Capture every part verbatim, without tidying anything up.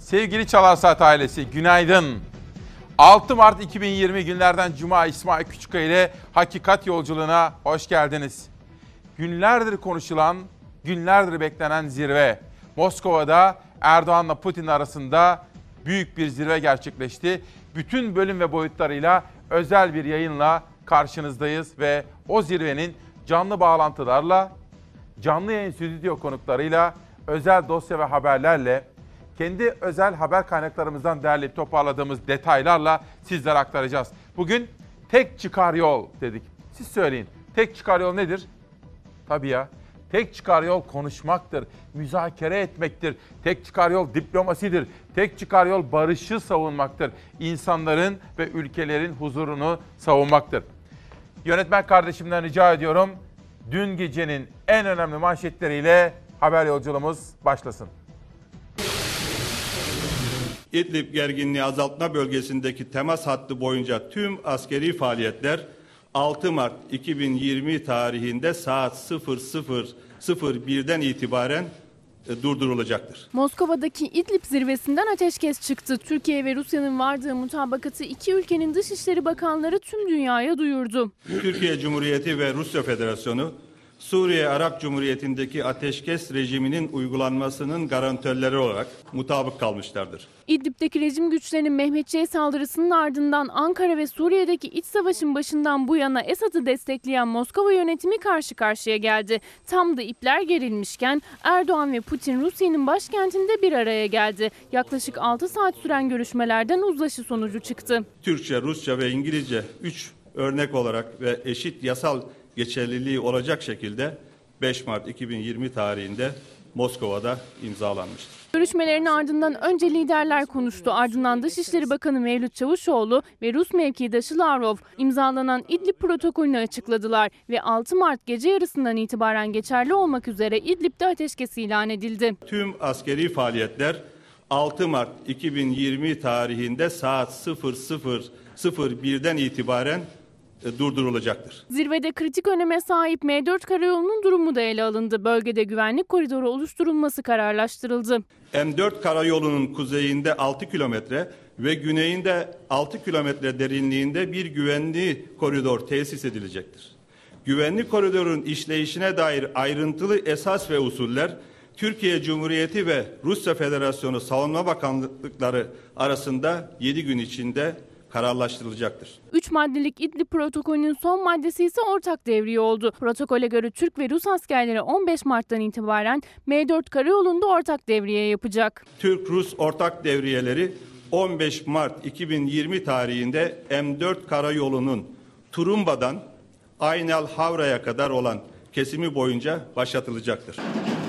Sevgili Çalar Saat ailesi, günaydın. altı Mart iki bin yirmi günlerden Cuma, İsmail Küçükkaya ile Hakikat Yolculuğuna hoş geldiniz. Günlerdir konuşulan, günlerdir beklenen zirve. Moskova'da Erdoğan'la Putin arasında büyük bir zirve gerçekleşti. Bütün bölüm ve boyutlarıyla özel bir yayınla karşınızdayız ve o zirvenin canlı bağlantılarla, canlı yayın stüdyo konuklarıyla, özel dosya ve haberlerle, kendi özel haber kaynaklarımızdan derleyip toparladığımız detaylarla sizlere aktaracağız. Bugün tek çıkar yol dedik. Siz söyleyin, tek çıkar yol nedir? Tabii ya, tek çıkar yol konuşmaktır, müzakere etmektir. Tek çıkar yol diplomasidir. Tek çıkar yol barışı savunmaktır. İnsanların ve ülkelerin huzurunu savunmaktır. Yönetmen kardeşimden rica ediyorum, dün gecenin en önemli manşetleriyle haber yolculuğumuz başlasın. İdlib gerginliği azaltma bölgesindeki temas hattı boyunca tüm askeri faaliyetler altı Mart iki bin yirmi tarihinde saat sıfır sıfır sıfır birden itibaren durdurulacaktır. Moskova'daki İdlib zirvesinden ateşkes çıktı. Türkiye ve Rusya'nın vardığı mutabakatı iki ülkenin Dışişleri Bakanları tüm dünyaya duyurdu. Türkiye Cumhuriyeti ve Rusya Federasyonu, Suriye Arap Cumhuriyeti'ndeki ateşkes rejiminin uygulanmasının garantörleri olarak mutabık kalmışlardır. İdlib'deki rejim güçlerinin Mehmetçiğe saldırısının ardından Ankara ve Suriye'deki iç savaşın başından bu yana Esad'ı destekleyen Moskova yönetimi karşı karşıya geldi. Tam da ipler gerilmişken Erdoğan ve Putin Rusya'nın başkentinde bir araya geldi. Yaklaşık altı saat süren görüşmelerden uzlaşı sonucu çıktı. Türkçe, Rusça ve İngilizce üç örnek olarak ve eşit yasal geçerliliği olacak şekilde beş Mart iki bin yirmi tarihinde Moskova'da imzalanmıştır. Görüşmelerin ardından önce liderler konuştu. Ardından Dışişleri Bakanı Mevlüt Çavuşoğlu ve Rus mevkidaşı Lavrov imzalanan İdlib protokolünü açıkladılar ve altı Mart gece yarısından itibaren geçerli olmak üzere İdlib'de ateşkes ilan edildi. Tüm askeri faaliyetler altı Mart iki bin yirmi tarihinde saat sıfır sıfır sıfır birden itibaren durdurulacaktır. Zirvede kritik öneme sahip M dört karayolunun durumu da ele alındı. Bölgede güvenlik koridoru oluşturulması kararlaştırıldı. M dört karayolunun kuzeyinde altı kilometre ve güneyinde altı kilometre derinliğinde bir güvenli koridor tesis edilecektir. Güvenlik koridorun işleyişine dair ayrıntılı esas ve usuller Türkiye Cumhuriyeti ve Rusya Federasyonu Savunma Bakanlıkları arasında yedi gün içinde kararlaştırılacaktır. Üç maddelik İdlib protokolünün son maddesi ise ortak devriye oldu. Protokole göre Türk ve Rus askerleri on beş Mart'tan itibaren M dört karayolunda ortak devriye yapacak. Türk-Rus ortak devriyeleri on beş Mart iki bin yirmi tarihinde M dört karayolunun Turumba'dan Aynal Havra'ya kadar olan kesimi boyunca başlatılacaktır.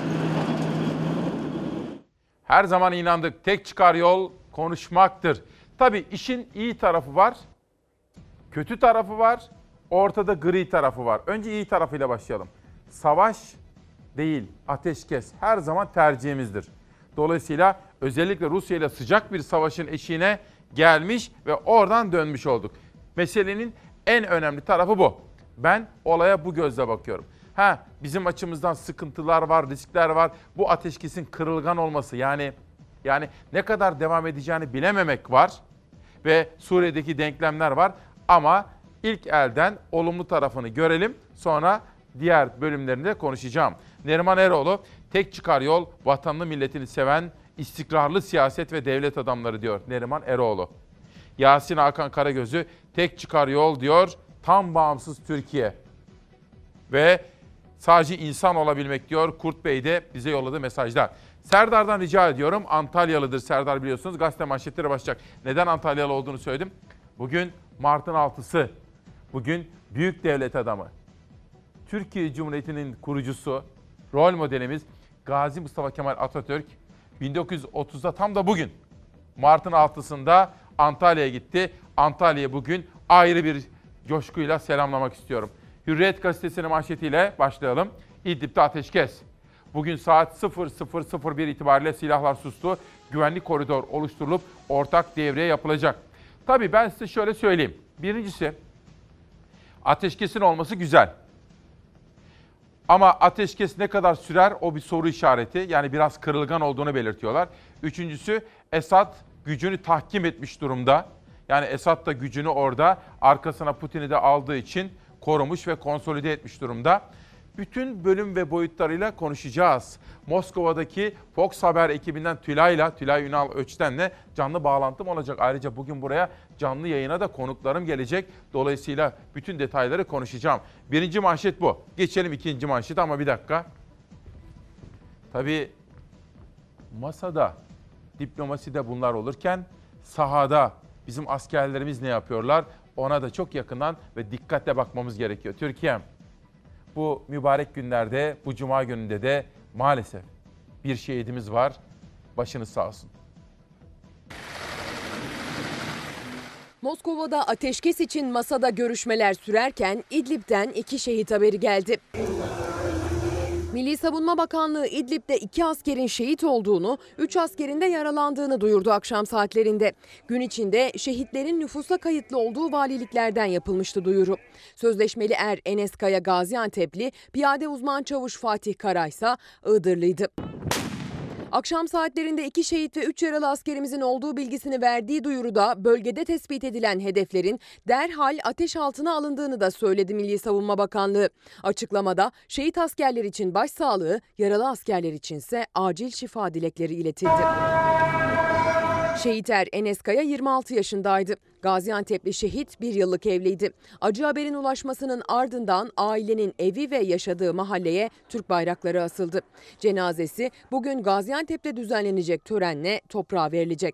Her zaman inandık, tek çıkar yol konuşmaktır. Tabii işin iyi tarafı var, kötü tarafı var, ortada gri tarafı var. Önce iyi tarafıyla başlayalım. Savaş değil, ateşkes her zaman tercihimizdir. Dolayısıyla özellikle Rusya ile sıcak bir savaşın eşiğine gelmiş ve oradan dönmüş olduk. Meselenin en önemli tarafı bu. Ben olaya bu gözle bakıyorum. Ha, bizim açımızdan sıkıntılar var, riskler var. Bu ateşkesin kırılgan olması, yani yani ne kadar devam edeceğini bilememek var. Ve Suriye'deki denklemler var ama ilk elden olumlu tarafını görelim, sonra diğer bölümlerinde konuşacağım. Neriman Eroğlu, tek çıkar yol vatanını milletini seven istikrarlı siyaset ve devlet adamları diyor Neriman Eroğlu. Yasin Hakan Karagöz'ü tek çıkar yol diyor tam bağımsız Türkiye. Ve sadece insan olabilmek diyor Kurt Bey de bize yolladığı mesajda. Serdar'dan rica ediyorum. Antalyalıdır Serdar, biliyorsunuz. Gazete manşetleri başlayacak. Neden Antalyalı olduğunu söyledim. Bugün Mart'ın altısı. Bugün büyük devlet adamı. Türkiye Cumhuriyeti'nin kurucusu, rol modelimiz Gazi Mustafa Kemal Atatürk bin dokuz yüz otuzda tam da bugün Mart'ın altısında Antalya'ya gitti. Antalya'ya bugün ayrı bir coşkuyla selamlamak istiyorum. Hürriyet gazetesinin manşetiyle başlayalım. İdlib'de ateşkes. Bugün saat sıfır sıfır sıfır bir itibariyle silahlar sustu. Güvenlik koridor oluşturulup ortak devriye yapılacak. Tabii ben size şöyle söyleyeyim. Birincisi, ateşkesin olması güzel. Ama ateşkes ne kadar sürer o bir soru işareti. Yani biraz kırılgan olduğunu belirtiyorlar. Üçüncüsü Esad gücünü tahkim etmiş durumda. Yani Esad da gücünü orada arkasına Putin'i de aldığı için korumuş ve konsolide etmiş durumda. Bütün bölüm ve boyutlarıyla konuşacağız. Moskova'daki Fox Haber ekibinden Tülay'la, Tülay Ünal Öçten'le canlı bağlantım olacak. Ayrıca bugün buraya canlı yayına da konuklarım gelecek. Dolayısıyla bütün detayları konuşacağım. Birinci manşet bu. Geçelim ikinci manşete ama bir dakika. Tabii masada, diplomaside bunlar olurken sahada bizim askerlerimiz ne yapıyorlar? Ona da çok yakından ve dikkatle bakmamız gerekiyor. Türkiye'm. Bu mübarek günlerde, bu cuma gününde de maalesef bir şehidimiz var. Başınız sağ olsun. Moskova'da ateşkes için masada görüşmeler sürerken İdlib'den iki şehit haberi geldi. Milli Savunma Bakanlığı İdlib'de iki askerin şehit olduğunu, üç askerin de yaralandığını duyurdu akşam saatlerinde. Gün içinde şehitlerin nüfusa kayıtlı olduğu valiliklerden yapılmıştı duyuru. Sözleşmeli er Enes Kaya Gaziantep'li, piyade uzman çavuş Fatih Kara ise Iğdırlıydı. Akşam saatlerinde iki şehit ve üç yaralı askerimizin olduğu bilgisini verdiği duyuruda bölgede tespit edilen hedeflerin derhal ateş altına alındığını da söyledi Milli Savunma Bakanlığı. Açıklamada şehit askerler için başsağlığı, yaralı askerler içinse acil şifa dilekleri iletildi. Şehit er Enes Kaya yirmi altı yaşındaydı. Gaziantep'li şehit bir yıllık evliydi. Acı haberin ulaşmasının ardından ailenin evi ve yaşadığı mahalleye Türk bayrakları asıldı. Cenazesi bugün Gaziantep'te düzenlenecek törenle toprağa verilecek.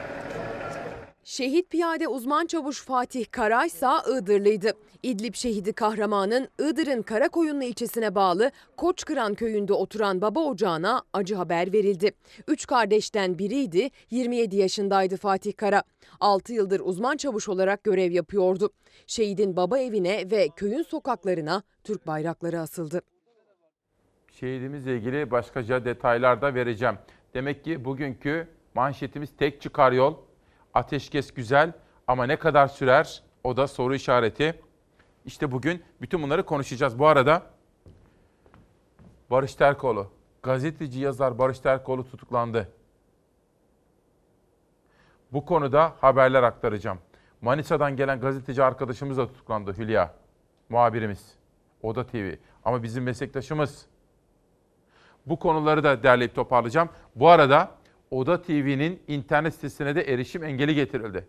Şehit piyade uzman çavuş Fatih Kara ise Iğdırlıydı. İdlib şehidi kahramanın Iğdır'ın Karakoyunlu ilçesine bağlı Koçkıran köyünde oturan baba ocağına acı haber verildi. Üç kardeşten biriydi, yirmi yedi yaşındaydı Fatih Kara. altı yıldır uzman çavuş olarak görev yapıyordu. Şehidin baba evine ve köyün sokaklarına Türk bayrakları asıldı. Şehidimizle ilgili başkaca detaylar da vereceğim. Demek ki bugünkü manşetimiz tek çıkar yol. Ateşkes güzel ama ne kadar sürer o da soru işareti. İşte bugün bütün bunları konuşacağız. Bu arada Barış Terkoğlu, gazeteci yazar Barış Terkoğlu tutuklandı. Bu konuda haberler aktaracağım. Manisa'dan gelen gazeteci arkadaşımız da tutuklandı, Hülya. Muhabirimiz, Oda T V. Ama bizim meslektaşımız. Bu konuları da derleyip toparlayacağım. Bu arada Oda T V'nin internet sitesine de erişim engeli getirildi.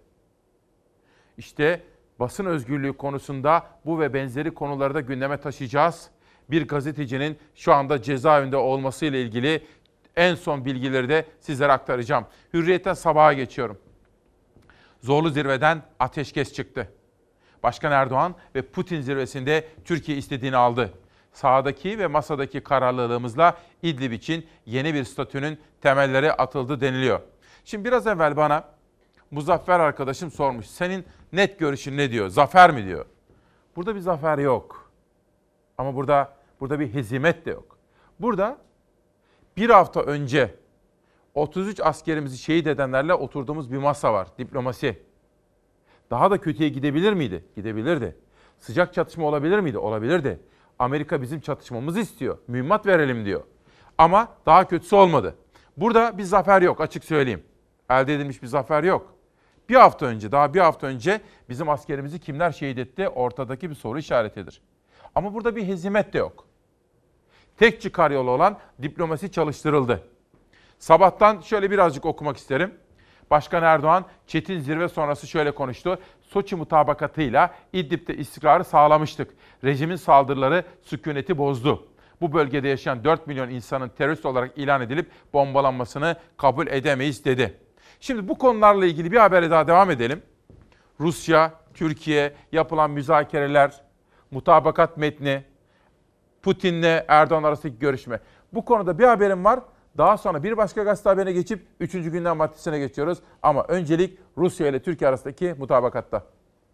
İşte basın özgürlüğü konusunda bu ve benzeri konuları da gündeme taşıyacağız. Bir gazetecinin şu anda cezaevinde olmasıyla ilgili en son bilgileri de sizlere aktaracağım. Hürriyet'ten sabaha geçiyorum. Zorlu zirveden ateşkes çıktı. Başkan Erdoğan ve Putin zirvesinde Türkiye istediğini aldı. Sahadaki ve masadaki kararlılığımızla İdlib için yeni bir statünün temelleri atıldı deniliyor. Şimdi biraz evvel bana Muzaffer arkadaşım sormuş. Senin net görüşün ne diyor? Zafer mi diyor? Burada bir zafer yok. Ama burada burada bir hezimet de yok. Burada bir hafta önce otuz üç askerimizi şehit edenlerle oturduğumuz bir masa var. Diplomasi. Daha da kötüye gidebilir miydi? Gidebilirdi. Sıcak çatışma olabilir miydi? Olabilirdi. Amerika bizim çatışmamızı istiyor. Mühimmat verelim diyor. Ama daha kötüsü olmadı. Burada bir zafer yok, açık söyleyeyim. Elde edilmiş bir zafer yok. Bir hafta önce, daha bir hafta önce bizim askerimizi kimler şehit etti? Ortadaki bir soru işaretidir. Ama burada bir hezimet de yok. Tek çıkar yolu olan diplomasi çalıştırıldı. Sabahtan şöyle birazcık okumak isterim. Başkan Erdoğan çetin zirve sonrası şöyle konuştu. Soçi mutabakatıyla İdlib'de istikrarı sağlamıştık. Rejimin saldırıları sükuneti bozdu. Bu bölgede yaşayan dört milyon insanın terörist olarak ilan edilip bombalanmasını kabul edemeyiz dedi. Şimdi bu konularla ilgili bir habere daha devam edelim. Rusya, Türkiye yapılan müzakereler, mutabakat metni, Putin'le Erdoğan arasındaki görüşme. Bu konuda bir haberim var. Daha sonra bir başka gazete haberine geçip üçüncü gündem maddesine geçiyoruz. Ama öncelik Rusya ile Türkiye arasındaki mutabakatta.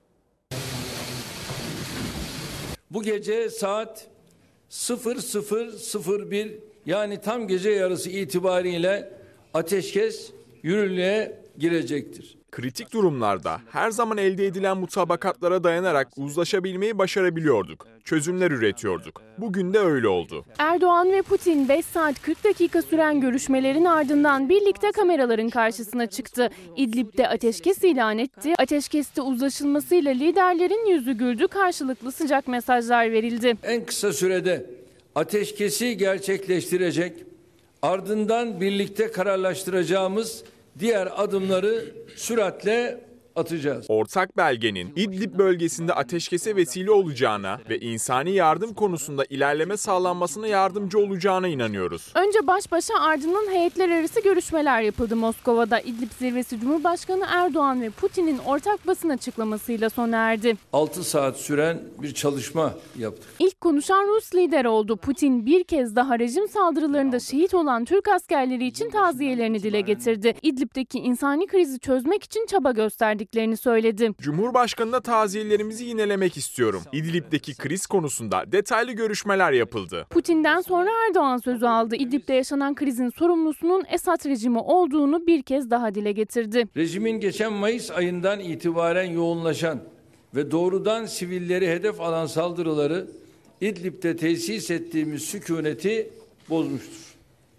Bu gece saat sıfır sıfır sıfır bir yani tam gece yarısı itibariyle ateşkes yürürlüğe girecektir. Kritik durumlarda her zaman elde edilen mutabakatlara dayanarak uzlaşabilmeyi başarabiliyorduk. Çözümler üretiyorduk. Bugün de öyle oldu. Erdoğan ve Putin beş saat kırk dakika süren görüşmelerin ardından birlikte kameraların karşısına çıktı. İdlib'de ateşkes ilan etti. Ateşkeste uzlaşılmasıyla liderlerin yüzü güldü, karşılıklı sıcak mesajlar verildi. En kısa sürede ateşkesi gerçekleştirecek, ardından birlikte kararlaştıracağımız diğer adımları süratle atacağız. Ortak belgenin İdlib bölgesinde ateşkese vesile olacağına ve insani yardım konusunda ilerleme sağlanmasına yardımcı olacağına inanıyoruz. Önce baş başa, ardından heyetler arası görüşmeler yapıldı Moskova'da. İdlib zirvesi Cumhurbaşkanı Erdoğan ve Putin'in ortak basın açıklamasıyla sona erdi. altı saat süren bir çalışma yaptık. İlk konuşan Rus lider oldu. Putin bir kez daha rejim saldırılarında şehit olan Türk askerleri için taziyelerini dile getirdi. İdlib'deki insani krizi çözmek için çaba gösterdik söyledi. Cumhurbaşkanı'na taziyelerimizi yinelemek istiyorum. İdlib'deki kriz konusunda detaylı görüşmeler yapıldı. Putin'den sonra Erdoğan sözü aldı. İdlib'de yaşanan krizin sorumlusunun Esad rejimi olduğunu bir kez daha dile getirdi. Rejimin geçen Mayıs ayından itibaren yoğunlaşan ve doğrudan sivilleri hedef alan saldırıları İdlib'de tesis ettiğimiz sükuneti bozmuştur.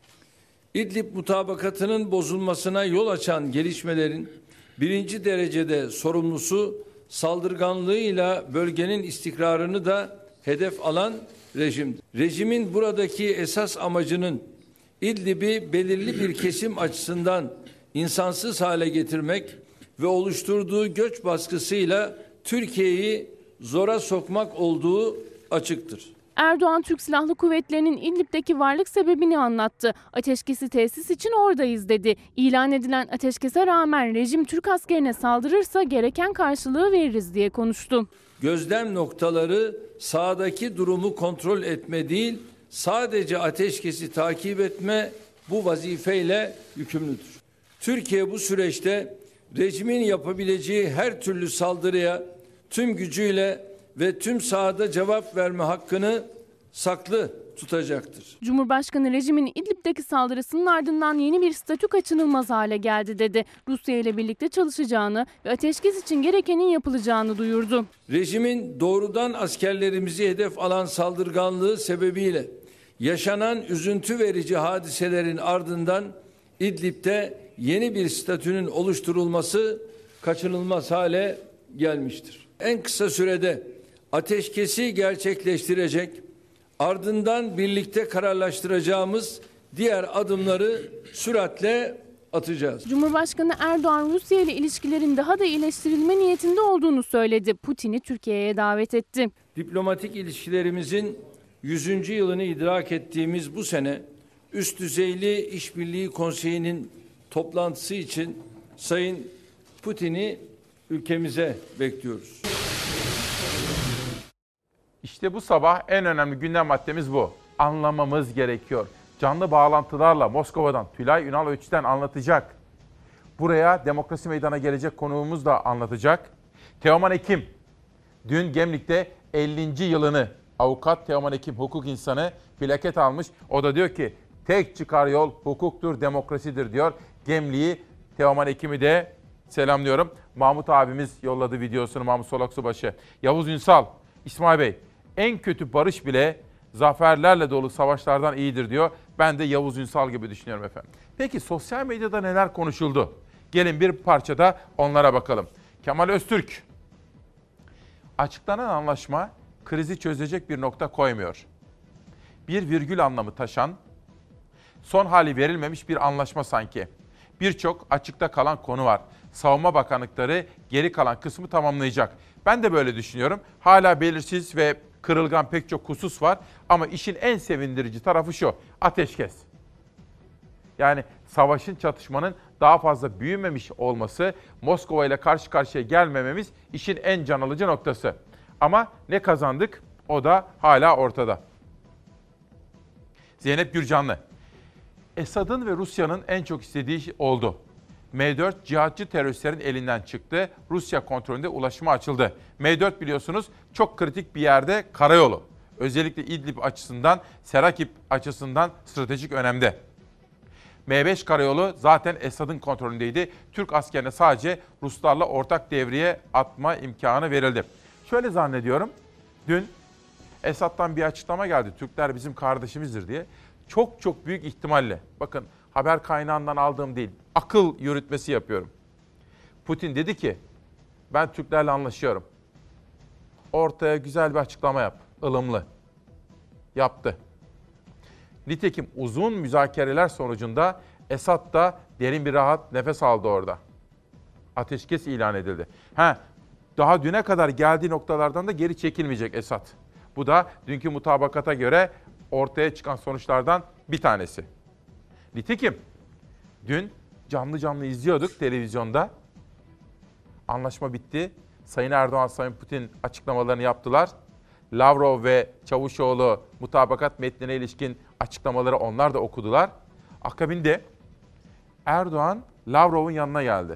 İdlib mutabakatının bozulmasına yol açan gelişmelerin birinci derecede sorumlusu, saldırganlığıyla bölgenin istikrarını da hedef alan rejimdir. Rejimin buradaki esas amacının İdlib'i belirli bir kesim açısından insansız hale getirmek ve oluşturduğu göç baskısıyla Türkiye'yi zora sokmak olduğu açıktır. Erdoğan, Türk Silahlı Kuvvetleri'nin İdlib'deki varlık sebebini anlattı. Ateşkesi tesis için oradayız dedi. İlan edilen ateşkese rağmen rejim Türk askerine saldırırsa gereken karşılığı veririz diye konuştu. Gözlem noktaları sahadaki durumu kontrol etme değil, sadece ateşkesi takip etme bu vazifeyle yükümlüdür. Türkiye bu süreçte rejimin yapabileceği her türlü saldırıya tüm gücüyle ve tüm sahada cevap verme hakkını saklı tutacaktır. Cumhurbaşkanı rejimin İdlib'deki saldırısının ardından yeni bir statü kaçınılmaz hale geldi dedi. Rusya ile birlikte çalışacağını ve ateşkes için gerekenin yapılacağını duyurdu. Rejimin doğrudan askerlerimizi hedef alan saldırganlığı sebebiyle yaşanan üzüntü verici hadiselerin ardından İdlib'de yeni bir statünün oluşturulması kaçınılmaz hale gelmiştir. En kısa sürede ateşkesi gerçekleştirecek, ardından birlikte kararlaştıracağımız diğer adımları süratle atacağız. Cumhurbaşkanı Erdoğan, Rusya ile ilişkilerin daha da iyileştirilme niyetinde olduğunu söyledi. Putin'i Türkiye'ye davet etti. Diplomatik ilişkilerimizin yüzüncü yılını idrak ettiğimiz bu sene üst düzeyli işbirliği konseyinin toplantısı için Sayın Putin'i ülkemize bekliyoruz. İşte bu sabah en önemli gündem maddemiz bu. Anlamamız gerekiyor. Canlı bağlantılarla Moskova'dan Tülay Ünal Öç'ten anlatacak. Buraya Demokrasi Meydanı'na gelecek konuğumuz da anlatacak. Teoman Ekim, dün Gemlik'te ellinci yılını avukat Teoman Ekim, hukuk insanı plaket almış. O da diyor ki tek çıkar yol hukuktur, demokrasidir diyor. Gemlik'i, Teoman Ekim'i de selamlıyorum. Mahmut abimiz yolladı videosunu, Mahmut Solak Subaşı. Yavuz Ünsal, İsmail Bey, en kötü barış bile zaferlerle dolu savaşlardan iyidir diyor. Ben de Yavuz Ünsal gibi düşünüyorum efendim. Peki sosyal medyada neler konuşuldu? Gelin bir parçada onlara bakalım. Kemal Öztürk, açıklanan anlaşma krizi çözecek bir nokta koymuyor. Bir virgül anlamı taşan, son hali verilmemiş bir anlaşma sanki. Birçok açıkta kalan konu var. Savunma Bakanlıkları geri kalan kısmı tamamlayacak. Ben de böyle düşünüyorum. Hala belirsiz ve kırılgan pek çok husus var. Ama işin en sevindirici tarafı şu: ateşkes. Yani savaşın, çatışmanın daha fazla büyümemiş olması, Moskova ile karşı karşıya gelmememiz işin en can alıcı noktası. Ama ne kazandık? O da hala ortada. Zeynep Gürcanlı, Esad'ın ve Rusya'nın en çok istediği oldu. M dört cihatçı teröristlerin elinden çıktı. Rusya kontrolünde ulaşıma açıldı. M dört biliyorsunuz çok kritik bir yerde, karayolu. Özellikle İdlib açısından, Serakip açısından stratejik önemde. M beş karayolu zaten Esad'ın kontrolündeydi. Türk askerine sadece Ruslarla ortak devriye atma imkanı verildi. Şöyle zannediyorum, dün Esad'dan bir açıklama geldi. Türkler bizim kardeşimizdir diye. Çok çok büyük ihtimalle, bakın haber kaynağından aldığım değil, akıl yürütmesi yapıyorum. Putin dedi ki, ben Türklerle anlaşıyorum. Ortaya güzel bir açıklama yap, ılımlı. Yaptı. Nitekim uzun müzakereler sonucunda Esad da derin bir rahat nefes aldı orada. Ateşkes ilan edildi. Ha, daha düne kadar geldiği noktalardan da geri çekilmeyecek Esad. Bu da dünkü mutabakata göre ortaya çıkan sonuçlardan bir tanesi. Nitekim dün canlı canlı izliyorduk televizyonda. Anlaşma bitti. Sayın Erdoğan, Sayın Putin açıklamalarını yaptılar. Lavrov ve Çavuşoğlu mutabakat metnine ilişkin açıklamaları onlar da okudular. Akabinde Erdoğan Lavrov'un yanına geldi.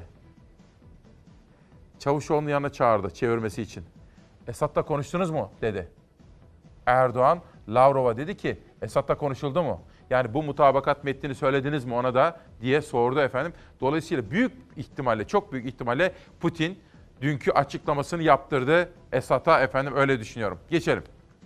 Çavuşoğlu'nun yanına çağırdı çevirmesi için. Esad'la konuştunuz mu dedi. Erdoğan Lavrov'a dedi ki Esad'la konuşuldu mu? Yani bu mutabakat metnini söylediniz mi ona da diye sordu efendim. Dolayısıyla büyük ihtimalle, çok büyük ihtimalle Putin dünkü açıklamasını yaptırdı Esad'a efendim, öyle düşünüyorum. Geçelim.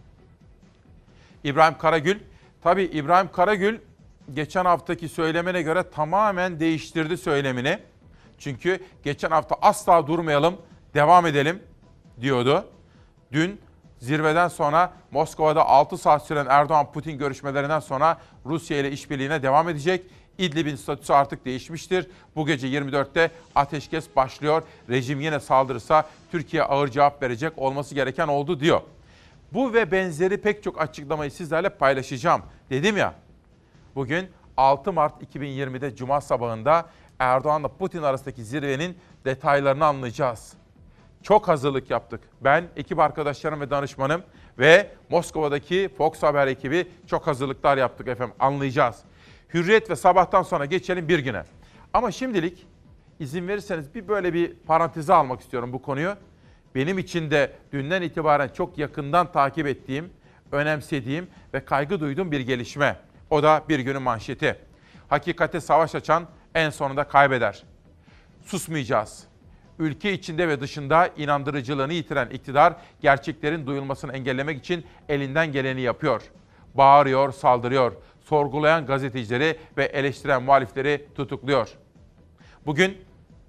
İbrahim Karagül. Tabii İbrahim Karagül geçen haftaki söylemine göre tamamen değiştirdi söylemini. Çünkü geçen hafta asla durmayalım, devam edelim diyordu. Dün zirveden sonra Moskova'da altı saat süren Erdoğan-Putin görüşmelerinden sonra Rusya ile işbirliğine devam edecek. İdlib'in statüsü artık değişmiştir. Bu gece yirmi dörtte ateşkes başlıyor. Rejim yine saldırırsa Türkiye ağır cevap verecek, olması gereken oldu diyor. Bu ve benzeri pek çok açıklamayı sizlerle paylaşacağım. Dedim ya, bugün altı Mart iki bin yirmide Cuma sabahında Erdoğan'la Putin arasındaki zirvenin detaylarını anlayacağız. Çok hazırlık yaptık. Ben, ekip arkadaşlarım ve danışmanım ve Moskova'daki Fox Haber ekibi çok hazırlıklar yaptık efendim. Anlayacağız. Hürriyet ve Sabah'tan sonra geçelim bir güne. Ama şimdilik izin verirseniz bir böyle bir paranteze almak istiyorum bu konuyu. Benim için de dünden itibaren çok yakından takip ettiğim, önemsediğim ve kaygı duyduğum bir gelişme. O da bir günün manşeti. Hakikate savaş açan en sonunda kaybeder. Susmayacağız. Ülke içinde ve dışında inandırıcılığını yitiren iktidar gerçeklerin duyulmasını engellemek için elinden geleni yapıyor. Bağırıyor, saldırıyor. Sorgulayan gazetecileri ve eleştiren muhalifleri tutukluyor. Bugün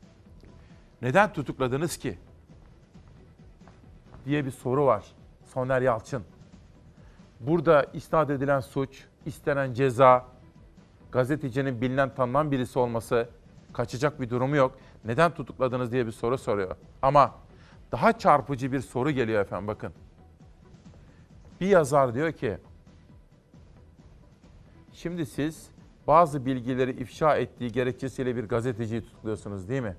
neden tutukladınız ki diye bir soru var. Soner Yalçın. Burada isnat edilen suç, istenen ceza, gazetecinin bilinen tanınan birisi olması, kaçacak bir durumu yok. Neden tutukladınız diye bir soru soruyor. Ama daha çarpıcı bir soru geliyor efendim, bakın. Bir yazar diyor ki, şimdi siz bazı bilgileri ifşa ettiği gerekçesiyle bir gazeteciyi tutukluyorsunuz değil mi?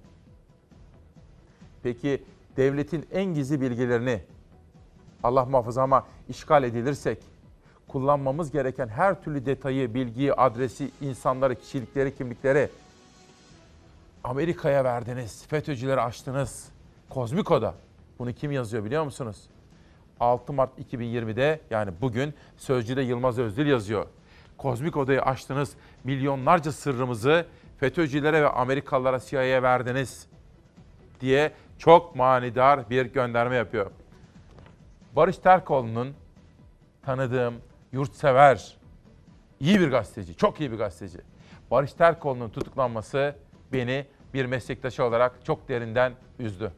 Peki devletin en gizli bilgilerini, Allah muhafaza ama işgal edilirsek, kullanmamız gereken her türlü detayı, bilgiyi, adresi, insanları, kişilikleri, kimlikleri Amerika'ya verdiniz, FETÖ'cüleri açtınız. Kozmiko'da. Bunu kim yazıyor biliyor musunuz? altı Mart iki bin yirmide, yani bugün Sözcü'de Yılmaz Özdil yazıyor. Kozmik odayı açtınız, milyonlarca sırrımızı FETÖ'cülere ve Amerikalılara, C I A'ya verdiniz diye çok manidar bir gönderme yapıyor. Barış Terkoğlu'nun tanıdığım, yurtsever, iyi bir gazeteci, çok iyi bir gazeteci. Barış Terkoğlu'nun tutuklanması beni bir meslektaşı olarak çok derinden üzdü.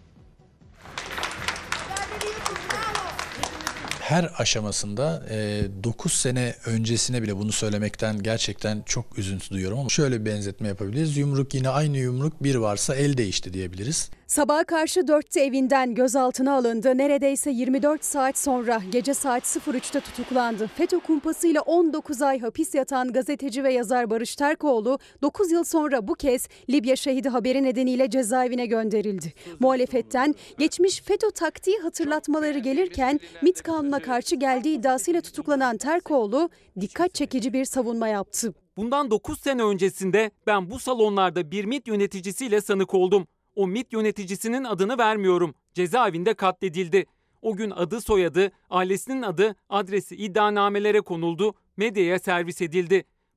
Her aşamasında dokuz sene öncesine bile bunu söylemekten gerçekten çok üzüntü duyuyorum ama şöyle bir benzetme yapabiliriz. Yumruk yine aynı yumruk, bir varsa el değişti diyebiliriz. Sabaha karşı dörtte evinden gözaltına alındı. Neredeyse yirmi dört saat sonra gece saat sıfır üçte tutuklandı. FETÖ kumpasıyla on dokuz ay hapis yatan gazeteci ve yazar Barış Terkoğlu dokuz yıl sonra bu kez Libya şehidi haberi nedeniyle cezaevine gönderildi. Muhalefetten geçmiş FETÖ taktiği hatırlatmaları gelirken MİT kanununa karşı geldiği iddiasıyla tutuklanan Terkoğlu dikkat çekici bir savunma yaptı. Bundan dokuz sene öncesinde ben bu salonlarda bir MİT yöneticisiyle sanık oldum. O MİT yöneticisinin adını vermiyorum. Cezaevinde katledildi. O gün adı, soyadı, ailesinin adı, adresi iddianamelere konuldu, medyaya servis edildi.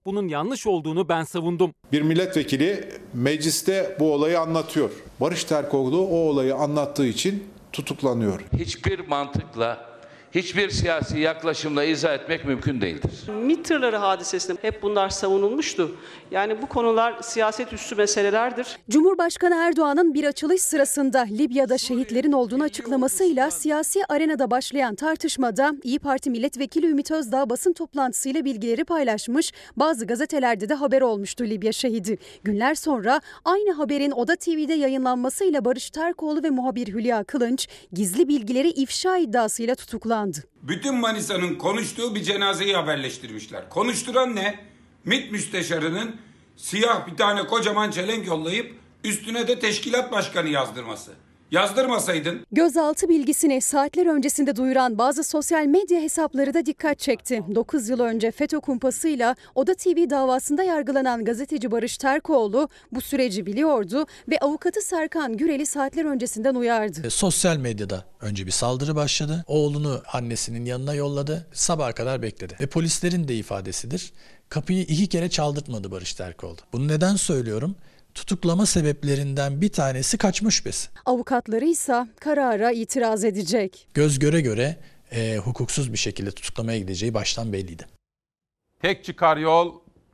Bunun yanlış olduğunu ben savundum. Bir milletvekili mecliste bu olayı anlatıyor. Barış Terkoğlu o olayı anlattığı için tutuklanıyor. Hiçbir mantıkla, hiçbir siyasi yaklaşımla izah etmek mümkün değildir. MİT tırları hadisesinde hep bunlar savunulmuştu. Yani bu konular siyaset üstü meselelerdir. Cumhurbaşkanı Erdoğan'ın bir açılış sırasında Libya'da şehitlerin olduğunu açıklamasıyla siyasi arenada başlayan tartışmada İYİ Parti Milletvekili Ümit Özdağ basın toplantısıyla bilgileri paylaşmış. Bazı gazetelerde de haber olmuştu Libya şehidi. Günler sonra aynı haberin Oda T V'de yayınlanmasıyla Barış Terkoğlu ve muhabir Hülya Kılınç gizli bilgileri ifşa iddiasıyla tutuklandı. Bütün Manisa'nın konuştuğu bir cenazeyi haberleştirmişler. Konuşturan ne? MİT müsteşarının siyah bir tane kocaman çelenk yollayıp üstüne de teşkilat başkanı yazdırması. Yazdırmasaydın. Gözaltı bilgisini saatler öncesinde duyuran bazı sosyal medya hesapları da dikkat çekti. dokuz yıl önce FETÖ kumpasıyla Oda T V davasında yargılanan gazeteci Barış Terkoğlu bu süreci biliyordu ve avukatı Serkan Gürel'i saatler öncesinden uyardı. Sosyal medyada önce bir saldırı başladı. Oğlunu annesinin yanına yolladı. Sabaha kadar bekledi. Ve polislerin de ifadesidir. Kapıyı iki kere çaldırtmadı Barış Terkoğlu. Bunu neden söylüyorum? Tutuklama sebeplerinden bir tanesi kaçma şüphesi. Avukatları ise karara itiraz edecek. Göz göre göre e, hukuksuz bir şekilde tutuklamaya gideceği baştan belliydi. Tek çıkar yol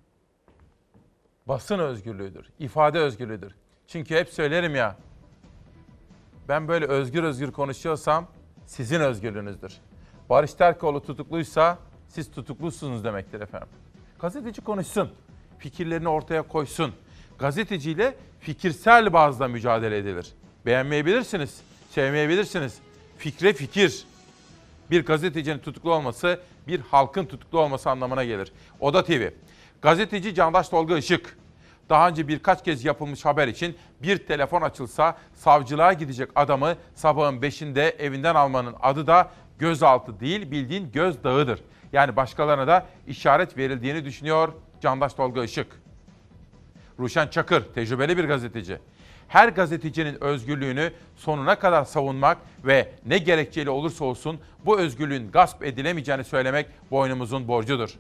basın özgürlüğüdür, ifade özgürlüğüdür. Çünkü hep söylerim ya, ben böyle özgür özgür konuşuyorsam sizin özgürlüğünüzdür. Barış Terkoğlu tutukluysa siz tutuklusunuz demektir efendim. Gazeteci konuşsun, fikirlerini ortaya koysun. Gazeteciyle fikirsel bazda mücadele edilir. Beğenmeyebilirsiniz, sevmeyebilirsiniz. Fikre fikir. Bir gazetecinin tutuklu olması, bir halkın tutuklu olması anlamına gelir. Oda T V. Gazeteci Candaş Tolga Işık. Daha önce birkaç kez yapılmış haber için bir telefon açılsa savcılığa gidecek adamı sabahın beşinde evinden almanın adı da gözaltı değil, bildiğin gözdağıdır. Yani başkalarına da işaret verildiğini düşünüyor Candaş Tolga Işık. Ruşen Çakır, tecrübeli bir gazeteci. Her gazetecinin özgürlüğünü sonuna kadar savunmak ve ne gerekçeyle olursa olsun bu özgürlüğün gasp edilemeyeceğini söylemek boynumuzun borcudur.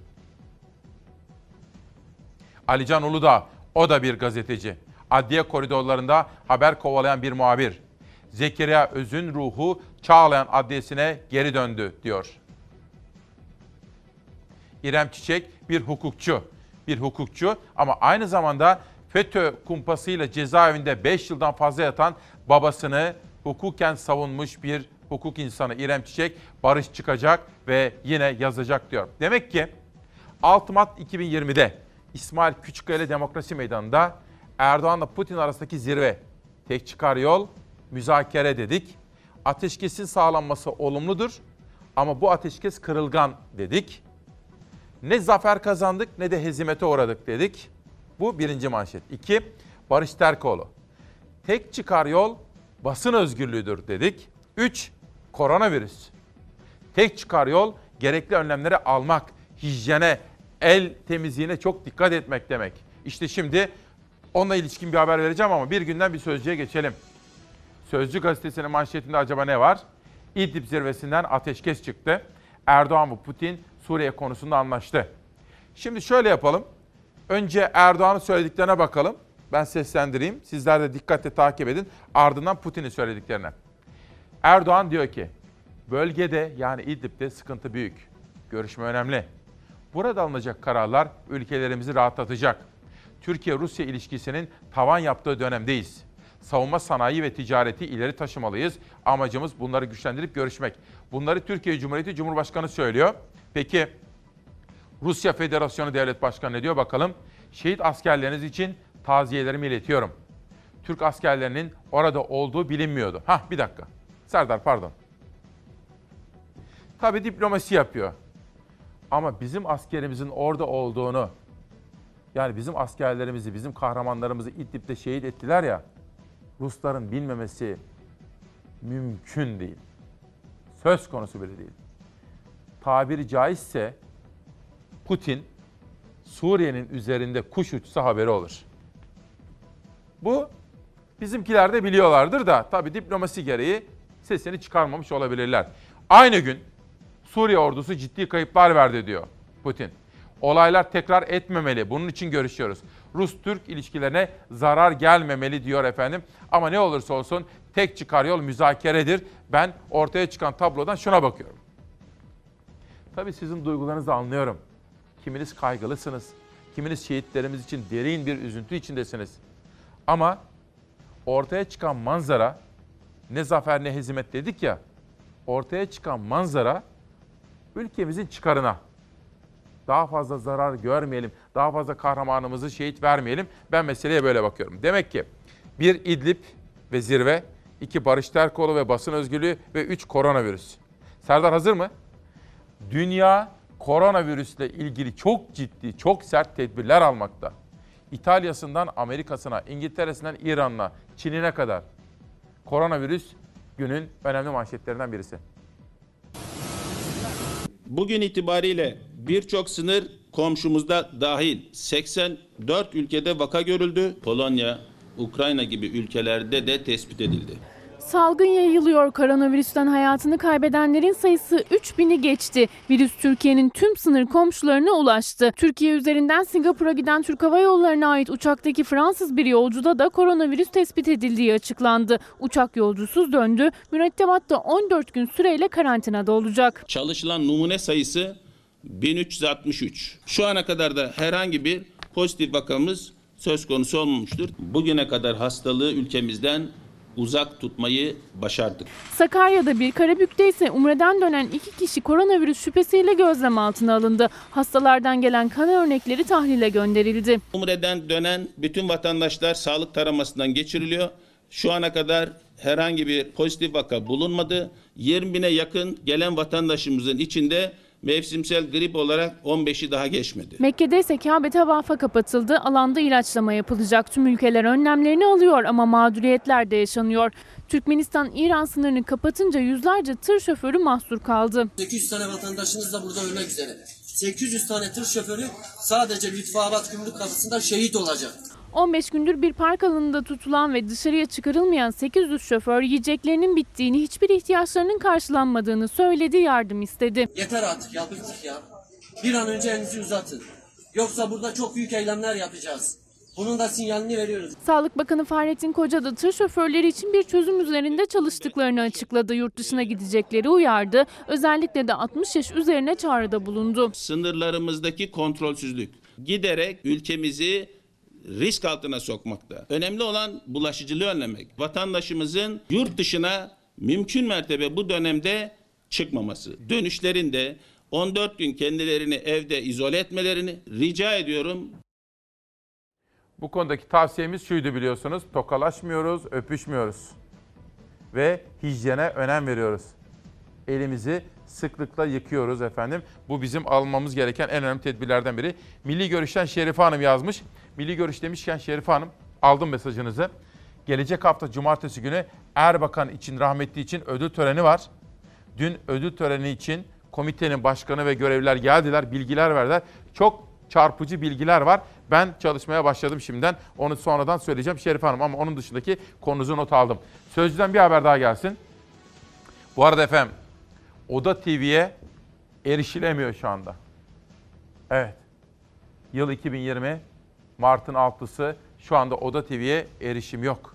Alican Uludağ, o da bir gazeteci. Adliye koridorlarında haber kovalayan bir muhabir. Zekeriya Öz'ün ruhu Çağlayan Adliyesi'ne geri döndü diyor. İrem Çiçek bir hukukçu. Bir hukukçu ama aynı zamanda FETÖ kumpasıyla cezaevinde beş yıldan fazla yatan babasını hukuken savunmuş bir hukuk insanı İrem Çiçek. Barış çıkacak ve yine yazacak diyor. Demek ki altı Mart iki bin yirmide İsmail Küçükkaya Demokrasi Meydanı'nda Erdoğan'la Putin arasındaki zirve. Tek çıkar yol müzakere dedik. Ateşkesin sağlanması olumludur ama bu ateşkes kırılgan dedik. Ne zafer kazandık ne de hezimete uğradık dedik. Bu birinci manşet. İki, Barış Terkoğlu. Tek çıkar yol basın özgürlüğüdür dedik. Üç, koronavirüs. Tek çıkar yol gerekli önlemleri almak, hijyene, el temizliğine çok dikkat etmek demek. İşte şimdi onunla ilişkin bir haber vereceğim ama bir günden bir Sözcü'ye geçelim. Sözcü gazetesinin manşetinde acaba ne var? İdlib zirvesinden ateşkes çıktı. Erdoğan ve Putin Suriye konusunda anlaştı. Şimdi şöyle yapalım. Önce Erdoğan'ın söylediklerine bakalım. Ben seslendireyim. Sizler de dikkatle takip edin. Ardından Putin'in söylediklerine. Erdoğan diyor ki, bölgede yani İdlib'de sıkıntı büyük. Görüşme önemli. Burada alınacak kararlar ülkelerimizi rahatlatacak. Türkiye-Rusya ilişkisinin tavan yaptığı dönemdeyiz. Savunma sanayi ve ticareti ileri taşımalıyız. Amacımız bunları güçlendirip görüşmek. Bunları Türkiye Cumhuriyeti Cumhurbaşkanı söylüyor. Peki Rusya Federasyonu Devlet Başkanı ne diyor bakalım? Şehit askerleriniz için taziyelerimi iletiyorum. Türk askerlerinin orada olduğu bilinmiyordu. Hah bir dakika. Serdar pardon. Tabii diplomasi yapıyor. Ama bizim askerimizin orada olduğunu, yani bizim askerlerimizi, bizim kahramanlarımızı İdlib'de şehit ettiler ya, Rusların bilmemesi mümkün değil. Söz konusu bile değil. Tabiri caizse Putin Suriye'nin üzerinde kuş uçsa haberi olur. Bu bizimkiler de biliyorlardır da tabii diplomasi gereği sesini çıkarmamış olabilirler. Aynı gün Suriye ordusu ciddi kayıplar verdi diyor Putin. Olaylar tekrar etmemeli. Bunun için görüşüyoruz. Rus-Türk ilişkilerine zarar gelmemeli diyor efendim. Ama ne olursa olsun tek çıkar yol müzakeredir. Ben ortaya çıkan tablodan şuna bakıyorum. Tabii sizin duygularınızı anlıyorum. Kiminiz kaygılısınız. Kiminiz şehitlerimiz için derin bir üzüntü içindesiniz. Ama ortaya çıkan manzara, ne zafer ne hezimet dedik ya, ortaya çıkan manzara ülkemizin çıkarına. Daha fazla zarar görmeyelim, daha fazla kahramanımızı şehit vermeyelim. Ben meseleye böyle bakıyorum. Demek ki bir İdlib ve zirve, iki Barış Terkoğlu ve basın özgürlüğü ve üç koronavirüs. Serdar hazır mı? Dünya koronavirüsle ilgili çok ciddi, çok sert tedbirler almakta. İtalya'sından Amerika'sına, İngiltere'sinden İran'ına, Çin'ine kadar. Koronavirüs günün önemli manşetlerinden birisi. Bugün itibariyle birçok sınır komşumuzda dahil seksen dört ülkede vaka görüldü. Polonya, Ukrayna gibi ülkelerde de tespit edildi. Salgın yayılıyor. Koronavirüsten hayatını kaybedenlerin sayısı üç bini geçti. Virüs Türkiye'nin tüm sınır komşularına ulaştı. Türkiye üzerinden Singapur'a giden Türk Hava Yolları'na ait uçaktaki Fransız bir yolcuda da koronavirüs tespit edildiği açıklandı. Uçak yolcusuz döndü. Mürettebat da on dört gün süreyle karantinada olacak. Çalışılan numune sayısı bin üç yüz altmış üç. Şu ana kadar da herhangi bir pozitif vakamız söz konusu olmamıştır. Bugüne kadar hastalığı ülkemizden uzak tutmayı başardık. Sakarya'da bir, Karabük'te ise Umre'den dönen iki kişi koronavirüs şüphesiyle gözlem altına alındı. Hastalardan gelen kan örnekleri tahlile gönderildi. Umre'den dönen bütün vatandaşlar sağlık taramasından geçiriliyor. Şu ana kadar herhangi bir pozitif vaka bulunmadı. yirmi bine yakın gelen vatandaşımızın içinde mevsimsel grip olarak on beşi daha geçmedi. Mekke'de ise Kabe tavafa kapatıldı. Alanda ilaçlama yapılacak. Tüm ülkeler önlemlerini alıyor ama mağduriyetler de yaşanıyor. Türkmenistan-İran sınırını kapatınca yüzlerce tır şoförü mahsur kaldı. sekiz yüz tane vatandaşınız da burada ölmek üzere. sekiz yüz tane tır şoförü sadece Lütfavat Gümrük Kapısı'nda şehit olacak. on beş gündür bir park alanında tutulan ve dışarıya çıkarılmayan sekiz yüz şoför yiyeceklerinin bittiğini, hiçbir ihtiyaçlarının karşılanmadığını söyledi, yardım istedi. Yeter artık ya, bıktık ya. Bir an önce elinizi uzatın. Yoksa burada çok büyük eylemler yapacağız. Bunun da sinyalini veriyoruz. Sağlık Bakanı Fahrettin Koca da tır şoförleri için bir çözüm üzerinde çalıştıklarını açıkladı. Yurt dışına gidecekleri uyardı. Özellikle de altmış yaş üzerine çağrıda bulundu. Sınırlarımızdaki kontrolsüzlük giderek ülkemizi risk altına sokmakta. Önemli olan bulaşıcılığı önlemek. Vatandaşımızın yurt dışına mümkün mertebe bu dönemde çıkmaması. Dönüşlerinde on dört gün kendilerini evde izole etmelerini rica ediyorum. Bu konudaki tavsiyemiz şuydu biliyorsunuz. Tokalaşmıyoruz, öpüşmüyoruz. Ve hijyene önem veriyoruz. Elimizi sıklıkla yıkıyoruz efendim. Bu bizim almamız gereken en önemli tedbirlerden biri. Milli Görüş'ten Şerife Hanım yazmış. Milli Görüş demişken Şerife Hanım, aldım mesajınızı. Gelecek hafta cumartesi günü Erbakan için, rahmetli için ödül töreni var. Dün ödül töreni için komitenin başkanı ve görevliler geldiler, bilgiler verdiler. Çok çarpıcı bilgiler var. Ben çalışmaya başladım şimdiden. Onu sonradan söyleyeceğim Şerife Hanım, ama onun dışındaki konunuzu not aldım. Sözcüden bir haber daha gelsin. Bu arada efendim, Oda T V'ye erişilemiyor şu anda. Evet. Yıl iki bin yirmi, Mart'ın altısı, şu anda Oda T V'ye erişim yok.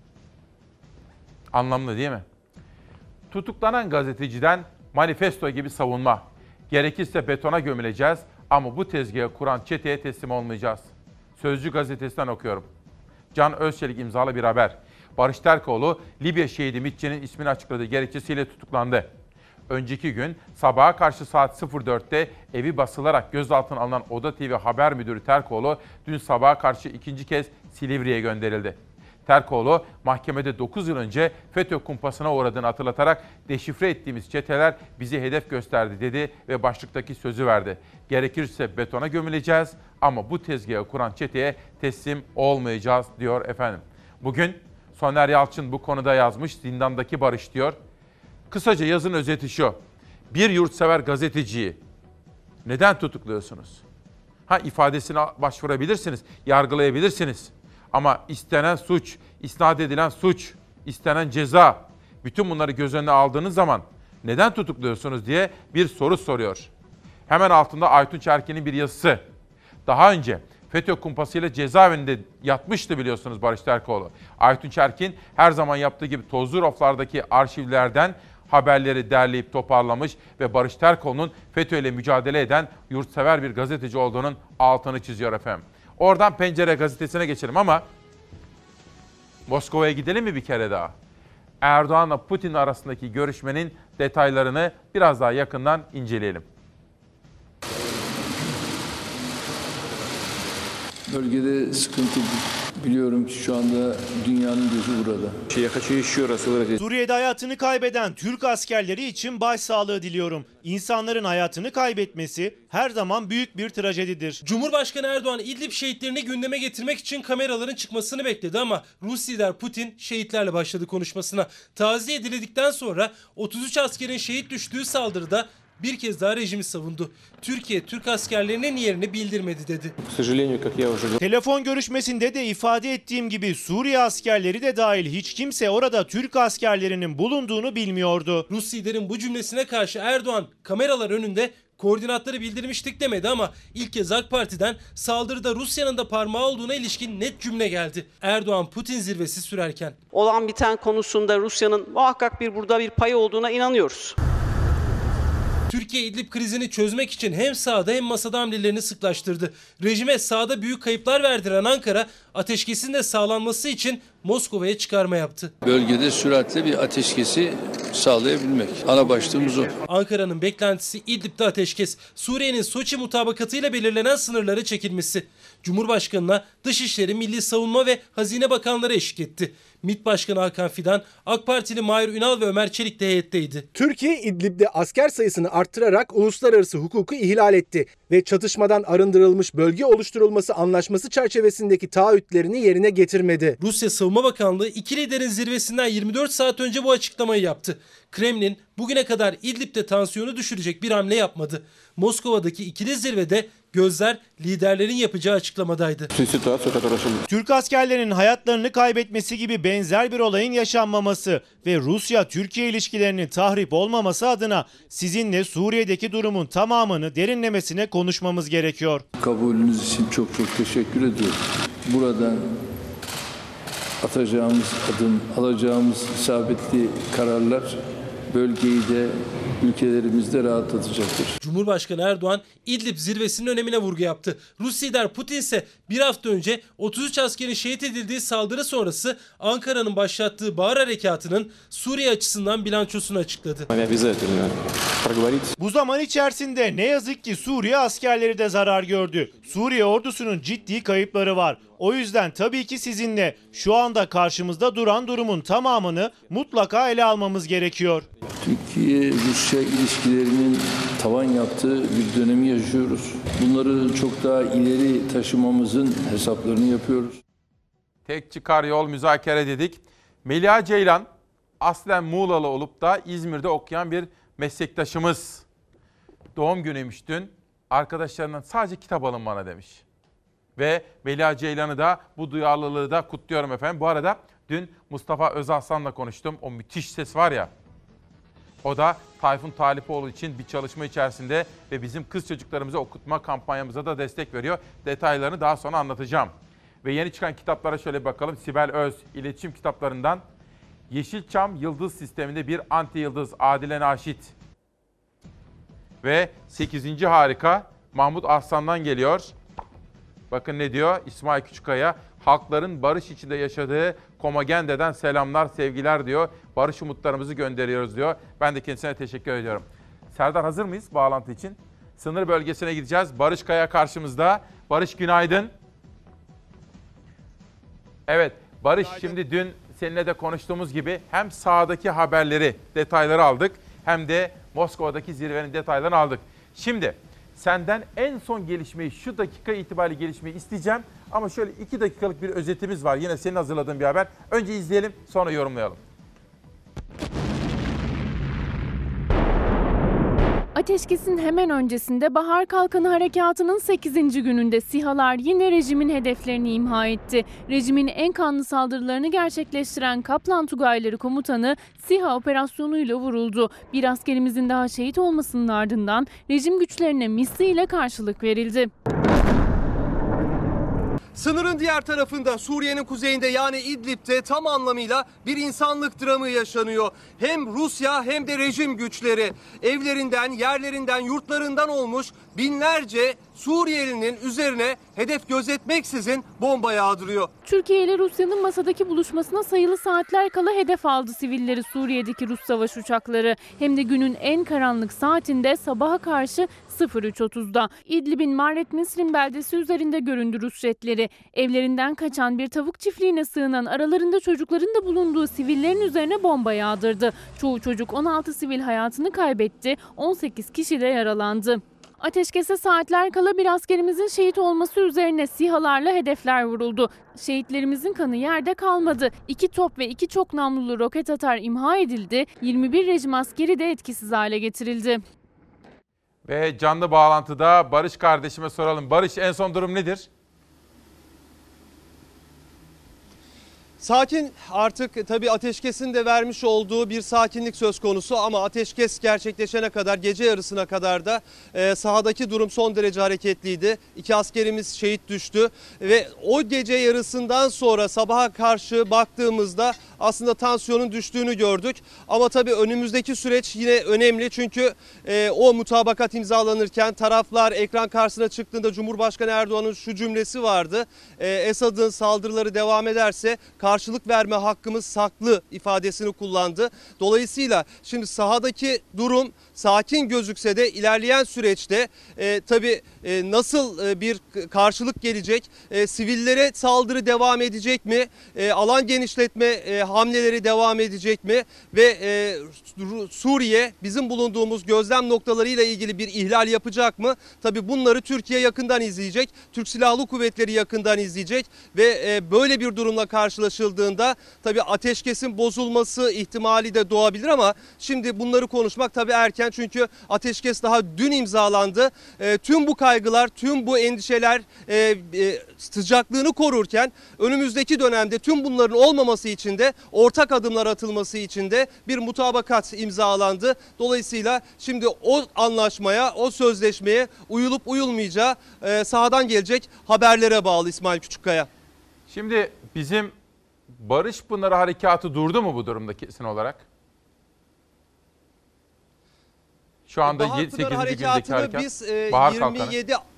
Anlamlı değil mi? Tutuklanan gazeteciden manifesto gibi savunma. Gerekirse betona gömüleceğiz ama bu tezgahı kuran çeteye teslim olmayacağız. Sözcü gazetesinden okuyorum. Can Özçelik imzalı bir haber. Barış Terkoğlu, Libya şehidi Mitçi'nin ismini açıkladığı gerekçesiyle tutuklandı. Önceki gün sabaha karşı saat sıfır dörtte evi basılarak gözaltına alınan Oda T V haber müdürü Terkoğlu dün sabaha karşı ikinci kez Silivri'ye gönderildi. Terkoğlu mahkemede dokuz yıl önce FETÖ kumpasına uğradığını hatırlatarak deşifre ettiğimiz çeteler bizi hedef gösterdi dedi ve başlıktaki sözü verdi. Gerekirse betona gömüleceğiz ama bu tezgahı kuran çeteye teslim olmayacağız diyor efendim. Bugün Soner Yalçın bu konuda yazmış, zindandaki barış diyor. Kısaca yazın özeti şu: bir yurtsever gazeteciyi neden tutukluyorsunuz? Ha, ifadesine başvurabilirsiniz, yargılayabilirsiniz. Ama istenen suç, isnat edilen suç, istenen ceza, bütün bunları göz önüne aldığınız zaman neden tutukluyorsunuz diye bir soru soruyor. Hemen altında Aytunç Erken'in bir yazısı. Daha önce FETÖ kumpasıyla cezaevinde yatmıştı biliyorsunuz Barış Terkoğlu. Aytunç Erkin her zaman yaptığı gibi tozlu raflardaki arşivlerden haberleri derleyip toparlamış ve Barış Terkoğlu'nun FETÖ ile mücadele eden yurtsever bir gazeteci olduğunun altını çiziyor efendim. Oradan Pencere gazetesine geçelim ama Moskova'ya gidelim mi bir kere daha? Erdoğan'la Putin arasındaki görüşmenin detaylarını biraz daha yakından inceleyelim. Bölgede sıkıntı biliyorum ki şu anda dünyanın gözü burada. Suriye'de hayatını kaybeden Türk askerleri için başsağlığı diliyorum. İnsanların hayatını kaybetmesi her zaman büyük bir trajedidir. Cumhurbaşkanı Erdoğan İdlib şehitlerini gündeme getirmek için kameraların çıkmasını bekledi ama Rus lider Putin şehitlerle başladı konuşmasına. Taziye ediledikten sonra otuz üç askerin şehit düştüğü saldırıda bir kez daha rejimi savundu. Türkiye, Türk askerlerinin yerini bildirmedi dedi. Telefon görüşmesinde de ifade ettiğim gibi Suriye askerleri de dahil hiç kimse orada Türk askerlerinin bulunduğunu bilmiyordu. Rus liderin bu cümlesine karşı Erdoğan kameralar önünde koordinatları bildirmiştik demedi ama ilk kez AK Parti'den saldırıda Rusya'nın da parmağı olduğuna ilişkin net cümle geldi. Erdoğan Putin zirvesi sürerken. Olan biten konusunda Rusya'nın muhakkak bir burada bir payı olduğuna inanıyoruz. Türkiye İdlib krizini çözmek için hem sahada hem masada hamlelerini sıklaştırdı. Rejime sahada büyük kayıplar verdiren Ankara, ateşkesin de sağlanması için Moskova'ya çıkarma yaptı. Bölgede süratle bir ateşkesi sağlayabilmek. Ana başlığımız o. Ankara'nın beklentisi İdlib'de ateşkes, Suriye'nin Soçi mutabakatıyla belirlenen sınırlara çekilmesi. Cumhurbaşkanına Dışişleri, Milli Savunma ve Hazine Bakanları eşlik etti. MİT Başkanı Hakan Fidan, AK Partili Mahir Ünal ve Ömer Çelik de heyetteydi. Türkiye İdlib'de asker sayısını arttırarak uluslararası hukuku ihlal etti ve çatışmadan arındırılmış bölge oluşturulması anlaşması çerçevesindeki taahhütlerini yerine getirmedi. Rusya Savunma Bakanlığı iki liderin zirvesinden yirmi dört saat önce bu açıklamayı yaptı. Kremlin bugüne kadar İdlib'de tansiyonu düşürecek bir hamle yapmadı. Moskova'daki ikili zirvede gözler liderlerin yapacağı açıklamadaydı. Türk askerlerinin hayatlarını kaybetmesi gibi benzer bir olayın yaşanmaması ve Rusya-Türkiye ilişkilerinin tahrip olmaması adına sizinle Suriye'deki durumun tamamını derinlemesine konuşmamız gerekiyor. Kabulünüz için çok çok teşekkür ediyorum. Buradan atacağımız adım, alacağımız isabetli kararlar bölgeyi de ülkelerimizde rahatlatacaktır. Cumhurbaşkanı Erdoğan İdlib zirvesinin önemine vurgu yaptı. Rus lider Putin ise bir hafta önce otuz üç askerin şehit edildiği saldırı sonrası Ankara'nın başlattığı Bahar Harekatı'nın Suriye açısından bilançosunu açıkladı. Bu zaman içerisinde ne yazık ki Suriye askerleri de zarar gördü. Suriye ordusunun ciddi kayıpları var. O yüzden tabii ki sizinle şu anda karşımızda duran durumun tamamını mutlaka ele almamız gerekiyor. Türkiye-Rusya ilişkilerinin tavan yaptığı bir dönemi yaşıyoruz. Bunları çok daha ileri taşımamızın hesaplarını yapıyoruz. Tek çıkar yol müzakere dedik. Melia Ceylan aslen Muğlalı olup da İzmir'de okuyan bir meslektaşımız. Doğum günüymüş dün. Arkadaşlarından sadece kitap alın bana demiş. Ve Melia Ceylan'ı da bu duyarlılığı da kutluyorum efendim. Bu arada dün Mustafa Özaslan'la konuştum. O müthiş ses var ya. O da Tayfun Talipoğlu için bir çalışma içerisinde ve bizim kız çocuklarımıza okutma kampanyamıza da destek veriyor. Detaylarını daha sonra anlatacağım. Ve yeni çıkan kitaplara şöyle bir bakalım. Sibel Öz iletişim kitaplarından Yeşilçam Yıldız Sistemi'nde bir anti yıldız Adile Naşit. Ve sekizinci harika Mahmut Arslan'dan geliyor. Bakın ne diyor İsmail Küçükkaya. Halkların barış içinde yaşadığı Komagende'den selamlar, sevgiler diyor. Barış umutlarımızı gönderiyoruz diyor. Ben de kendisine teşekkür ediyorum. Serdar hazır mıyız bağlantı için? Sınır bölgesine gideceğiz. Barış Kaya karşımızda. Barış günaydın. Evet Barış günaydın. Şimdi dün seninle de konuştuğumuz gibi hem sahadaki haberleri, detayları aldık. Hem de Moskova'daki zirvenin detaylarını aldık. Şimdi senden en son gelişmeyi, şu dakika itibariyle gelişmeyi isteyeceğim. Ama şöyle iki dakikalık bir özetimiz var. Yine senin hazırladığın bir haber. Önce izleyelim, sonra yorumlayalım. Ateşkesin hemen öncesinde Bahar Kalkanı Harekatı'nın sekizinci gününde SİHA'lar yine rejimin hedeflerini imha etti. Rejimin en kanlı saldırılarını gerçekleştiren Kaplan Tugayları komutanı SİHA operasyonuyla vuruldu. Bir askerimizin daha şehit olmasının ardından rejim güçlerine misliyle karşılık verildi. Sınırın diğer tarafında Suriye'nin kuzeyinde yani İdlib'de tam anlamıyla bir insanlık dramı yaşanıyor. Hem Rusya hem de rejim güçleri evlerinden, yerlerinden, yurtlarından olmuş binlerce Suriyelinin üzerine hedef gözetmeksizin bomba yağdırıyor. Türkiye ile Rusya'nın masadaki buluşmasına sayılı saatler kala hedef aldı sivilleri Suriye'deki Rus savaş uçakları. Hem de günün en karanlık saatinde sabaha karşı sıfır üç otuzda. İdlib'in Marret Nisrin beldesi üzerinde göründü Rus jetleri. Evlerinden kaçan bir tavuk çiftliğine sığınan, aralarında çocukların da bulunduğu sivillerin üzerine bomba yağdırdı. Çoğu çocuk, on altı sivil hayatını kaybetti, on sekiz kişi de yaralandı. Ateşkese saatler kala bir askerimizin şehit olması üzerine SİHA'larla hedefler vuruldu. Şehitlerimizin kanı yerde kalmadı. İki top ve iki çok namlulu roket atar imha edildi. yirmi bir rejim askeri de etkisiz hale getirildi. Ve canlı bağlantıda Barış kardeşime soralım. Barış, en son durum nedir? Sakin, artık tabii ateşkesin de vermiş olduğu bir sakinlik söz konusu ama ateşkes gerçekleşene kadar, gece yarısına kadar da e, sahadaki durum son derece hareketliydi. İki askerimiz şehit düştü ve o gece yarısından sonra sabaha karşı baktığımızda aslında tansiyonun düştüğünü gördük. Ama tabii önümüzdeki süreç yine önemli çünkü e, o mutabakat imzalanırken taraflar ekran karşısına çıktığında Cumhurbaşkanı Erdoğan'ın şu cümlesi vardı. E, Esad'ın saldırıları devam ederse karşılık verme hakkımız saklı ifadesini kullandı. Dolayısıyla şimdi sahadaki durum sakin gözükse de ilerleyen süreçte e, tabii e, nasıl e, bir karşılık gelecek? E, sivillere saldırı devam edecek mi? E, alan genişletme e, hamleleri devam edecek mi? Ve e, Suriye bizim bulunduğumuz gözlem noktalarıyla ilgili bir ihlal yapacak mı? Tabii bunları Türkiye yakından izleyecek. Türk Silahlı Kuvvetleri yakından izleyecek ve e, böyle bir durumla karşılaşıldığında tabii ateşkesin bozulması ihtimali de doğabilir ama şimdi bunları konuşmak tabii erken çünkü ateşkes daha dün imzalandı. E, tüm bu kaygılar, tüm bu endişeler e, e, sıcaklığını korurken önümüzdeki dönemde tüm bunların olmaması için de ortak adımlar atılması için de bir mutabakat imzalandı. Dolayısıyla şimdi o anlaşmaya, o sözleşmeye uyulup uyulmayacağı e, sahadan gelecek haberlere bağlı İsmail Küçükkaya. Şimdi bizim Barış Pınarı Harekatı durdu mu bu durumda kesin olarak? Şu anda Bahar sekizinci Pınarı gündeki Harekatı'nı harekat. biz e, Bahar yirmi yedi Kalkanı.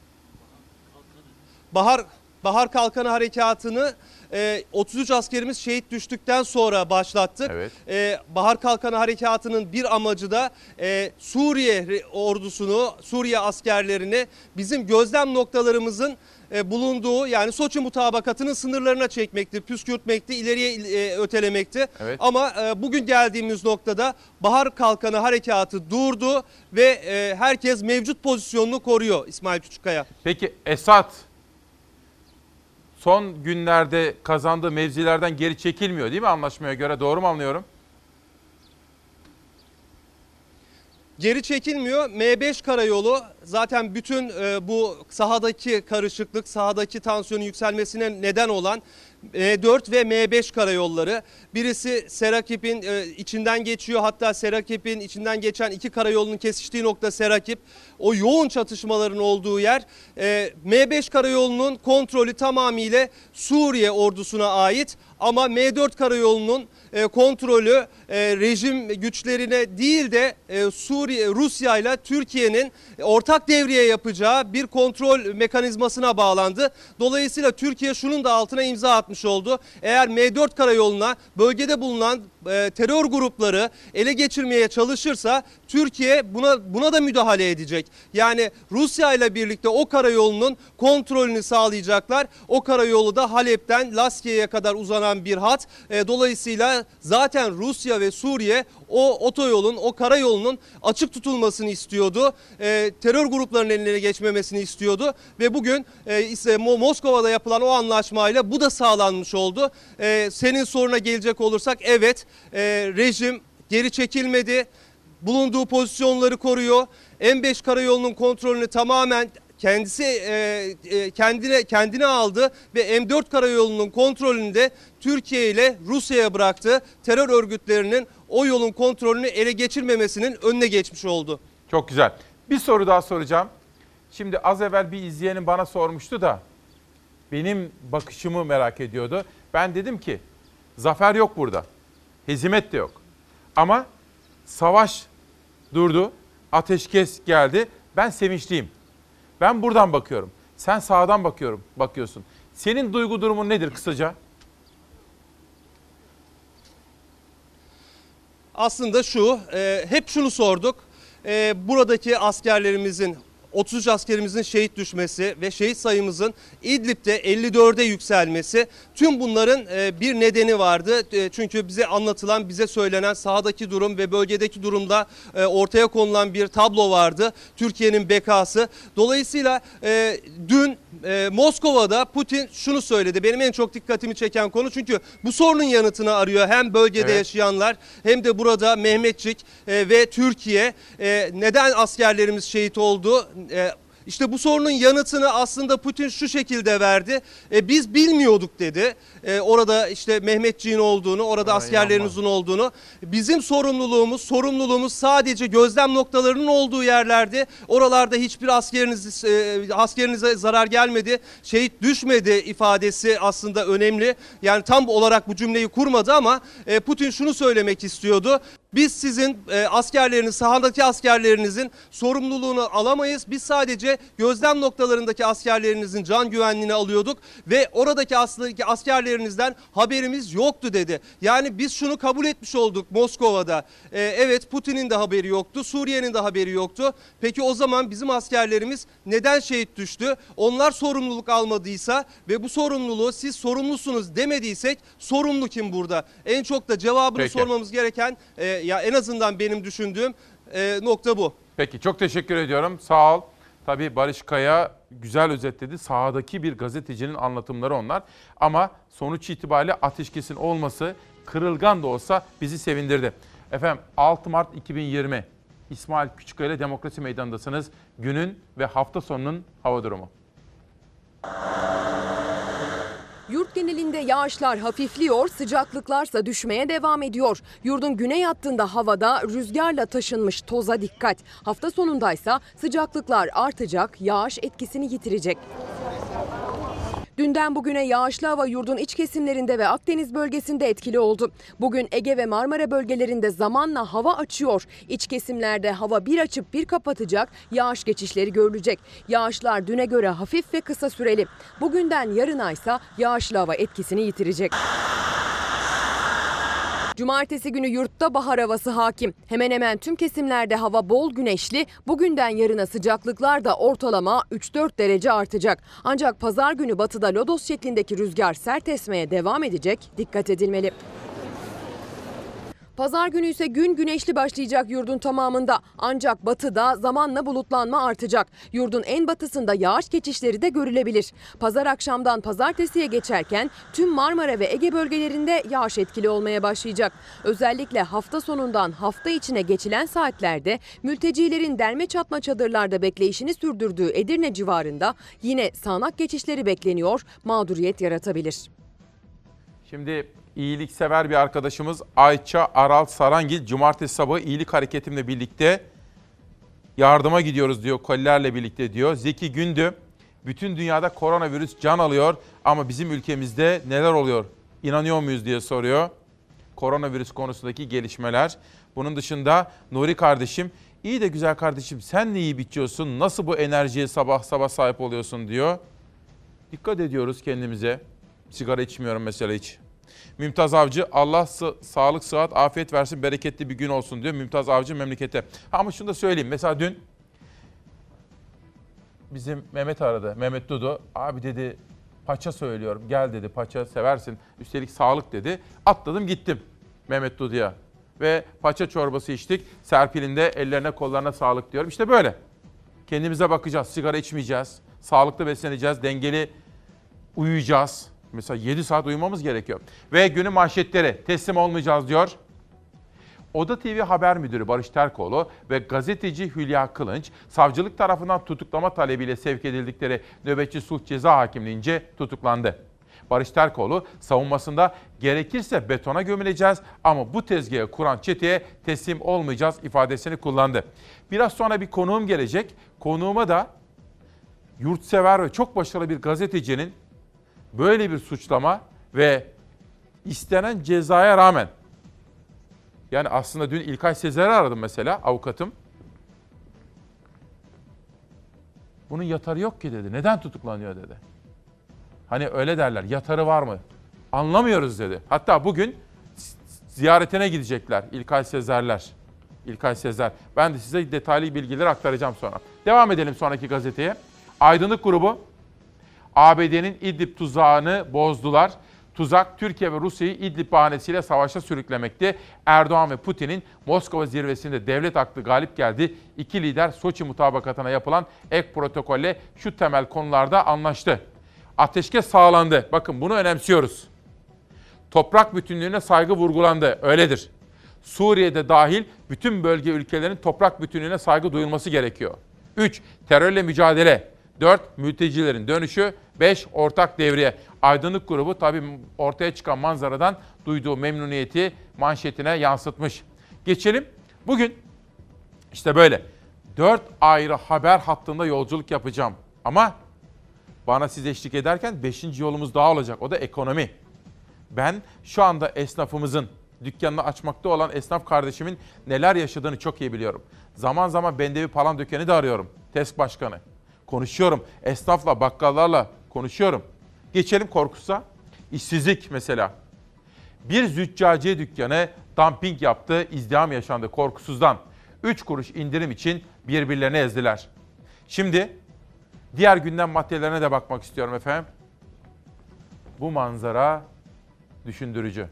Bahar Bahar Kalkanı Harekatı'nı e, otuz üç askerimiz şehit düştükten sonra başlattık. Evet. E, Bahar Kalkanı Harekatı'nın bir amacı da e, Suriye ordusunu, Suriye askerlerini bizim gözlem noktalarımızın e, bulunduğu yani Soçi mutabakatının sınırlarına çekmekti, püskürtmekti, ileriye e, ötelemekti. Evet. Ama e, bugün geldiğimiz noktada Bahar Kalkanı Harekatı durdu ve e, herkes mevcut pozisyonunu koruyor İsmail Küçükkaya. Peki Esad son günlerde kazandığı mevzilerden geri çekilmiyor değil mi anlaşmaya göre? Doğru mu anlıyorum? Geri çekilmiyor. M beş karayolu zaten bütün e, bu sahadaki karışıklık, sahadaki tansiyonun yükselmesine neden olan M dört ve M beş karayolları. Birisi Serakip'in e, içinden geçiyor. Hatta Serakip'in içinden geçen iki karayolunun kesiştiği nokta Serakip. O yoğun çatışmaların olduğu yer. E, M beş karayolunun kontrolü tamamıyla Suriye ordusuna ait. Ama M dört karayolunun e, kontrolü e, rejim güçlerine değil de e, Suriye, Rusya ile Türkiye'nin ortak devriye yapacağı bir kontrol mekanizmasına bağlandı. Dolayısıyla Türkiye şunun da altına imza atmış oldu. Eğer M dört karayoluna bölgede bulunan e, terör grupları ele geçirmeye çalışırsa Türkiye buna buna da müdahale edecek. Yani Rusya ile birlikte o karayolunun kontrolünü sağlayacaklar. O karayolu da Halep'ten Laskiye'ye kadar uzanan bir hat. E, dolayısıyla zaten Rusya ve Suriye o otoyolun, o karayolunun açık tutulmasını istiyordu. E, terör gruplarının eline geçmemesini istiyordu ve bugün e, Moskova'da yapılan o anlaşmayla bu da sağlanmış oldu. E, senin soruna gelecek olursak evet e, rejim geri çekilmedi. bulunduğu pozisyonları koruyor. M beş karayolunun kontrolünü tamamen kendisi e, e, kendine kendine aldı ve M dört karayolunun kontrolünü de Türkiye ile Rusya'ya bıraktı. Terör örgütlerinin o yolun kontrolünü ele geçirmemesinin önüne geçmiş oldu. Çok güzel. Bir soru daha soracağım. Şimdi az evvel bir izleyenim bana sormuştu da benim bakışımı merak ediyordu. Ben dedim ki zafer yok burada. Hezimet de yok. Ama savaş durdu. Ateşkes geldi. Ben sevinçliyim. Ben buradan bakıyorum. Sen sağdan bakıyorum, bakıyorsun. Senin duygu durumun nedir kısaca? Aslında şu, e, hep şunu sorduk. E, buradaki askerlerimizin, otuz üç askerimizin şehit düşmesi ve şehit sayımızın İdlib'de elli dörde yükselmesi, tüm bunların bir nedeni vardı. Çünkü bize anlatılan, bize söylenen sahadaki durum ve bölgedeki durumda ortaya konulan bir tablo vardı. Türkiye'nin bekası. Dolayısıyla dün Moskova'da Putin şunu söyledi. Benim en çok dikkatimi çeken konu, çünkü bu sorunun yanıtını arıyor hem bölgede evet. yaşayanlar hem de burada Mehmetçik ve Türkiye. Neden askerlerimiz şehit oldu? Ee, işte bu sorunun yanıtını aslında Putin şu şekilde verdi. Ee, biz bilmiyorduk dedi. Ee, orada işte Mehmetçiğin olduğunu, orada Ay, askerlerinizin ama. olduğunu. Bizim sorumluluğumuz, sorumluluğumuz sadece gözlem noktalarının olduğu yerlerde. Oralarda hiçbir askeriniz, e, askerinize zarar gelmedi, şehit düşmedi ifadesi aslında önemli. Yani tam olarak bu cümleyi kurmadı ama e, Putin şunu söylemek istiyordu. Biz sizin e, askerleriniz, sahadaki askerlerinizin sorumluluğunu alamayız. Biz sadece gözlem noktalarındaki askerlerinizin can güvenliğini alıyorduk ve oradaki aslındaki askerlerinizden haberimiz yoktu dedi. Yani biz şunu kabul etmiş olduk Moskova'da. E, evet, Putin'in de haberi yoktu, Suriye'nin de haberi yoktu. Peki o zaman bizim askerlerimiz neden şehit düştü? Onlar sorumluluk almadıysa ve bu sorumluluğu siz sorumlusunuz demediysek sorumlu kim burada? En çok da cevabını Peki. sormamız gereken e, ya en azından benim düşündüğüm e, nokta bu. Peki, çok teşekkür ediyorum. Sağ ol. Tabii Barış Kaya güzel özetledi. Sahadaki bir gazetecinin anlatımları onlar. Ama sonuç itibariyle ateşkesin olması kırılgan da olsa bizi sevindirdi. Efendim altı Mart iki bin yirmi İsmail Küçükkaya ile Demokrasi Meydanı'ndasınız. Günün ve hafta sonunun hava durumu. Yurt genelinde yağışlar hafifliyor, sıcaklıklarsa düşmeye devam ediyor. Yurdun güney hattında havada rüzgarla taşınmış toza dikkat. Hafta sonundaysa sıcaklıklar artacak, yağış etkisini yitirecek. Dünden bugüne yağışlı hava yurdun iç kesimlerinde ve Akdeniz bölgesinde etkili oldu. Bugün Ege ve Marmara bölgelerinde zamanla hava açıyor. İç kesimlerde hava bir açıp bir kapatacak, yağış geçişleri görülecek. Yağışlar düne göre hafif ve kısa süreli. Bugünden yarına ise yağışlı hava etkisini yitirecek. Cumartesi günü yurtta bahar havası hakim. Hemen hemen tüm kesimlerde hava bol güneşli. Bugünden yarına sıcaklıklar da ortalama üç dört derece artacak. Ancak pazar günü batıda lodos şeklindeki rüzgar sert esmeye devam edecek. Dikkat edilmeli. Pazar günü ise gün güneşli başlayacak yurdun tamamında. Ancak batıda zamanla bulutlanma artacak. Yurdun en batısında yağış geçişleri de görülebilir. Pazar akşamdan pazartesiye geçerken tüm Marmara ve Ege bölgelerinde yağış etkili olmaya başlayacak. Özellikle hafta sonundan hafta içine geçilen saatlerde mültecilerin derme çatma çadırlarda bekleyişini sürdürdüğü Edirne civarında yine sağanak geçişleri bekleniyor, mağduriyet yaratabilir. Şimdi iyiliksever bir arkadaşımız Ayça Aral Sarangil, cumartesi sabahı iyilik hareketimle birlikte yardıma gidiyoruz diyor, kolilerle birlikte diyor. Zeki Gündü, bütün dünyada koronavirüs can alıyor ama bizim ülkemizde neler oluyor, inanıyor muyuz diye soruyor. Koronavirüs konusundaki gelişmeler. Bunun dışında Nuri kardeşim, iyi de güzel kardeşim sen ne yiyip içiyorsun, nasıl bu enerjiye sabah sabah sahip oluyorsun diyor. Dikkat ediyoruz kendimize, sigara içmiyorum mesela hiç. Mümtaz Avcı, Allah sa- sağlık, sıhhat, afiyet versin, bereketli bir gün olsun diyor. Mümtaz Avcı memlekete. Ama şunu da söyleyeyim. Mesela dün bizim Mehmet aradı. Mehmet Dudu. Abi dedi paça söylüyorum. Gel dedi, paça seversin. Üstelik sağlık dedi. Atladım gittim Mehmet Dudu'ya. Ve paça çorbası içtik. Serpil'in de ellerine kollarına sağlık diyorum. İşte böyle. Kendimize bakacağız. Sigara içmeyeceğiz. Sağlıklı besleneceğiz. Dengeli uyuyacağız. Mesela yedi saat uyumamız gerekiyor. Ve günün manşetleri, teslim olmayacağız diyor. Oda T V Haber Müdürü Barış Terkoğlu ve gazeteci Hülya Kılınç, savcılık tarafından tutuklama talebiyle sevk edildikleri nöbetçi sulh ceza hakimliğince tutuklandı. Barış Terkoğlu savunmasında gerekirse betona gömüleceğiz ama bu tezgahı kuran çeteye teslim olmayacağız ifadesini kullandı. Biraz sonra bir konuğum gelecek. Konuğuma da yurtsever ve çok başarılı bir gazetecinin böyle bir suçlama ve istenen cezaya rağmen, yani aslında dün İlkay Sezer'i aradım mesela, avukatım. Bunun yatarı yok ki dedi. Neden tutuklanıyor dedi. Hani öyle derler, yatarı var mı? Anlamıyoruz dedi. Hatta bugün ziyaretine gidecekler İlkay Sezer'ler. İlkay Sezer. Ben de size detaylı bilgileri aktaracağım sonra. Devam edelim sonraki gazeteye. Aydınlık grubu, A B D'nin İdlib tuzağını bozdular. Tuzak, Türkiye ve Rusya'yı İdlib bahanesiyle savaşa sürüklemekti. Erdoğan ve Putin'in Moskova zirvesinde devlet aklı galip geldi. İki lider Soçi mutabakatına yapılan ek protokolle şu temel konularda anlaştı. Ateşkes sağlandı. Bakın bunu önemsiyoruz. Toprak bütünlüğüne saygı vurgulandı. Öyledir. Suriye'de dahil bütün bölge ülkelerinin toprak bütünlüğüne saygı duyulması gerekiyor. üç. Terörle mücadele. dört. Mültecilerin dönüşü. beş. Ortak devriye. Aydınlık grubu tabii ortaya çıkan manzaradan duyduğu memnuniyeti manşetine yansıtmış. Geçelim. Bugün işte böyle dört ayrı haber hattında yolculuk yapacağım. Ama bana siz eşlik ederken beşinci yolumuz daha olacak. O da ekonomi. Ben şu anda esnafımızın, dükkanını açmakta olan esnaf kardeşimin neler yaşadığını çok iyi biliyorum. Zaman zaman Bendevi Palandöken'i de arıyorum. TESK Başkanı. Konuşuyorum. Esnafla, bakkallarla konuşuyorum. Geçelim Korkus'a. İşsizlik mesela. Bir züccaciye dükkanı dumping yaptı, izdiham yaşandı Korkusuz'dan. üç kuruş indirim için birbirlerine ezdiler. Şimdi diğer gündem maddelerine de bakmak istiyorum efendim. Bu manzara düşündürücü.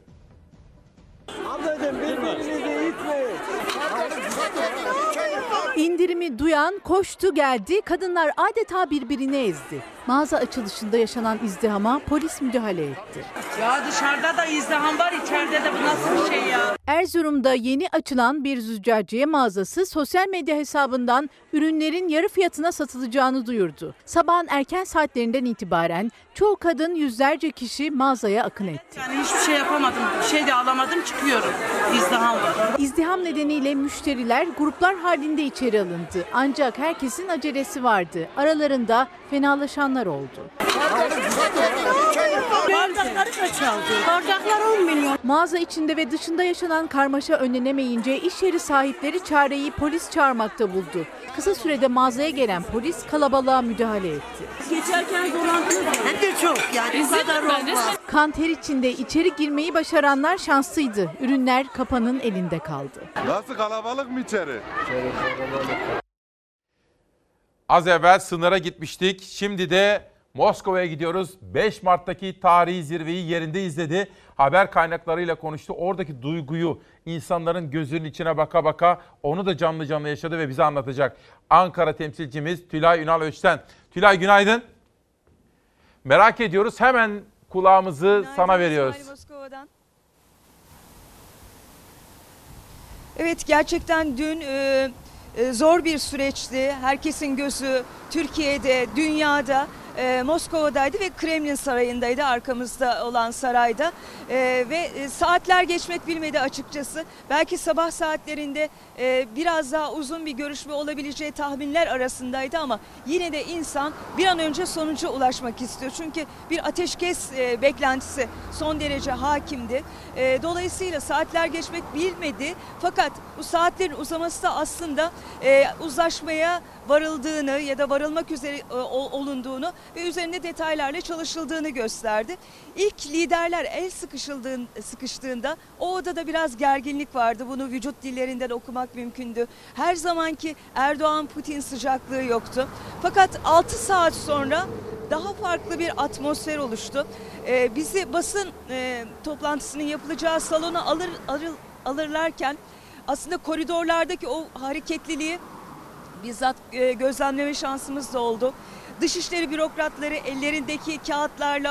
İndirimi duyan koştu geldi, kadınlar adeta birbirini ezdi. Mağaza açılışında yaşanan izdihama polis müdahale etti. Ya dışarıda da izdiham var, içeride de bu nasıl bir şey ya? Erzurum'da yeni açılan bir züccaciye mağazası sosyal medya hesabından ürünlerin yarı fiyatına satılacağını duyurdu. Sabahın erken saatlerinden itibaren çoğu kadın, yüzlerce kişi mağazaya akın etti. Yani hiçbir şey yapamadım, bir şey de alamadım, çıkıyorum. İzdiham var. İzdiham nedeniyle müşteriler gruplar halinde içeri alındı. Ancak herkesin acelesi vardı. Aralarında fenalaşanlar oldu. Bardakları kaç aldı? Bardaklar on milyon. Mağaza içinde ve dışında yaşanan karmaşa önlenemeyince iş yeri sahipleri çareyi polis çağırmakta buldu. Kısa sürede mağazaya gelen polis kalabalığa müdahale etti. Geçerken dolandırıyor. Hem de çok yani bu kadar olmaz. Kan ter içinde içeri girmeyi başaranlar şanslıydı. Ürünler kapanın elinde kaldı. Nasıl, kalabalık mı içeri? Az evvel sınıra gitmiştik. Şimdi de Moskova'ya gidiyoruz. beş Mart'taki tarihi zirveyi yerinde izledi. Haber kaynaklarıyla konuştu. Oradaki duyguyu, insanların gözünün içine baka baka onu da canlı canlı yaşadı ve bize anlatacak. Ankara temsilcimiz Tülay Ünal Öçten. Tülay günaydın. Merak ediyoruz. Hemen kulağımızı günaydın, sana veriyoruz. Moskova'dan. Evet, gerçekten dün e, e, zor bir süreçti. Herkesin gözü Türkiye'de, dünyada, e, Moskova'daydı ve Kremlin Sarayı'ndaydı, arkamızda olan sarayda. E, ve e, saatler geçmek bilmedi açıkçası. Belki sabah saatlerinde e, biraz daha uzun bir görüşme olabileceği tahminler arasındaydı ama yine de insan bir an önce sonuca ulaşmak istiyor. Çünkü bir ateşkes e, beklentisi son derece hakimdi. E, dolayısıyla saatler geçmek bilmedi. Fakat bu saatlerin uzaması da aslında e, uzlaşmaya varıldığını ya da varılmak üzere e, olunduğunu ve üzerinde detaylarla çalışıldığını gösterdi. İlk liderler el sıkıştığında o odada biraz gerginlik vardı. Bunu vücut dillerinden okumak mümkündü. Her zamanki Erdoğan-Putin sıcaklığı yoktu. Fakat altı saat sonra daha farklı bir atmosfer oluştu. Ee, bizi basın e, toplantısının yapılacağı salona alır, alır, alırlarken aslında koridorlardaki o hareketliliği bizzat e, gözlemleme şansımız da oldu. Dışişleri bürokratları ellerindeki kağıtlarla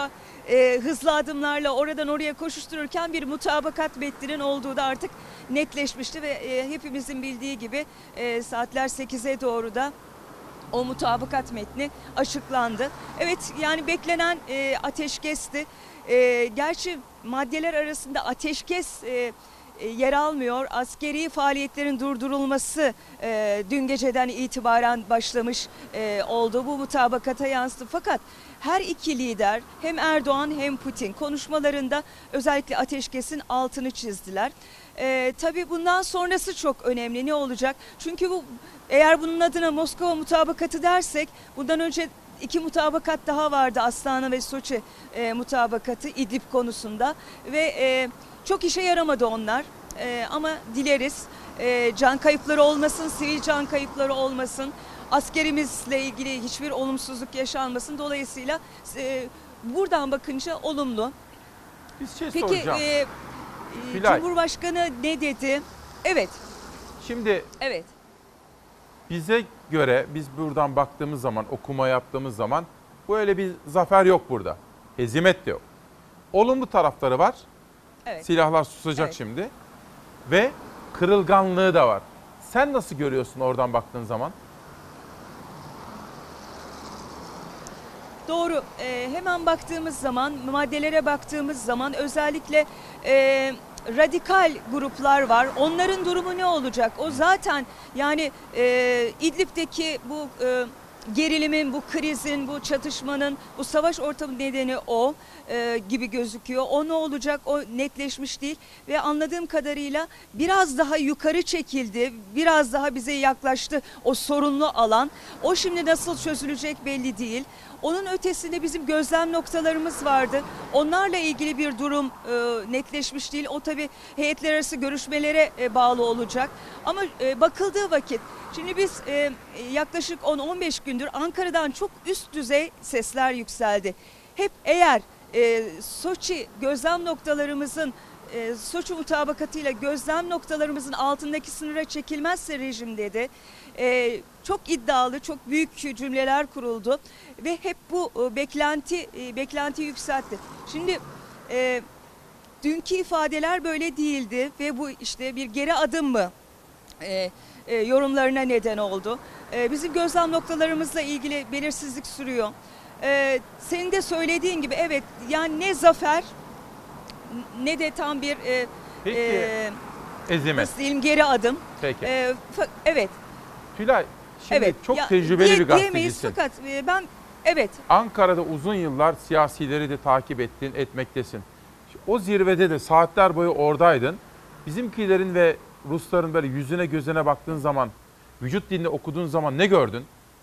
e, hızlı adımlarla oradan oraya koşuştururken bir mutabakat metninin olduğu da artık netleşmişti ve e, hepimizin bildiği gibi e, saatler sekize doğru da o mutabakat metni açıklandı. Evet, yani beklenen e, ateşkesti. E, gerçi maddeler arasında ateşkes e, e, yer almıyor. Askeri faaliyetlerin durdurulması e, dün geceden itibaren başlamış e, oldu. Bu mutabakata yansıdı. Fakat her iki lider, hem Erdoğan hem Putin, konuşmalarında özellikle ateşkesin altını çizdiler. Ee, tabii bundan sonrası çok önemli. Ne olacak? Çünkü bu, eğer bunun adına Moskova mutabakatı dersek, bundan önce iki mutabakat daha vardı. Astana ve Soçi e, mutabakatı İdlib konusunda ve e, çok işe yaramadı onlar. E, ama dileriz e, can kayıpları olmasın, sivil can kayıpları olmasın, askerimizle ilgili hiçbir olumsuzluk yaşanmasın. Dolayısıyla e, buradan bakınca olumlu. Bir şey Peki, soracağım. E, Filay. Cumhurbaşkanı ne dedi? Evet. Şimdi evet. bize göre, biz buradan baktığımız zaman, okuma yaptığımız zaman böyle bir zafer yok burada. Hezimet de yok. Olumlu tarafları var. Evet. Silahlar susacak Evet. şimdi. Ve kırılganlığı da var. Sen nasıl görüyorsun oradan baktığın zaman? Doğru. Ee, hemen baktığımız zaman, maddelere baktığımız zaman özellikle e, radikal gruplar var. Onların durumu ne olacak? O zaten yani e, İdlib'deki bu e, gerilimin, bu krizin, bu çatışmanın, bu savaş ortamı nedeni o e, gibi gözüküyor. O ne olacak? O netleşmiş değil ve anladığım kadarıyla biraz daha yukarı çekildi, biraz daha bize yaklaştı o sorunlu alan. O şimdi nasıl çözülecek belli değil. Onun ötesinde bizim gözlem noktalarımız vardı. Onlarla ilgili bir durum e, netleşmiş değil. O tabii heyetler arası görüşmelere e, bağlı olacak. Ama e, bakıldığı vakit, şimdi biz e, yaklaşık on on beş gündür Ankara'dan çok üst düzey sesler yükseldi. Hep eğer e, Soçi gözlem noktalarımızın E, Soçi mutabakatıyla gözlem noktalarımızın altındaki sınıra çekilmezse rejim dedi. E, çok iddialı, çok büyük cümleler kuruldu ve hep bu e, beklenti e, beklenti yükseltti. Şimdi e, dünkü ifadeler böyle değildi ve bu işte bir geri adım mı e, e, yorumlarına neden oldu. E, bizim gözlem noktalarımızla ilgili belirsizlik sürüyor. E, senin de söylediğin gibi evet, yani ne zafer ne de tam bir e, Peki, e, hezimet. nasıl diyeyim, geri adım. Peki. E, fa- evet. Tülay, şimdi Evet. çok Ya, tecrübeli diye- bir diyemeyiz gazetecisin. fakat e, ben evet. Ankara'da uzun yıllar siyasileri de takip ettin, etmektesin. O zirvede de saatler boyu oradaydın. Bizimkilerin ve Rusların böyle yüzüne gözüne baktığın zaman, vücut dilini okuduğun zaman ne gördün?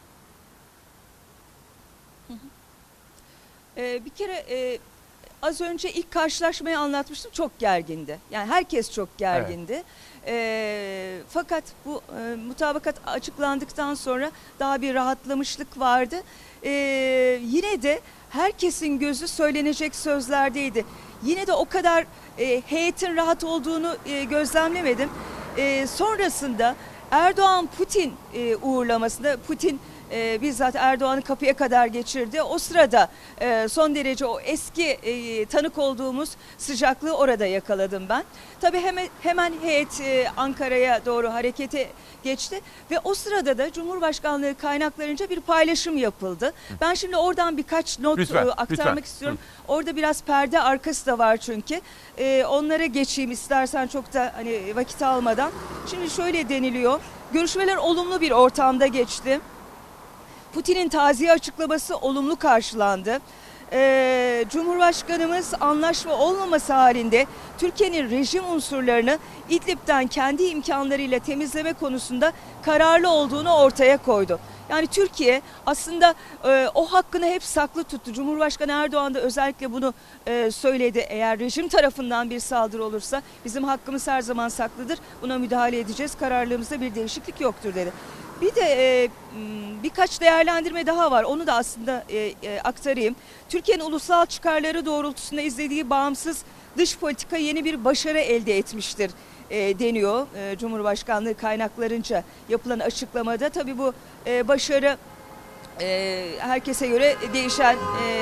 E, bir kere e, az önce ilk karşılaşmayı anlatmıştım, çok gergindi. Yani herkes çok gergindi. E, fakat bu e, mutabakat açıklandıktan sonra daha bir rahatlamışlık vardı. E, yine de herkesin gözü söylenecek sözlerdeydi. Yine de o kadar e, heyetin rahat olduğunu e, gözlemlemedim. E, sonrasında Erdoğan-Putin e, uğurlamasında Putin e, bizzat Erdoğan'ı kapıya kadar geçirdi. O sırada e, son derece o eski e, tanık olduğumuz sıcaklığı orada yakaladım ben. Tabii hemen, hemen heyet e, Ankara'ya doğru harekete geçti ve o sırada da Cumhurbaşkanlığı kaynaklarınca bir paylaşım yapıldı. Ben şimdi oradan birkaç not Lütfen, e, aktarmak lütfen. istiyorum. Orada biraz perde arkası da var çünkü. E, onlara geçeyim istersen, çok da hani vakit almadan. Şimdi şöyle deniliyor. Görüşmeler olumlu bir ortamda geçti. Putin'in taziye açıklaması olumlu karşılandı. Ee, Cumhurbaşkanımız anlaşma olmaması halinde Türkiye'nin rejim unsurlarını İdlib'den kendi imkanlarıyla temizleme konusunda kararlı olduğunu ortaya koydu. Yani Türkiye aslında e, o hakkını hep saklı tuttu. Cumhurbaşkanı Erdoğan da özellikle bunu e, söyledi. Eğer rejim tarafından bir saldırı olursa bizim hakkımız her zaman saklıdır. Buna müdahale edeceğiz. Kararlılığımızda bir değişiklik yoktur dedi. Bir de e, birkaç değerlendirme daha var. Onu da aslında e, e, aktarayım. Türkiye'nin ulusal çıkarları doğrultusunda izlediği bağımsız dış politika yeni bir başarı elde etmiştir e, deniyor. E, Cumhurbaşkanlığı kaynaklarınca yapılan açıklamada. Tabii bu e, başarı e, herkese göre değişen e,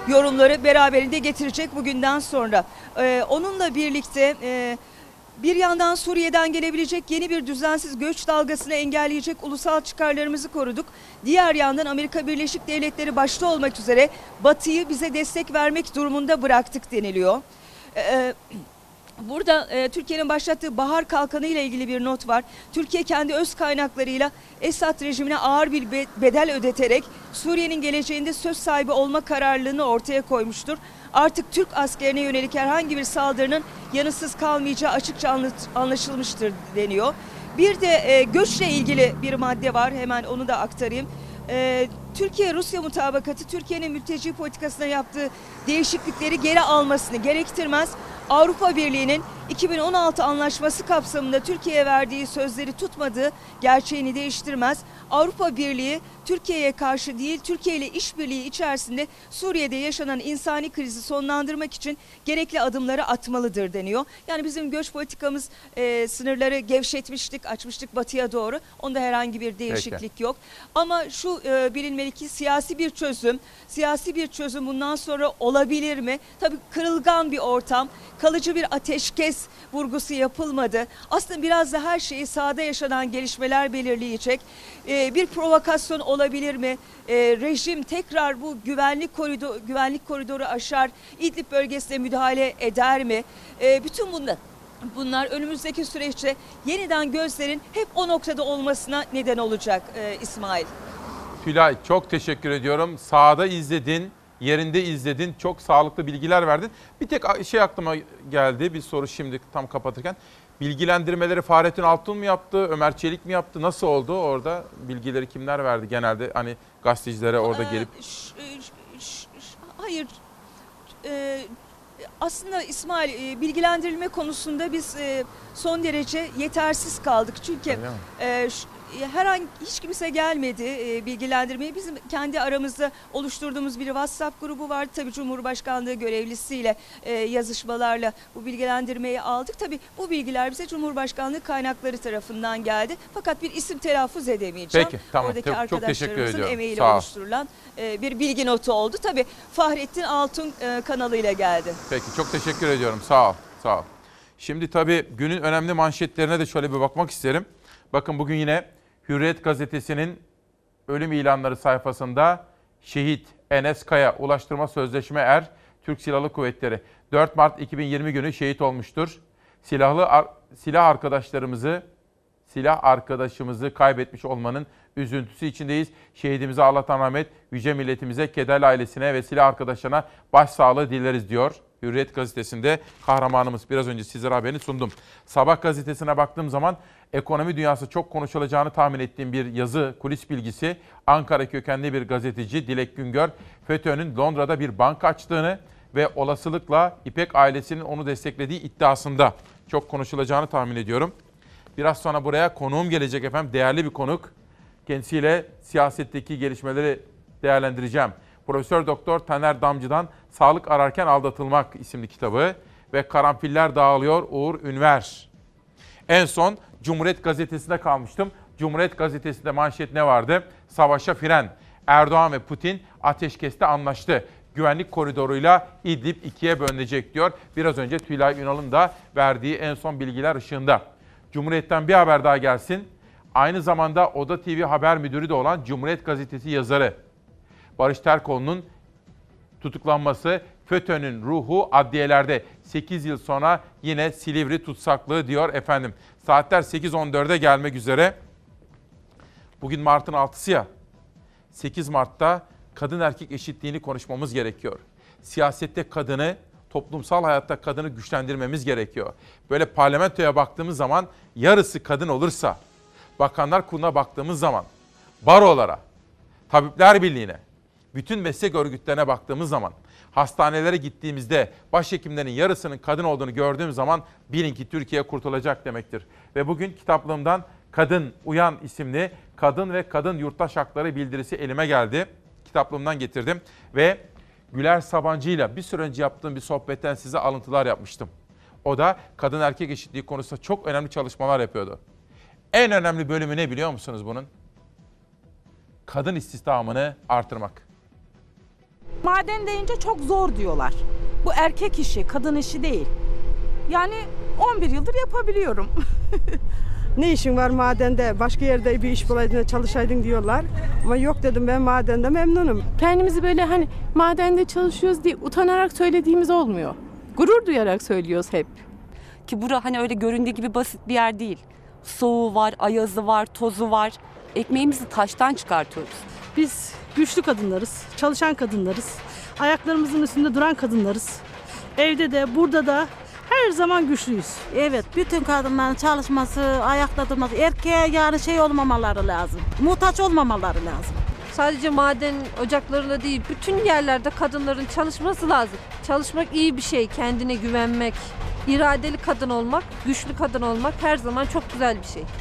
yorumları beraberinde getirecek bugünden sonra. Ee, onunla birlikte e, bir yandan Suriye'den gelebilecek yeni bir düzensiz göç dalgasını engelleyecek ulusal çıkarlarımızı koruduk. Diğer yandan Amerika Birleşik Devletleri başta olmak üzere Batı'yı bize destek vermek durumunda bıraktık deniliyor. Ee, Burada e, Türkiye'nin başlattığı Bahar Kalkanı ile ilgili bir not var. Türkiye kendi öz kaynaklarıyla Esad rejimine ağır bir bedel ödeterek Suriye'nin geleceğinde söz sahibi olma kararlılığını ortaya koymuştur. Artık Türk askerine yönelik herhangi bir saldırının yanısız kalmayacağı açıkça anlaşılmıştır deniyor. Bir de e, göçle ilgili bir madde var, hemen onu da aktarayım. E, Türkiye-Rusya mutabakatı Türkiye'nin mülteci politikasına yaptığı değişiklikleri geri almasını gerektirmez. Avrupa Birliği'nin iki bin on altı anlaşması kapsamında Türkiye'ye verdiği sözleri tutmadığı gerçeğini değiştirmez. Avrupa Birliği Türkiye'ye karşı değil, Türkiye ile işbirliği içerisinde Suriye'de yaşanan insani krizi sonlandırmak için gerekli adımları atmalıdır deniyor. Yani bizim göç politikamız e, sınırları gevşetmiştik, açmıştık batıya doğru. Onda herhangi bir değişiklik Peki. yok. Ama şu e, bilinmeli ki siyasi bir çözüm, siyasi bir çözüm bundan sonra olabilir mi? Tabii kırılgan bir ortam, kalıcı bir ateşkes vurgusu yapılmadı. Aslında biraz da her şeyi sahada yaşanan gelişmeler belirleyecek. Ee, bir provokasyon olabilir mi? Ee, rejim tekrar bu güvenlik koridoru, güvenlik koridoru aşar, İdlib bölgesine müdahale eder mi? Ee, bütün bunlar, bunlar önümüzdeki süreçte yeniden gözlerin hep o noktada olmasına neden olacak e, İsmail. Tülay, çok teşekkür ediyorum. Sahada izledin, yerinde izledin, çok sağlıklı bilgiler verdin. Bir tek şey aklıma geldi, bir soru şimdi tam kapatırken. Bilgilendirmeleri Fahrettin Altun mu yaptı, Ömer Çelik mi yaptı? Nasıl oldu orada? Bilgileri kimler verdi genelde? Hani gazetecilere orada gelip... Ee, ş, ş, ş, hayır, ee, aslında İsmail e, bilgilendirilme konusunda biz e, son derece yetersiz kaldık. Çünkü e, ş, herhangi hiç kimse gelmedi e, bilgilendirmeye. Bizim kendi aramızda oluşturduğumuz bir WhatsApp grubu vardı. Tabii Cumhurbaşkanlığı görevlisiyle e, yazışmalarla bu bilgilendirmeyi aldık. Tabii bu bilgiler bize Cumhurbaşkanlığı kaynakları tarafından geldi. Fakat bir isim telaffuz edemeyeceğim. Peki, tamam. Oradaki çok, arkadaşlarımızın çok emeğiyle oluşturulan e, bir bilgi notu oldu. Tabii Fahrettin Altun e, kanalıyla geldi. Peki, çok teşekkür ediyorum. Sağ ol, sağ ol. Şimdi tabii günün önemli manşetlerine de şöyle bir bakmak isterim. Bakın bugün yine Hürriyet gazetesinin ölüm ilanları sayfasında şehit Enes Kaya Ulaştırma Sözleşme Er Türk Silahlı Kuvvetleri dört Mart iki bin yirmi günü şehit olmuştur. Silahlı ar- silah arkadaşlarımızı silah arkadaşımızı kaybetmiş olmanın üzüntüsü içindeyiz. Şehidimize Allah'tan rahmet, yüce milletimize, kederli ailesine ve silah arkadaşlarına başsağlığı dileriz diyor. Hürriyet gazetesinde kahramanımız. Biraz önce sizlere haberini sundum. Sabah gazetesine baktığım zaman ekonomi dünyası çok konuşulacağını tahmin ettiğim bir yazı, kulis bilgisi. Ankara kökenli bir gazeteci Dilek Güngör, FETÖ'nün Londra'da bir banka açtığını ve olasılıkla İpek ailesinin onu desteklediği iddiasında çok konuşulacağını tahmin ediyorum. Biraz sonra buraya konuğum gelecek efendim, değerli bir konuk. Kendisiyle siyasetteki gelişmeleri değerlendireceğim. Profesör Doktor Taner Damcı'dan Sağlık Ararken Aldatılmak isimli kitabı ve Karanfiller Dağılıyor Uğur Ünver. En son Cumhuriyet Gazetesi'nde kalmıştım. Cumhuriyet Gazetesi'nde manşet ne vardı? Savaşa fren. Erdoğan ve Putin ateşkeste anlaştı. Güvenlik koridoruyla İdlib ikiye bölünecek diyor. Biraz önce Tülay Ünal'ın da verdiği en son bilgiler ışığında. Cumhuriyet'ten bir haber daha gelsin. Aynı zamanda Oda T V haber müdürü de olan Cumhuriyet Gazetesi yazarı Barış Terkoğlu'nun tutuklanması, FETÖ'nün ruhu adliyelerde. sekiz yıl sonra yine Silivri tutsaklığı diyor efendim. Saatler sekiz on dörde gelmek üzere. Bugün Mart'ın altısı ya. sekiz Mart'ta kadın erkek eşitliğini konuşmamız gerekiyor. Siyasette kadını, toplumsal hayatta kadını güçlendirmemiz gerekiyor. Böyle parlamentoya baktığımız zaman yarısı kadın olursa, Bakanlar Kurulu'na baktığımız zaman, barolara, Tabipler Birliği'ne, bütün meslek örgütlerine baktığımız zaman, hastanelere gittiğimizde başhekimlerin yarısının kadın olduğunu gördüğüm zaman bilin ki Türkiye kurtulacak demektir. Ve bugün kitaplığımdan Kadın Uyan isimli kadın ve kadın yurttaş hakları bildirisi elime geldi. Kitaplığımdan getirdim ve Güler Sabancı ile bir süre önce yaptığım bir sohbetten size alıntılar yapmıştım. O da kadın erkek eşitliği konusunda çok önemli çalışmalar yapıyordu. En önemli bölümü ne biliyor musunuz bunun? Kadın istihdamını artırmak. Maden deyince çok zor diyorlar. Bu erkek işi, kadın işi değil. Yani on bir yıldır yapabiliyorum. Ne işin var madende? Başka yerde bir iş bulaydın, çalışaydın diyorlar. Ama yok dedim, ben madende memnunum. Kendimizi böyle hani madende çalışıyoruz diye utanarak söylediğimiz olmuyor. Gurur duyarak söylüyoruz hep. Ki bura hani öyle göründüğü gibi basit bir yer değil. Soğuğu var, ayazı var, tozu var. Ekmeğimizi taştan çıkartıyoruz. Biz güçlü kadınlarız, çalışan kadınlarız. Ayaklarımızın üstünde duran kadınlarız. Evde de, burada da her zaman güçlüyüz. Evet, bütün kadınların çalışması, ayakta durması, erkeğe yani şey olmamaları lazım. Muhtaç olmamaları lazım. Sadece maden ocaklarında değil, bütün yerlerde kadınların çalışması lazım. Çalışmak iyi bir şey, kendine güvenmek, iradeli kadın olmak, güçlü kadın olmak her zaman çok güzel bir şey.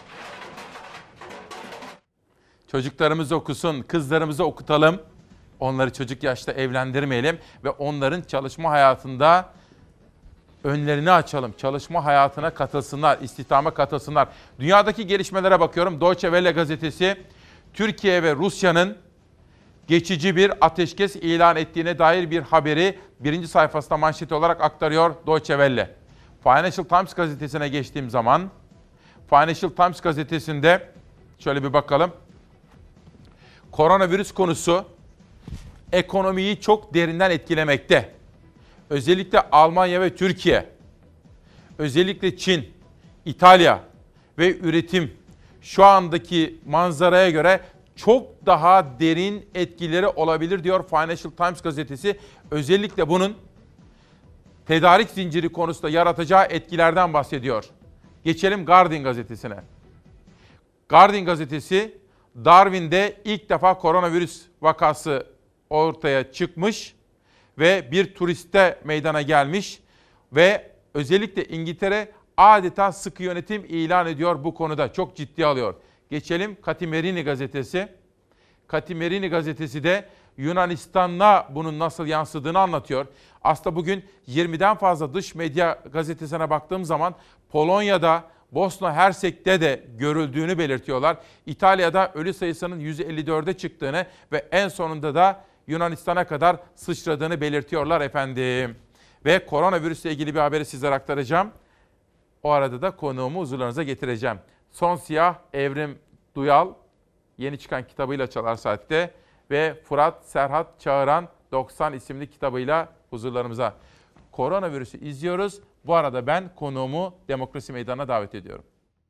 Çocuklarımız okusun, kızlarımızı okutalım. Onları çocuk yaşta evlendirmeyelim ve onların çalışma hayatında önlerini açalım. Çalışma hayatına katılsınlar, istihdama katılsınlar. Dünyadaki gelişmelere bakıyorum. Deutsche Welle gazetesi Türkiye ve Rusya'nın geçici bir ateşkes ilan ettiğine dair bir haberi birinci sayfasında manşeti olarak aktarıyor Deutsche Welle. Financial Times gazetesine geçtiğim zaman Financial Times gazetesinde şöyle bir bakalım. Koronavirüs konusu ekonomiyi çok derinden etkilemekte. Özellikle Almanya ve Türkiye, özellikle Çin, İtalya ve üretim şu andaki manzaraya göre çok daha derin etkileri olabilir diyor Financial Times gazetesi. Özellikle bunun tedarik zinciri konusunda yaratacağı etkilerden bahsediyor. Geçelim Guardian gazetesine. Guardian gazetesi Darwin'de ilk defa koronavirüs vakası ortaya çıkmış ve bir turiste meydana gelmiş ve özellikle İngiltere adeta sıkı yönetim ilan ediyor bu konuda. Çok ciddi alıyor. Geçelim Katimerini gazetesi. Katimerini gazetesi de Yunanistan'a bunun nasıl yansıdığını anlatıyor. Aslında bugün yirmiden fazla dış medya gazetesine baktığım zaman Polonya'da, Bosna Hersek'te de görüldüğünü belirtiyorlar. İtalya'da ölü sayısının yüz elli dörde çıktığını ve en sonunda da Yunanistan'a kadar sıçradığını belirtiyorlar efendim. Ve koronavirüsle ilgili bir haberi sizlere aktaracağım. O arada da konuğumu huzurlarınıza getireceğim. Son Siyah Evrim Duyal yeni çıkan kitabıyla Çalar Saat'te ve Fırat Serhat Çağıran doksan isimli kitabıyla huzurlarımıza. Koronavirüsü izliyoruz. Bu arada ben konuğumu Demokrasi Meydanı'na davet ediyorum.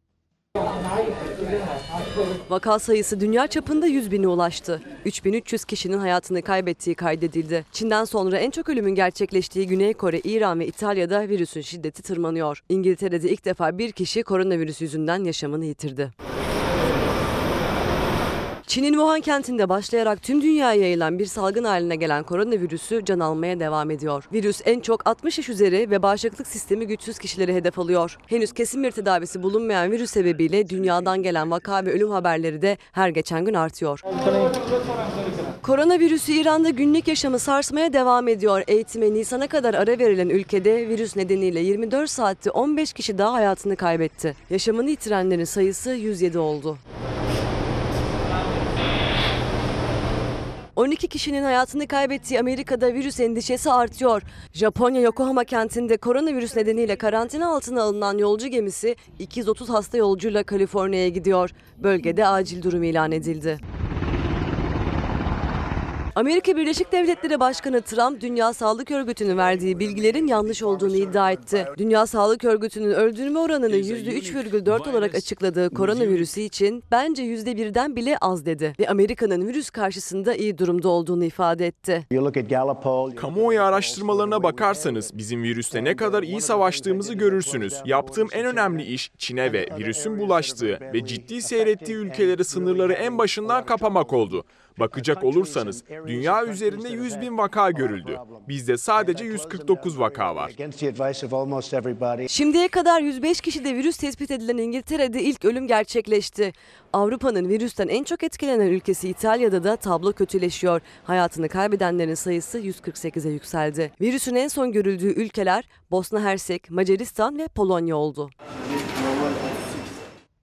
Vaka sayısı dünya çapında yüz bine ulaştı. üç bin üç yüz kişinin hayatını kaybettiği kaydedildi. Çin'den sonra en çok ölümün gerçekleştiği Güney Kore, İran ve İtalya'da virüsün şiddeti tırmanıyor. İngiltere'de ilk defa bir kişi koronavirüs yüzünden yaşamını yitirdi. Çin'in Wuhan kentinde başlayarak tüm dünyaya yayılan bir salgın haline gelen koronavirüsü can almaya devam ediyor. Virüs en çok altmış yaş üzeri ve bağışıklık sistemi güçsüz kişileri hedef alıyor. Henüz kesin bir tedavisi bulunmayan virüs sebebiyle dünyadan gelen vaka ve ölüm haberleri de her geçen gün artıyor. Koronavirüsü İran'da günlük yaşamı sarsmaya devam ediyor. Eğitime Nisan'a kadar ara verilen ülkede virüs nedeniyle yirmi dört saatte on beş kişi daha hayatını kaybetti. Yaşamını yitirenlerin sayısı yüz yedi oldu. on iki kişinin hayatını kaybettiği Amerika'da virüs endişesi artıyor. Japonya Yokohama kentinde koronavirüs nedeniyle karantina altına alınan yolcu gemisi iki yüz otuz hasta yolcuyla Kaliforniya'ya gidiyor. Bölgede acil durum ilan edildi. Amerika Birleşik Devletleri Başkanı Trump, Dünya Sağlık Örgütü'nün verdiği bilgilerin yanlış olduğunu iddia etti. Dünya Sağlık Örgütü'nün öldürme oranını yüzde üç virgül dört olarak açıkladığı koronavirüsü için bence yüzde birden bile az dedi. Ve Amerika'nın virüs karşısında iyi durumda olduğunu ifade etti. Kamuoyu araştırmalarına bakarsanız bizim virüste ne kadar iyi savaştığımızı görürsünüz. Yaptığım en önemli iş Çin'e ve virüsün bulaştığı ve ciddi seyrettiği ülkeleri sınırları en başından kapamak oldu. Bakacak olursanız dünya üzerinde yüz bin vaka görüldü. Bizde sadece yüz kırk dokuz vaka var. Şimdiye kadar yüz beş kişide virüs tespit edilen İngiltere'de ilk ölüm gerçekleşti. Avrupa'nın virüsten en çok etkilenen ülkesi İtalya'da da tablo kötüleşiyor. Hayatını kaybedenlerin sayısı yüz kırk sekize yükseldi. Virüsün en son görüldüğü ülkeler Bosna Hersek, Macaristan ve Polonya oldu.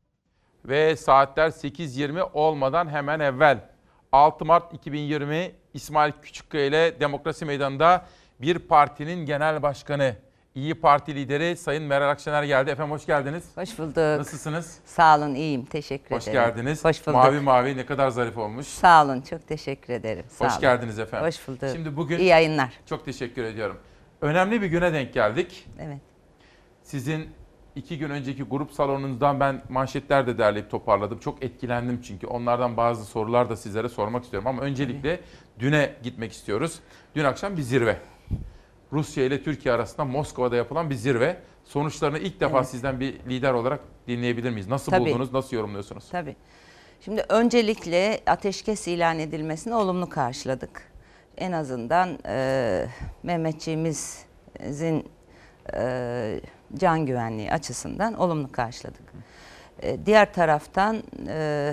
Ve saatler sekiz yirmi olmadan hemen evvel altı Mart iki bin yirmi İsmail Küçükkaya ile Demokrasi Meydanı'nda bir partinin genel başkanı, İyi Parti lideri Sayın Meral Akşener geldi. Efendim hoş geldiniz. Hoş bulduk. Nasılsınız? Sağ olun, iyiyim. Teşekkür hoş ederim. Hoş geldiniz. Hoş bulduk. Mavi mavi ne kadar zarif olmuş. Sağ olun, çok teşekkür ederim. Sağ hoş olun. geldiniz efendim. Hoş bulduk. Şimdi bugün İyi yayınlar. Çok teşekkür ediyorum. Önemli bir güne denk geldik. Evet. Sizin iki gün önceki grup salonunuzdan ben manşetler de derleyip toparladım. Çok etkilendim çünkü. Onlardan bazı sorular da sizlere sormak istiyorum. Ama öncelikle evet. düne gitmek istiyoruz. Dün akşam bir zirve. Rusya ile Türkiye arasında Moskova'da yapılan bir zirve. Sonuçlarını ilk defa evet. sizden bir lider olarak dinleyebilir miyiz? Nasıl Tabii. buldunuz, nasıl yorumluyorsunuz? Tabii. Şimdi öncelikle ateşkes ilan edilmesini olumlu karşıladık. En azından e, Mehmetçiğimizin e, can güvenliği açısından olumlu karşıladık. E, diğer taraftan e,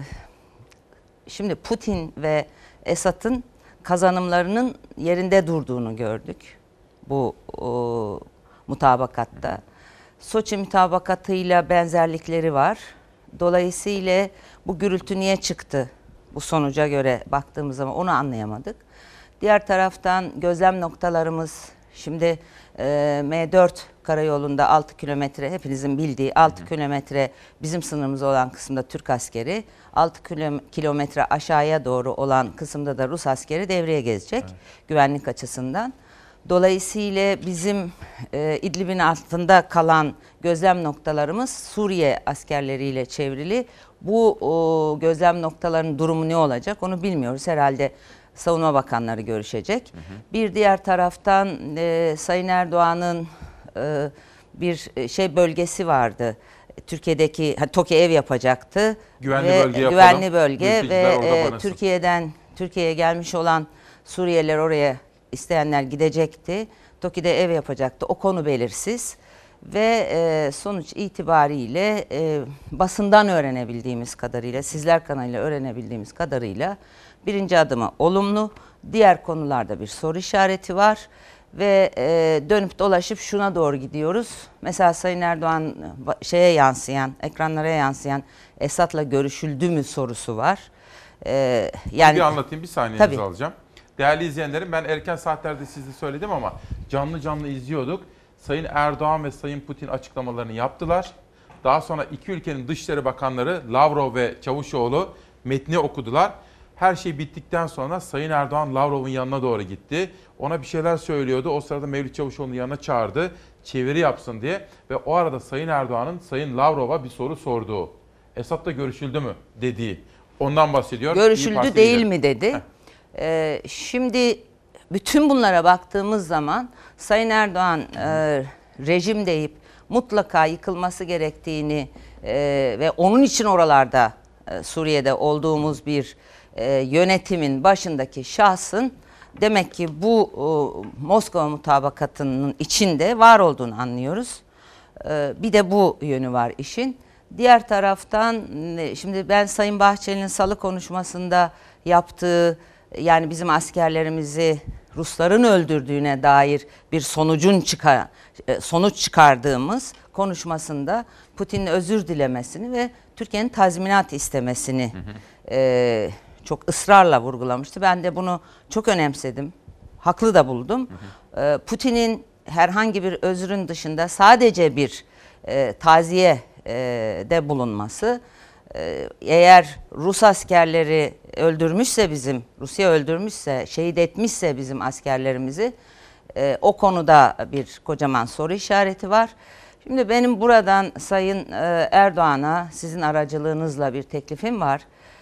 şimdi Putin ve Esad'ın kazanımlarının yerinde durduğunu gördük bu o, mutabakatta. Soçi mutabakatıyla benzerlikleri var. Dolayısıyla bu gürültü niye çıktı bu sonuca göre baktığımız zaman onu anlayamadık. Diğer taraftan gözlem noktalarımız şimdi e, M dört karayolunda altı kilometre hepinizin bildiği altı kilometre bizim sınırımız olan kısımda Türk askeri, altı kilometre aşağıya doğru olan kısımda da Rus askeri devreye gezecek evet. güvenlik açısından. Dolayısıyla bizim e, İdlib'in altında kalan gözlem noktalarımız Suriye askerleriyle çevrili. Bu o, gözlem noktalarının durumu ne olacak onu bilmiyoruz. Herhalde Savunma Bakanları görüşecek. Hı hı. Bir diğer taraftan e, Sayın Erdoğan'ın e, bir şey bölgesi vardı. Türkiye'deki hani TOKİ ev yapacaktı. Güvenli ve, bölge yapalım. Güvenli bölge ve e, Türkiye'den Türkiye'ye gelmiş olan Suriyeliler oraya isteyenler gidecekti. TOKİ'de ev yapacaktı. O konu belirsiz. Ve e, sonuç itibariyle e, basından öğrenebildiğimiz kadarıyla, sizler kanalıyla öğrenebildiğimiz kadarıyla birinci adımı olumlu. Diğer konularda bir soru işareti var. Ve e, dönüp dolaşıp şuna doğru gidiyoruz. Mesela Sayın Erdoğan şeye yansıyan, ekranlara yansıyan Esad'la görüşüldü mü sorusu var. E, yani bir anlatayım, bir saniyenizi alacağım. Değerli izleyenlerim, ben erken saatlerde size söyledim ama canlı canlı izliyorduk. Sayın Erdoğan ve Sayın Putin açıklamalarını yaptılar. Daha sonra iki ülkenin Dışişleri Bakanları Lavrov ve Çavuşoğlu metni okudular. Her şey bittikten sonra Sayın Erdoğan Lavrov'un yanına doğru gitti. Ona bir şeyler söylüyordu. O sırada Mevlüt Çavuşoğlu'nun yanına çağırdı. Çeviri yapsın diye. Ve o arada Sayın Erdoğan'ın Sayın Lavrov'a bir soru sorduğu. Esad'la görüşüldü mü dediği. Ondan bahsediyor. Görüşüldü değil mi dedi. Ee, şimdi bütün bunlara baktığımız zaman Sayın Erdoğan e, rejim deyip mutlaka yıkılması gerektiğini e, ve onun için oralarda e, Suriye'de olduğumuz bir e, yönetimin başındaki şahsın demek ki bu e, Moskova mutabakatının içinde var olduğunu anlıyoruz. E, bir de bu yönü var işin. Diğer taraftan e, şimdi ben Sayın Bahçeli'nin salı konuşmasında yaptığı yani bizim askerlerimizi Rusların öldürdüğüne dair bir sonucun çıkar, sonuç çıkardığımız konuşmasında Putin'in özür dilemesini ve Türkiye'nin tazminat istemesini hı hı. E, çok ısrarla vurgulamıştı. Ben de bunu çok önemsedim. Haklı da buldum. Hı hı. E, Putin'in herhangi bir özrün dışında sadece bir e, taziye e, de bulunması, e, eğer Rus askerleri öldürmüşse bizim, Rusya öldürmüşse, şehit etmişse bizim askerlerimizi e, o konuda bir kocaman soru işareti var. Şimdi benim buradan Sayın e, Erdoğan'a sizin aracılığınızla bir teklifim var.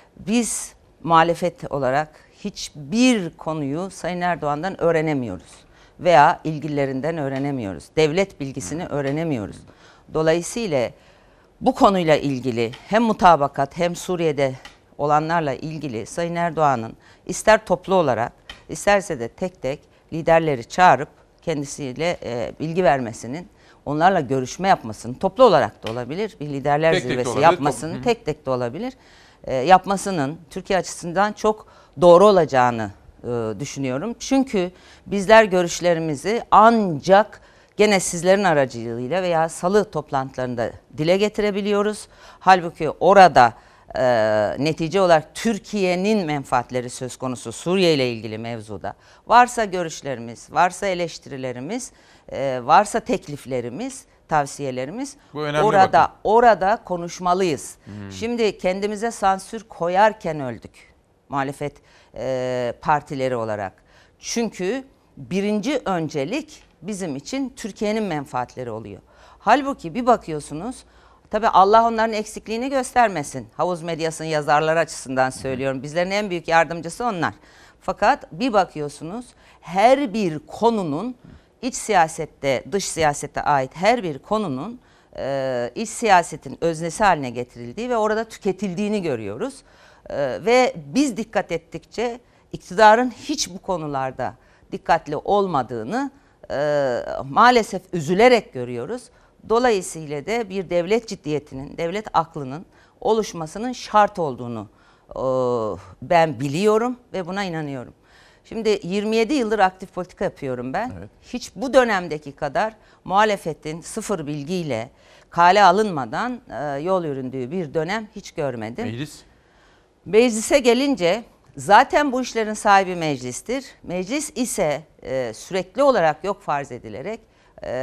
Biz muhalefet olarak hiçbir konuyu Sayın Erdoğan'dan öğrenemiyoruz veya ilgililerinden öğrenemiyoruz. Devlet bilgisini öğrenemiyoruz. Dolayısıyla bu konuyla ilgili hem mutabakat hem Suriye'de olanlarla ilgili Sayın Erdoğan'ın ister toplu olarak isterse de tek tek liderleri çağırıp kendisiyle e, bilgi vermesinin, onlarla görüşme yapmasının, toplu olarak da olabilir, bir liderler tek zirvesi tek yapmasının, top, tek tek de olabilir, e, yapmasının Türkiye açısından çok doğru olacağını e, düşünüyorum. Çünkü bizler görüşlerimizi ancak gene sizlerin aracılığıyla veya salı toplantılarında dile getirebiliyoruz. Halbuki orada e, netice olarak Türkiye'nin menfaatleri söz konusu Suriye ile ilgili mevzuda. Varsa görüşlerimiz, varsa eleştirilerimiz, e, varsa tekliflerimiz, tavsiyelerimiz orada bakın. orada konuşmalıyız. Hmm. Şimdi kendimize sansür koyarken öldük muhalefet e, partileri olarak. Çünkü birinci öncelik bizim için Türkiye'nin menfaatleri oluyor. Halbuki bir bakıyorsunuz, tabii Allah onların eksikliğini göstermesin. Havuz medyasının yazarları açısından söylüyorum. Bizlerin en büyük yardımcısı onlar. Fakat bir bakıyorsunuz her bir konunun iç siyasette, dış siyasete ait her bir konunun e, iç siyasetin öznesi haline getirildiği ve orada tüketildiğini görüyoruz. E, ve biz dikkat ettikçe iktidarın hiç bu konularda dikkatli olmadığını e, maalesef üzülerek görüyoruz. Dolayısıyla da bir devlet ciddiyetinin, devlet aklının oluşmasının şart olduğunu e, ben biliyorum ve buna inanıyorum. Şimdi yirmi yedi yıldır aktif politika yapıyorum ben. Evet. Hiç bu dönemdeki kadar muhalefetin sıfır bilgiyle kale alınmadan e, yol yüründüğü bir dönem hiç görmedim. Meclis? Meclise gelince zaten bu işlerin sahibi meclistir. Meclis ise e, sürekli olarak yok farz edilerek e,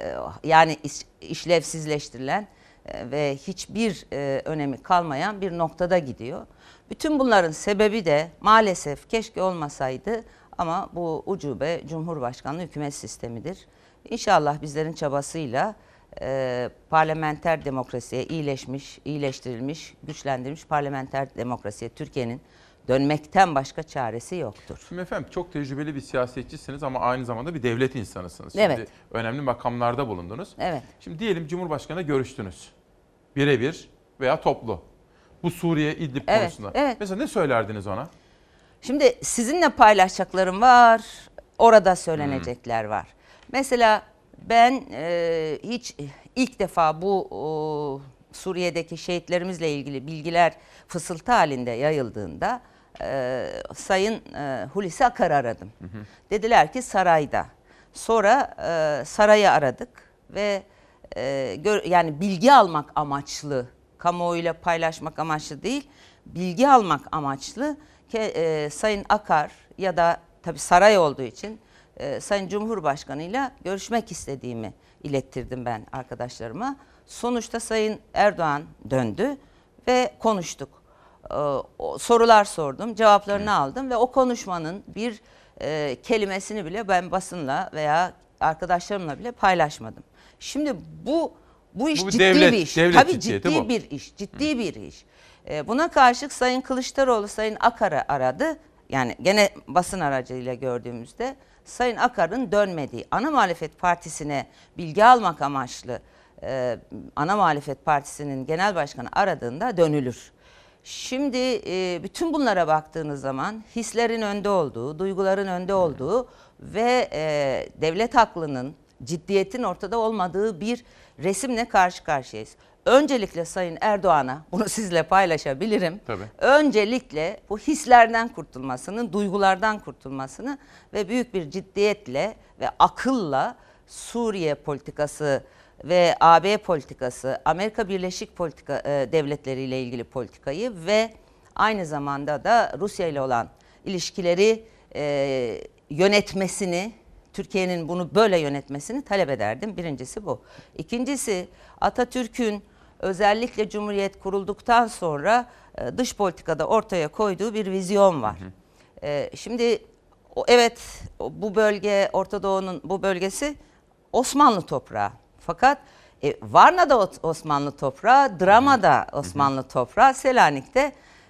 yani iş, işlevsizleştirilen e, ve hiçbir e, önemi kalmayan bir noktada gidiyor. Bütün bunların sebebi de maalesef keşke olmasaydı ama bu ucube Cumhurbaşkanlığı hükümet sistemidir. İnşallah bizlerin çabasıyla e, parlamenter demokrasiye iyileşmiş, iyileştirilmiş, güçlendirilmiş parlamenter demokrasiye Türkiye'nin dönmekten başka çaresi yoktur. Şimdi efendim çok tecrübeli bir siyasetçisiniz ama aynı zamanda bir devlet insanısınız. Evet. Şimdi önemli makamlarda bulundunuz. Evet. Şimdi diyelim Cumhurbaşkanı'na görüştünüz. Birebir veya toplu. Bu Suriye İdlib evet, konusunda. Evet. Mesela ne söylerdiniz ona? Şimdi sizinle paylaşacaklarım var. Orada söylenecekler hmm. var. Mesela ben e, hiç ilk defa bu o, Suriye'deki şehitlerimizle ilgili bilgiler fısıltı halinde yayıldığında e, Sayın e, Hulusi Akar'ı aradım. Hı hı. Dediler ki sarayda. Sonra e, sarayı aradık ve e, gör, yani bilgi almak amaçlı, kamuoyuyla paylaşmak amaçlı değil, bilgi almak amaçlı ki e, Sayın Akar ya da tabii saray olduğu için e, Sayın Cumhurbaşkanı'yla görüşmek istediğimi ilettirdim ben arkadaşlarıma. Sonuçta Sayın Erdoğan döndü ve konuştuk. Ee, sorular sordum, cevaplarını Hı. aldım ve o konuşmanın bir e, kelimesini bile ben basınla veya arkadaşlarımla bile paylaşmadım. Şimdi bu bu iş bu ciddi devlet, bir iş. Tabii ciddi bu. bir iş, ciddi Hı. bir iş. Ee, buna karşılık Sayın Kılıçdaroğlu Sayın Akar'ı aradı. Yani gene basın aracılığıyla gördüğümüzde Sayın Akar'ın dönmediği, ana muhalefet partisine bilgi almak amaçlı Ee, ana muhalefet partisinin genel başkanı aradığında dönülür. Şimdi e, bütün bunlara baktığınız zaman hislerin önde olduğu, duyguların önde olduğu ve e, devlet aklının, ciddiyetin ortada olmadığı bir resimle karşı karşıyayız. Öncelikle Sayın Erdoğan'a, bunu sizle paylaşabilirim. Tabii. Öncelikle bu hislerden kurtulmasını, duygulardan kurtulmasını ve büyük bir ciddiyetle ve akılla Suriye politikası ve A B politikası, Amerika Birleşik Politika e, Devletleri ile ilgili politikayı ve aynı zamanda da Rusya ile olan ilişkileri e, yönetmesini, Türkiye'nin bunu böyle yönetmesini talep ederdim. Birincisi bu. İkincisi Atatürk'ün özellikle Cumhuriyet kurulduktan sonra e, dış politikada ortaya koyduğu bir vizyon var. Hı hı. E, şimdi o, evet bu bölge, Orta Doğu'nun bu bölgesi Osmanlı toprağı. Fakat e, Varna'da Osmanlı toprağı, Drama'da Osmanlı toprağı, Selanik'te,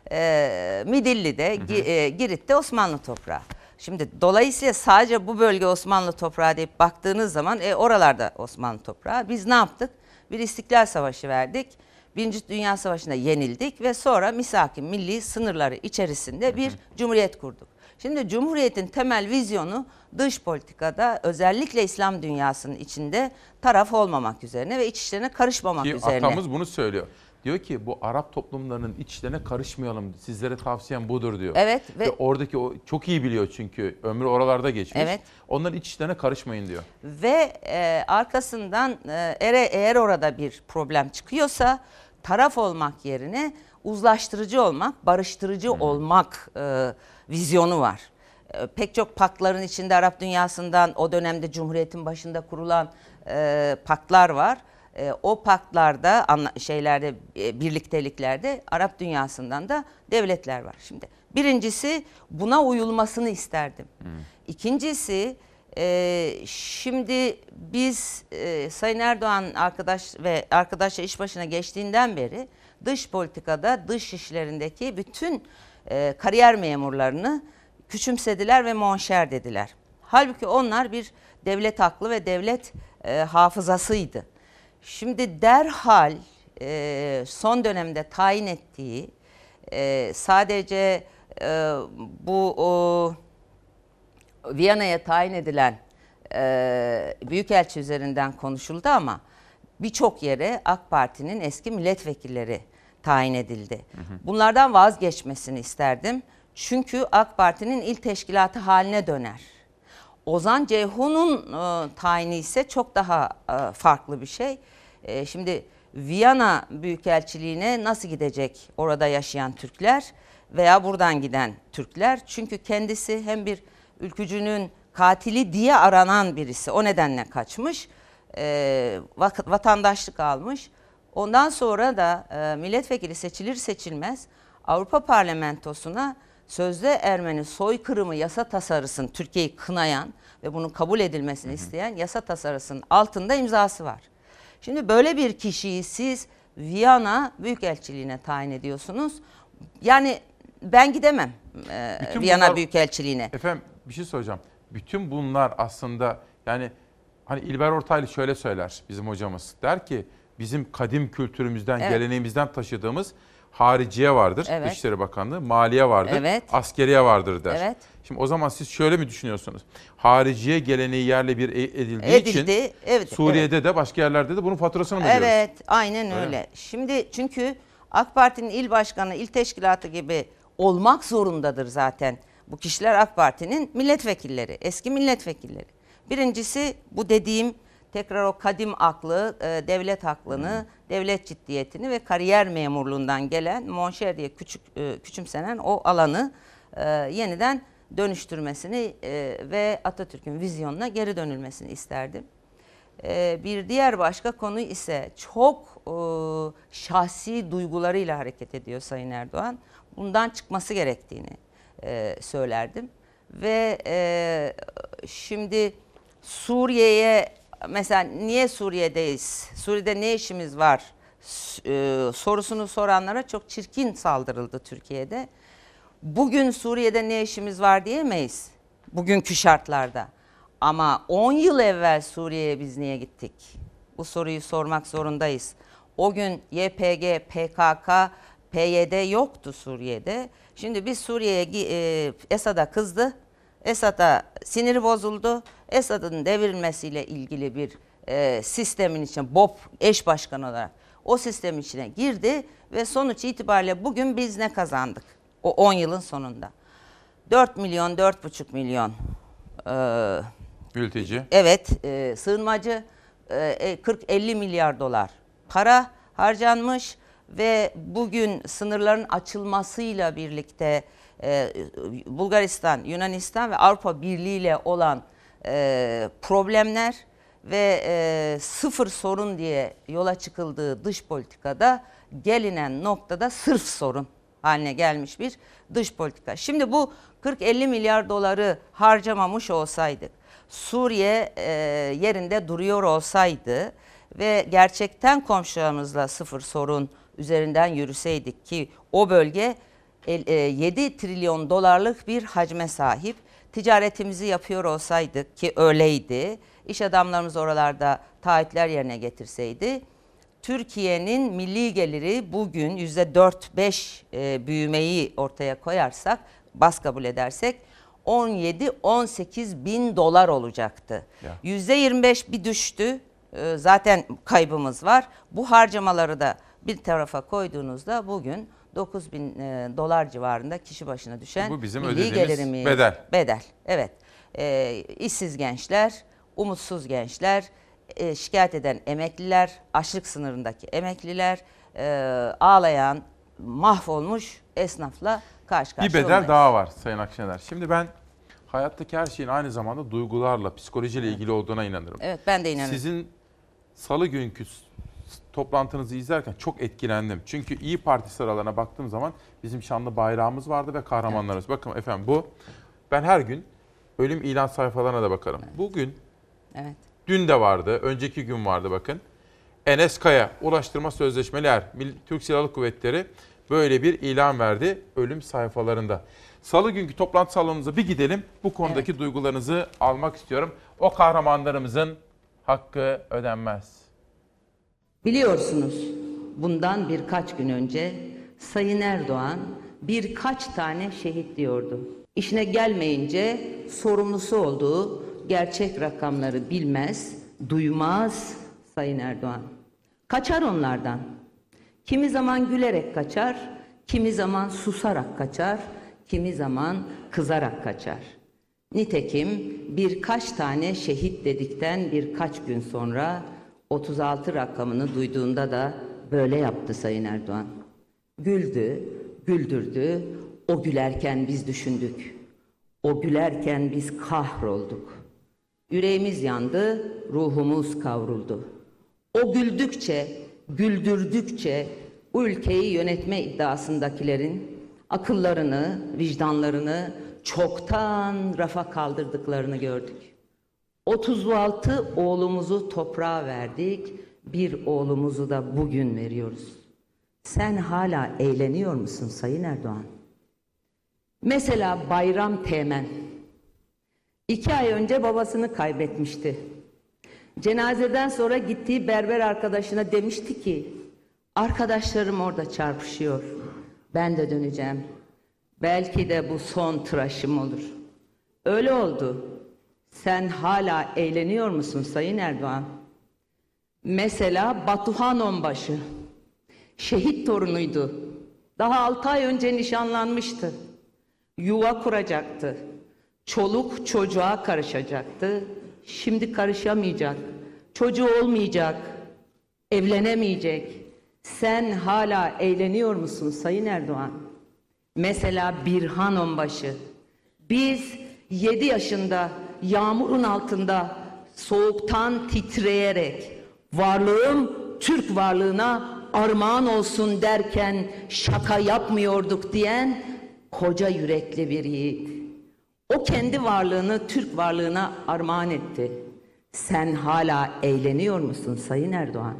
e, Midilli'de, Gi, e, Girit'te Osmanlı toprağı. Şimdi dolayısıyla sadece bu bölge Osmanlı toprağı deyip baktığınız zaman e, oralarda Osmanlı toprağı. Biz ne yaptık? Bir İstiklal Savaşı verdik. Birinci Dünya Savaşı'nda yenildik ve sonra misak-ı milli sınırları içerisinde bir cumhuriyet kurduk. Şimdi Cumhuriyet'in temel vizyonu dış politikada özellikle İslam dünyasının içinde taraf olmamak üzerine ve iç işlerine karışmamak ki üzerine. Atamız bunu söylüyor. Diyor ki bu Arap toplumlarının iç işlerine karışmayalım. Sizlere tavsiyem budur diyor. Evet. Ve, ve oradaki o çok iyi biliyor çünkü ömrü oralarda geçmiş. Evet. Onların iç işlerine karışmayın diyor. Ve e, arkasından e, eğer, eğer orada bir problem çıkıyorsa taraf olmak yerine uzlaştırıcı olmak, barıştırıcı hmm. olmak e, vizyonu var. E, pek çok paktların içinde Arap dünyasından o dönemde Cumhuriyet'in başında kurulan e, paktlar var. E, o paktlarda, anla, şeylerde, e, birlikteliklerde Arap dünyasından da devletler var. Şimdi birincisi buna uyulmasını isterdim. Hmm. İkincisi e, şimdi biz e, Sayın Erdoğan arkadaş ve arkadaşla iş başına geçtiğinden beri dış politikada, dış işlerindeki bütün e, kariyer memurlarını küçümsediler ve monşer dediler. Halbuki onlar bir devlet aklı ve devlet e, hafızasıydı. Şimdi derhal e, son dönemde tayin ettiği e, sadece e, bu o, Viyana'ya tayin edilen e, büyükelçi üzerinden konuşuldu ama birçok yere AK Parti'nin eski milletvekilleri tayin edildi. Hı hı. Bunlardan vazgeçmesini isterdim. Çünkü AK Parti'nin il teşkilatı haline döner. Ozan Ceyhun'un e, tayini ise çok daha e, farklı bir şey. E, şimdi Viyana Büyükelçiliğine nasıl gidecek orada yaşayan Türkler veya buradan giden Türkler? Çünkü kendisi hem bir ülkücünün katili diye aranan birisi. O nedenle kaçmış. E, vatandaşlık almış. Ondan sonra da e, milletvekili seçilir seçilmez Avrupa Parlamentosu'na sözde Ermeni soykırımı yasa tasarısının Türkiye'yi kınayan ve bunun kabul edilmesini hı hı. isteyen yasa tasarısının altında imzası var. Şimdi böyle bir kişiyi siz Viyana Büyükelçiliğine tayin ediyorsunuz. Yani ben gidemem e, Viyana bunlar, Büyükelçiliğine. Efendim bir şey soracağım. Bütün bunlar aslında yani hani İlber Ortaylı şöyle söyler bizim hocamız. Der ki bizim kadim kültürümüzden, evet. geleneğimizden taşıdığımız hariciye vardır, evet. Dışişleri Bakanlığı, maliye vardır, evet. askeriye vardır der. Evet. Şimdi o zaman siz şöyle mi düşünüyorsunuz? Hariciye geleneği yerle bir edildiği Edildi, için evet, Suriye'de evet. de başka yerlerde de bunun faturasını mı ödüyoruz? Evet, aynen öyle. öyle. Şimdi çünkü AK Parti'nin il başkanı, il teşkilatı gibi olmak zorundadır zaten. Bu kişiler AK Parti'nin milletvekilleri, eski milletvekilleri. Birincisi bu dediğim tekrar o kadim aklı, e, devlet aklını, hmm. devlet ciddiyetini ve kariyer memurluğundan gelen monşer diye küçük e, küçümsenen o alanı e, yeniden dönüştürmesini e, ve Atatürk'ün vizyonuna geri dönülmesini isterdim. E, bir diğer başka konu ise çok e, şahsi duygularıyla hareket ediyor Sayın Erdoğan. Bundan çıkması gerektiğini e, söylerdim. Ve e, şimdi Suriye'ye mesela niye Suriye'deyiz? Suriye'de ne işimiz var? Ee, sorusunu soranlara çok çirkin saldırıldı Türkiye'de. Bugün Suriye'de ne işimiz var diyemeyiz. Bugünkü şartlarda. Ama on yıl evvel Suriye'ye biz niye gittik? Bu soruyu sormak zorundayız. O gün Y P G, P K K, P Y D yoktu Suriye'de. Şimdi biz Suriye'ye e, Esad'a kızdı. Esad'a siniri bozuldu. Esad'ın devrilmesiyle ilgili bir e, sistemin içine BOP eş başkanı olarak o sistemin içine girdi ve sonuç itibariyle bugün biz ne kazandık? O on yılın sonunda. dört milyon, dört buçuk milyon e, mülteci. Evet, e, sığınmacı e, kırk elli milyar dolar para harcanmış ve bugün sınırların açılmasıyla birlikte e, Bulgaristan, Yunanistan ve Avrupa Birliği ile olan e, problemler ve e, sıfır sorun diye yola çıkıldığı dış politikada gelinen noktada sırf sorun haline gelmiş bir dış politika. Şimdi bu kırk elli milyar doları harcamamış olsaydık, Suriye e, yerinde duruyor olsaydı ve gerçekten komşularımızla sıfır sorun üzerinden yürüseydik ki o bölge yedi trilyon dolarlık bir hacme sahip, ticaretimizi yapıyor olsaydık ki öyleydi, iş adamlarımız oralarda taahhütler yerine getirseydi, Türkiye'nin milli geliri bugün yüzde dört beş e, büyümeyi ortaya koyarsak, bas kabul edersek on yedi on sekiz bin dolar olacaktı. yüzde yirmi beş bir düştü, e, zaten kaybımız var. Bu harcamaları da bir tarafa koyduğunuzda bugün dokuz bin e, dolar civarında kişi başına düşen bu bizim milli gelirimiz. Bedel. Bedel, evet. E, işsiz gençler, umutsuz gençler, e, şikayet eden emekliler, açlık sınırındaki emekliler, e, ağlayan, mahvolmuş esnafla karşı karşıya Bir bedel olmayız. daha var Sayın Akşener. Şimdi ben hayattaki her şeyin aynı zamanda duygularla, psikolojiyle ilgili olduğuna inanırım. Evet, ben de inanırım. Sizin salı günkü toplantınızı izlerken çok etkilendim. Çünkü İyi Parti sıralarına baktığım zaman bizim şanlı bayrağımız vardı ve kahramanlarımız. Evet. Bakın efendim bu, ben her gün ölüm ilan sayfalarına da bakarım. Evet. Bugün, evet. Dün de vardı, önceki gün vardı bakın. Enes Kaya, Ulaştırma Sözleşmeli Er, Türk Silahlı Kuvvetleri böyle bir ilan verdi ölüm sayfalarında. Salı günkü toplantı salonumuza bir gidelim. Bu konudaki evet. duygularınızı almak istiyorum. O kahramanlarımızın hakkı ödenmez. Biliyorsunuz, bundan birkaç gün önce Sayın Erdoğan birkaç tane şehit diyordu. İşine gelmeyince sorumlusu olduğu gerçek rakamları bilmez, duymaz Sayın Erdoğan. Kaçar onlardan. Kimi zaman gülerek kaçar, kimi zaman susarak kaçar, kimi zaman kızarak kaçar. Nitekim birkaç tane şehit dedikten birkaç gün sonra otuz altı rakamını duyduğunda da böyle yaptı Sayın Erdoğan. Güldü, güldürdü, o gülerken biz düşündük. O gülerken biz kahrolduk. Yüreğimiz yandı, ruhumuz kavruldu. O güldükçe, güldürdükçe bu ülkeyi yönetme iddiasındakilerin akıllarını, vicdanlarını çoktan rafa kaldırdıklarını gördük. otuz altı oğlumuzu toprağa verdik, bir oğlumuzu da bugün veriyoruz. Sen hala eğleniyor musun Sayın Erdoğan? Mesela Bayram Teğmen, iki ay önce babasını kaybetmişti. Cenazeden sonra gittiği berber arkadaşına demişti ki, arkadaşlarım orada çarpışıyor, ben de döneceğim. Belki de bu son tıraşım olur. Öyle oldu. Sen hala eğleniyor musun Sayın Erdoğan? Mesela Batuhan Onbaşı, şehit torunuydu. Daha altı ay önce nişanlanmıştı. Yuva kuracaktı. Çoluk çocuğa karışacaktı. Şimdi karışamayacak. Çocuğu olmayacak. Evlenemeyecek. Sen hala eğleniyor musun Sayın Erdoğan? Mesela Birhan Onbaşı. Biz yedi yaşında yağmurun altında soğuktan titreyerek varlığım Türk varlığına armağan olsun derken şaka yapmıyorduk diyen koca yürekli bir yiğit. O kendi varlığını Türk varlığına armağan etti. Sen hala eğleniyor musun Sayın Erdoğan?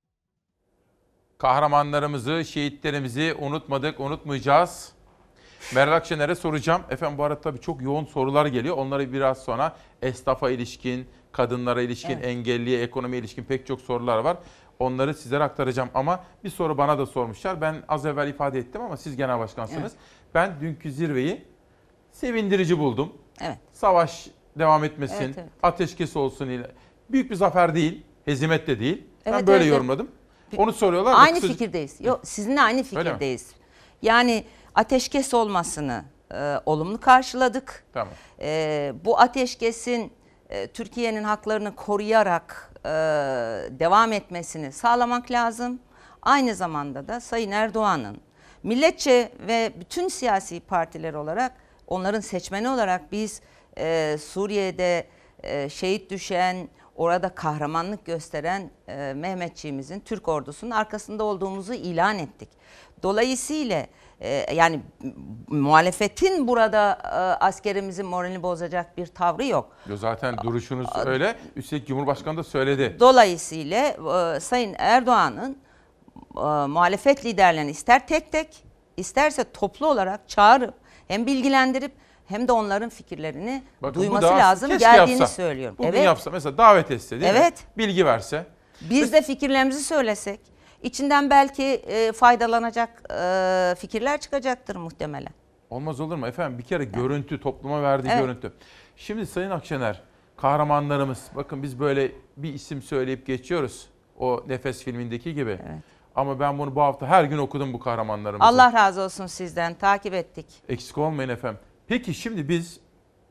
Kahramanlarımızı, şehitlerimizi unutmadık, unutmayacağız. Meral Akşener'e soracağım. Efendim bu arada tabii çok yoğun sorular geliyor. Onları biraz sonra esnafa ilişkin, kadınlara ilişkin, evet. engelliye, ekonomiye ilişkin pek çok sorular var. Onları sizlere aktaracağım ama bir soru bana da sormuşlar. Ben az evvel ifade ettim ama siz genel başkansınız. Evet. Ben dünkü zirveyi sevindirici buldum. Evet. Savaş devam etmesin, evet, evet. ateşkes olsun. Büyük bir zafer değil, hezimet de değil. Evet, ben böyle evet, yorumladım. Evet. Onu soruyorlar. Aynı kısaca... fikirdeyiz. Yok, sizinle aynı fikirdeyiz. Yani ateşkes olmasını e, olumlu karşıladık. Tamam. E, bu ateşkesin e, Türkiye'nin haklarını koruyarak e, devam etmesini sağlamak lazım. Aynı zamanda da Sayın Erdoğan'ın milletçe ve bütün siyasi partiler olarak, onların seçmeni olarak biz e, Suriye'de e, şehit düşen, orada kahramanlık gösteren e, Mehmetçiğimizin, Türk ordusunun arkasında olduğumuzu ilan ettik. Dolayısıyla e, yani muhalefetin burada e, askerimizin moralini bozacak bir tavrı yok. Zaten duruşunuz öyle. Üstelik Cumhurbaşkanı da söyledi. Dolayısıyla e, Sayın Erdoğan'ın e, muhalefet liderlerini ister tek tek, isterse toplu olarak çağırıp hem bilgilendirip hem de onların fikirlerini Bakın, duyması lazım geldiğini yapsa, söylüyorum. Bugün evet. yapsa mesela davet etse değil evet. mi? Bilgi verse. Biz de fikirlerimizi söylesek içinden belki e, faydalanacak e, fikirler çıkacaktır muhtemelen. Olmaz olur mu efendim? Bir kere evet. görüntü, topluma verdiği evet. görüntü. Şimdi Sayın Akşener, kahramanlarımız, bakın biz böyle bir isim söyleyip geçiyoruz. O Nefes filmindeki gibi. Evet. Ama ben bunu bu hafta her gün okudum bu kahramanlarımızı. Allah razı olsun sizden, takip ettik. Eksik olmayın efendim. Peki şimdi biz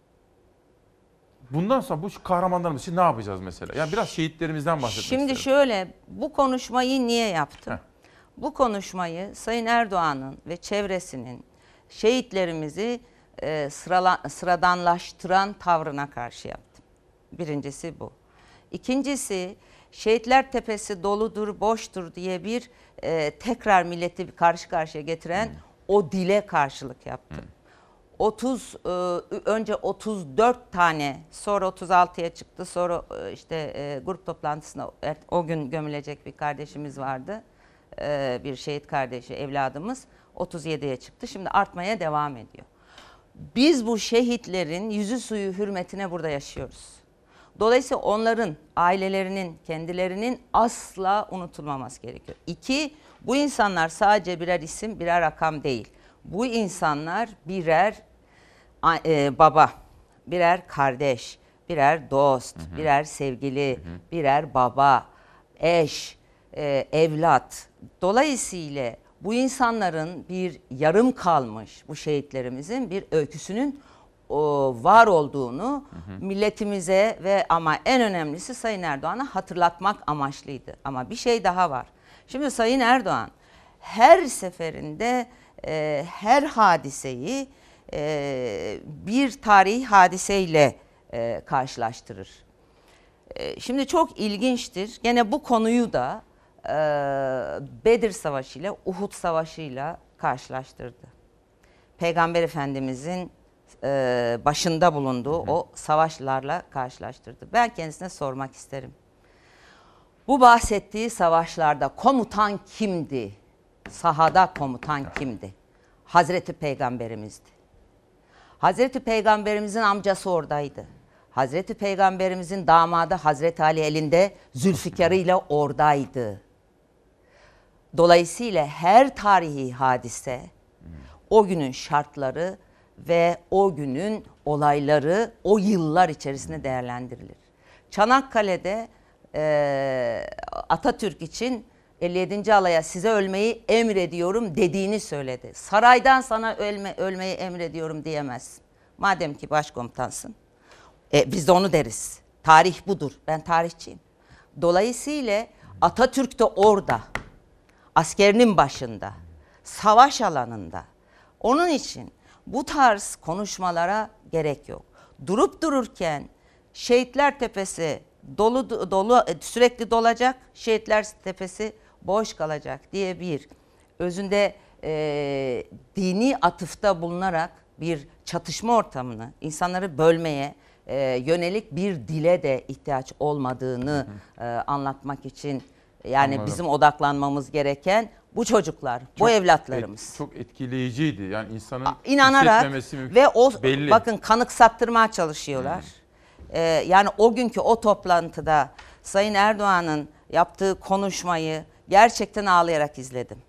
bundan sonra bu kahramanlarımız için ne yapacağız mesela? Yani biraz şehitlerimizden bahsetmek Şimdi isterim. şöyle, bu konuşmayı niye yaptım? Heh. Bu konuşmayı Sayın Erdoğan'ın ve çevresinin şehitlerimizi e, sırala, sıradanlaştıran tavrına karşı yaptım. Birincisi bu. İkincisi, Şehitler Tepesi doludur, boştur diye bir e, tekrar milleti karşı karşıya getiren hmm. o dile karşılık yaptım. Hmm. otuz e, önce otuz dört tane, sonra otuz altıya çıktı, sonra e, işte e, grup toplantısında o gün gömülecek bir kardeşimiz vardı. E, bir şehit kardeşi, evladımız otuz yediye çıktı. Şimdi artmaya devam ediyor. Biz bu şehitlerin yüzü suyu hürmetine burada yaşıyoruz. Dolayısıyla onların, ailelerinin, kendilerinin asla unutulmaması gerekiyor. İki, bu insanlar sadece birer isim, birer rakam değil. Bu insanlar birer e, baba, birer kardeş, birer dost, hı hı. birer sevgili, hı hı. birer baba, eş, e, evlat. Dolayısıyla bu insanların bir yarım kalmış, bu şehitlerimizin bir öyküsünün o var olduğunu hı hı. milletimize ve ama en önemlisi Sayın Erdoğan'a hatırlatmak amaçlıydı. Ama bir şey daha var. Şimdi Sayın Erdoğan her seferinde e, her hadiseyi e, bir tarihi hadiseyle e, karşılaştırır. E, şimdi çok ilginçtir. Gene bu konuyu da e, Bedir Savaşı ile Uhud Savaşı ile karşılaştırdı. Peygamber Efendimizin e, başında bulunduğu hı hı. o savaşlarla karşılaştırdı. Ben kendisine sormak isterim. Bu bahsettiği savaşlarda komutan kimdi? Sahada komutan kimdi? Hazreti Peygamberimizdi. Hazreti Peygamberimizin amcası oradaydı. Hazreti Peygamberimizin damadı Hazreti Ali elinde Zülfikar'ıyla oradaydı. Dolayısıyla her tarihi hadise o günün şartları ve o günün olayları o yıllar içerisinde değerlendirilir. Çanakkale'de e, Atatürk için elli yedinci alaya size ölmeyi emrediyorum dediğini söyledi. Saraydan sana ölme, ölmeyi emrediyorum diyemezsin. Madem ki başkomutansın. E, biz de onu deriz. Tarih budur. Ben tarihçiyim. Dolayısıyla Atatürk de orada. Askerinin başında. Savaş alanında. Onun için bu tarz konuşmalara gerek yok. Durup dururken Şehitler Tepesi dolu dolu sürekli dolacak, Şehitler Tepesi boş kalacak diye bir özünde e, dini atıfta bulunarak bir çatışma ortamını, insanları bölmeye e, yönelik bir dile de ihtiyaç olmadığını hı hı. E, anlatmak için yani Anladım. Bizim odaklanmamız gereken bu çocuklar, çok bu evlatlarımız. Et, çok etkileyiciydi. Yani insanın inanarak ve o belli. Bakın kanıksattırmaya çalışıyorlar. Hmm. Ee, yani o günkü o toplantıda Sayın Erdoğan'ın yaptığı konuşmayı gerçekten ağlayarak izledim.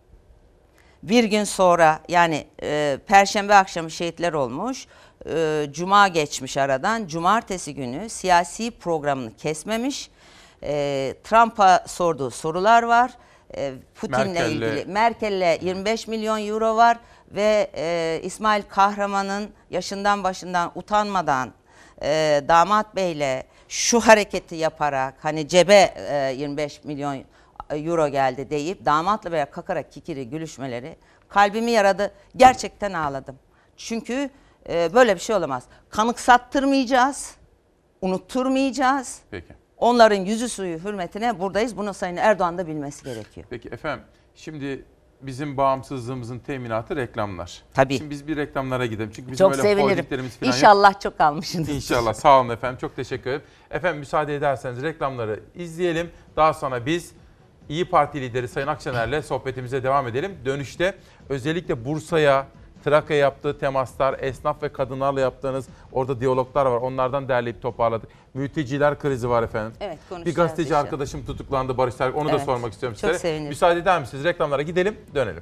Bir gün sonra yani e, Perşembe akşamı şehitler olmuş, e, Cuma geçmiş aradan, Cumartesi günü siyasi programını kesmemiş, e, Trump'a sorduğu sorular var. Putin'le Merkel'le. ilgili Merkel'le yirmi beş milyon euro var ve e, İsmail Kahraman'ın yaşından başından utanmadan e, damat beyle şu hareketi yaparak hani cebe e, yirmi beş milyon euro geldi deyip damatla veya kakarak kikiri gülüşmeleri kalbimi yaradı. Gerçekten ağladım. Çünkü e, böyle bir şey olamaz. Kanıksattırmayacağız, unutturmayacağız. Peki. Onların yüzü suyu hürmetine buradayız. Bunu Sayın Erdoğan da bilmesi gerekiyor. Peki efendim, şimdi bizim bağımsızlığımızın teminatı reklamlar. Tabii. Şimdi biz bir reklamlara gidelim. Çünkü bizim çok öyle sevinirim. İnşallah yok. Çok almışsınız. İnşallah. Sağ olun efendim. Çok teşekkür ederim. Efendim müsaade ederseniz reklamları izleyelim. Daha sonra biz İyi Parti lideri Sayın Akşener'le sohbetimize devam edelim. Dönüşte özellikle Bursa'ya, Trakya'ya yaptığı temaslar, esnaf ve kadınlarla yaptığınız orada diyaloglar var. Onlardan derleyip toparladık. Mülteciler krizi var efendim. Evet, bir gazeteci inşallah. arkadaşım tutuklandı Barış Terk. Onu evet, da sormak istiyorum çok size. Sevinirim. Müsaade eder misiniz? Reklamlara gidelim, dönelim.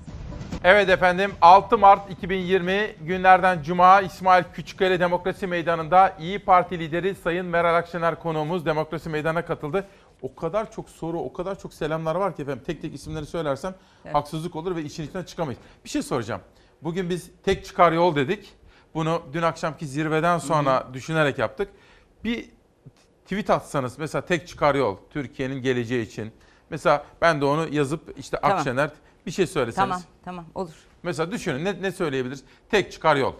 Evet efendim, altı Mart iki bin yirmi günlerden Cuma İsmail Küçükkaya Demokrasi Meydanı'nda İyi Parti lideri Sayın Meral Akşener konuğumuz Demokrasi Meydanı'na katıldı. O kadar çok soru, o kadar çok selamlar var ki efendim tek tek isimleri söylersem evet. haksızlık olur ve işin içinden çıkamayız. Bir şey soracağım. Bugün biz tek çıkar yol dedik. Bunu dün akşamki zirveden sonra Hı-hı. düşünerek yaptık. Bir tweet atsanız mesela tek çıkar yol Türkiye'nin geleceği için Mesela ben de onu yazıp işte Tamam. Akşener bir şey söyleseniz. Tamam, tamam olur. Mesela düşünün ne, ne söyleyebiliriz? Tek çıkar yol.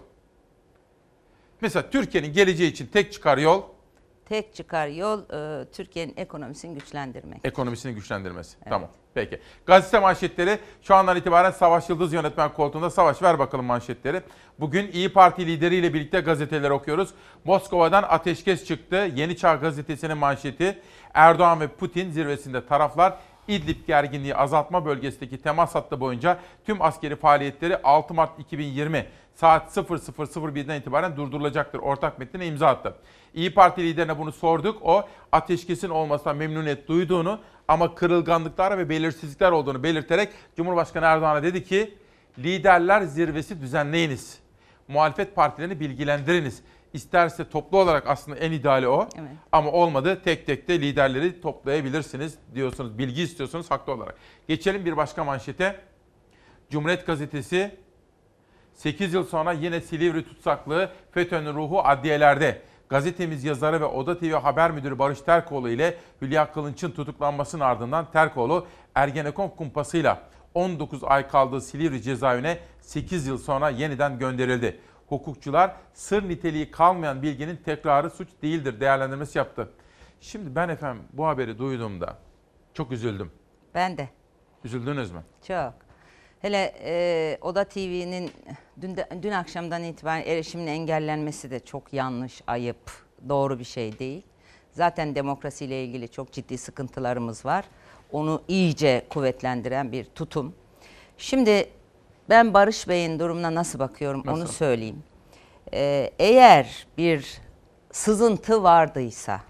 Mesela Türkiye'nin geleceği için tek çıkar yol. Tek çıkar yol e, Türkiye'nin ekonomisini güçlendirmek. Ekonomisini güçlendirmesi. Evet. Tamam. Peki. Gazete manşetleri şu andan itibaren Savaş Yıldız yönetmen koltuğunda. Savaş ver bakalım manşetleri. Bugün İyi Parti lideriyle birlikte gazeteleri okuyoruz. Moskova'dan ateşkes çıktı. Yeni Çağ gazetesinin manşeti. Erdoğan ve Putin zirvesinde taraflar İdlib gerginliği azaltma bölgesindeki temas hattı boyunca tüm askeri faaliyetleri altı Mart iki bin yirmi saat sıfır sıfır sıfır birden itibaren durdurulacaktır. Ortak metnine imza attı. İyi Parti liderine bunu sorduk. O ateşkesin olmasına memnuniyet duyduğunu ama kırılganlıklar ve belirsizlikler olduğunu belirterek Cumhurbaşkanı Erdoğan'a dedi ki liderler zirvesi düzenleyiniz. Muhalefet partilerini bilgilendiriniz. İsterse toplu olarak aslında en ideali o. Evet. Ama olmadı tek tek de liderleri toplayabilirsiniz diyorsunuz. Bilgi istiyorsunuz haklı olarak. Geçelim bir başka manşete. Cumhuriyet Gazetesi sekiz yıl sonra yine Silivri tutsaklığı, FETÖ'nün ruhu adliyelerde. Gazetemiz yazarı ve Oda T V Haber Müdürü Barış Terkoğlu ile Hülya Kılınç'ın tutuklanmasının ardından Terkoğlu Ergenekon kumpasıyla on dokuz ay kaldığı Silivri cezaevine sekiz yıl sonra yeniden gönderildi. Hukukçular sır niteliği kalmayan bilginin tekrarı suç değildir değerlendirmesi yaptı. Şimdi ben efendim bu haberi duyduğumda çok üzüldüm. Ben de. Üzüldünüz mü? Çok. Hele e, Oda T V'nin dün, de, dün akşamdan itibaren erişimin engellenmesi de çok yanlış, ayıp, doğru bir şey değil. Zaten demokrasiyle ilgili çok ciddi sıkıntılarımız var. Onu iyice kuvvetlendiren bir tutum. Şimdi ben Barış Bey'in durumuna nasıl bakıyorum Nasıl? onu söyleyeyim. Ee, eğer bir sızıntı vardıysa,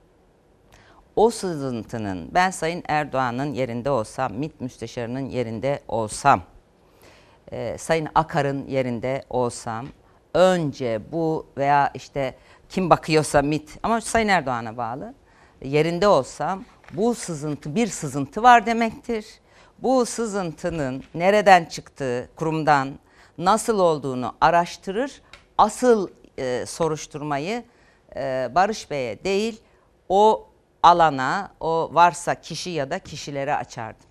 o sızıntının ben Sayın Erdoğan'ın yerinde olsam, MİT Müsteşarı'nın yerinde olsam, e, Sayın Akar'ın yerinde olsam, önce bu veya işte kim bakıyorsa MİT ama Sayın Erdoğan'a bağlı, yerinde olsam bu sızıntı bir sızıntı var demektir. Bu sızıntının nereden çıktığı, kurumdan nasıl olduğunu araştırır, asıl e, soruşturmayı e, Barış Bey'e değil o alana, o varsa kişi ya da kişilere açardım.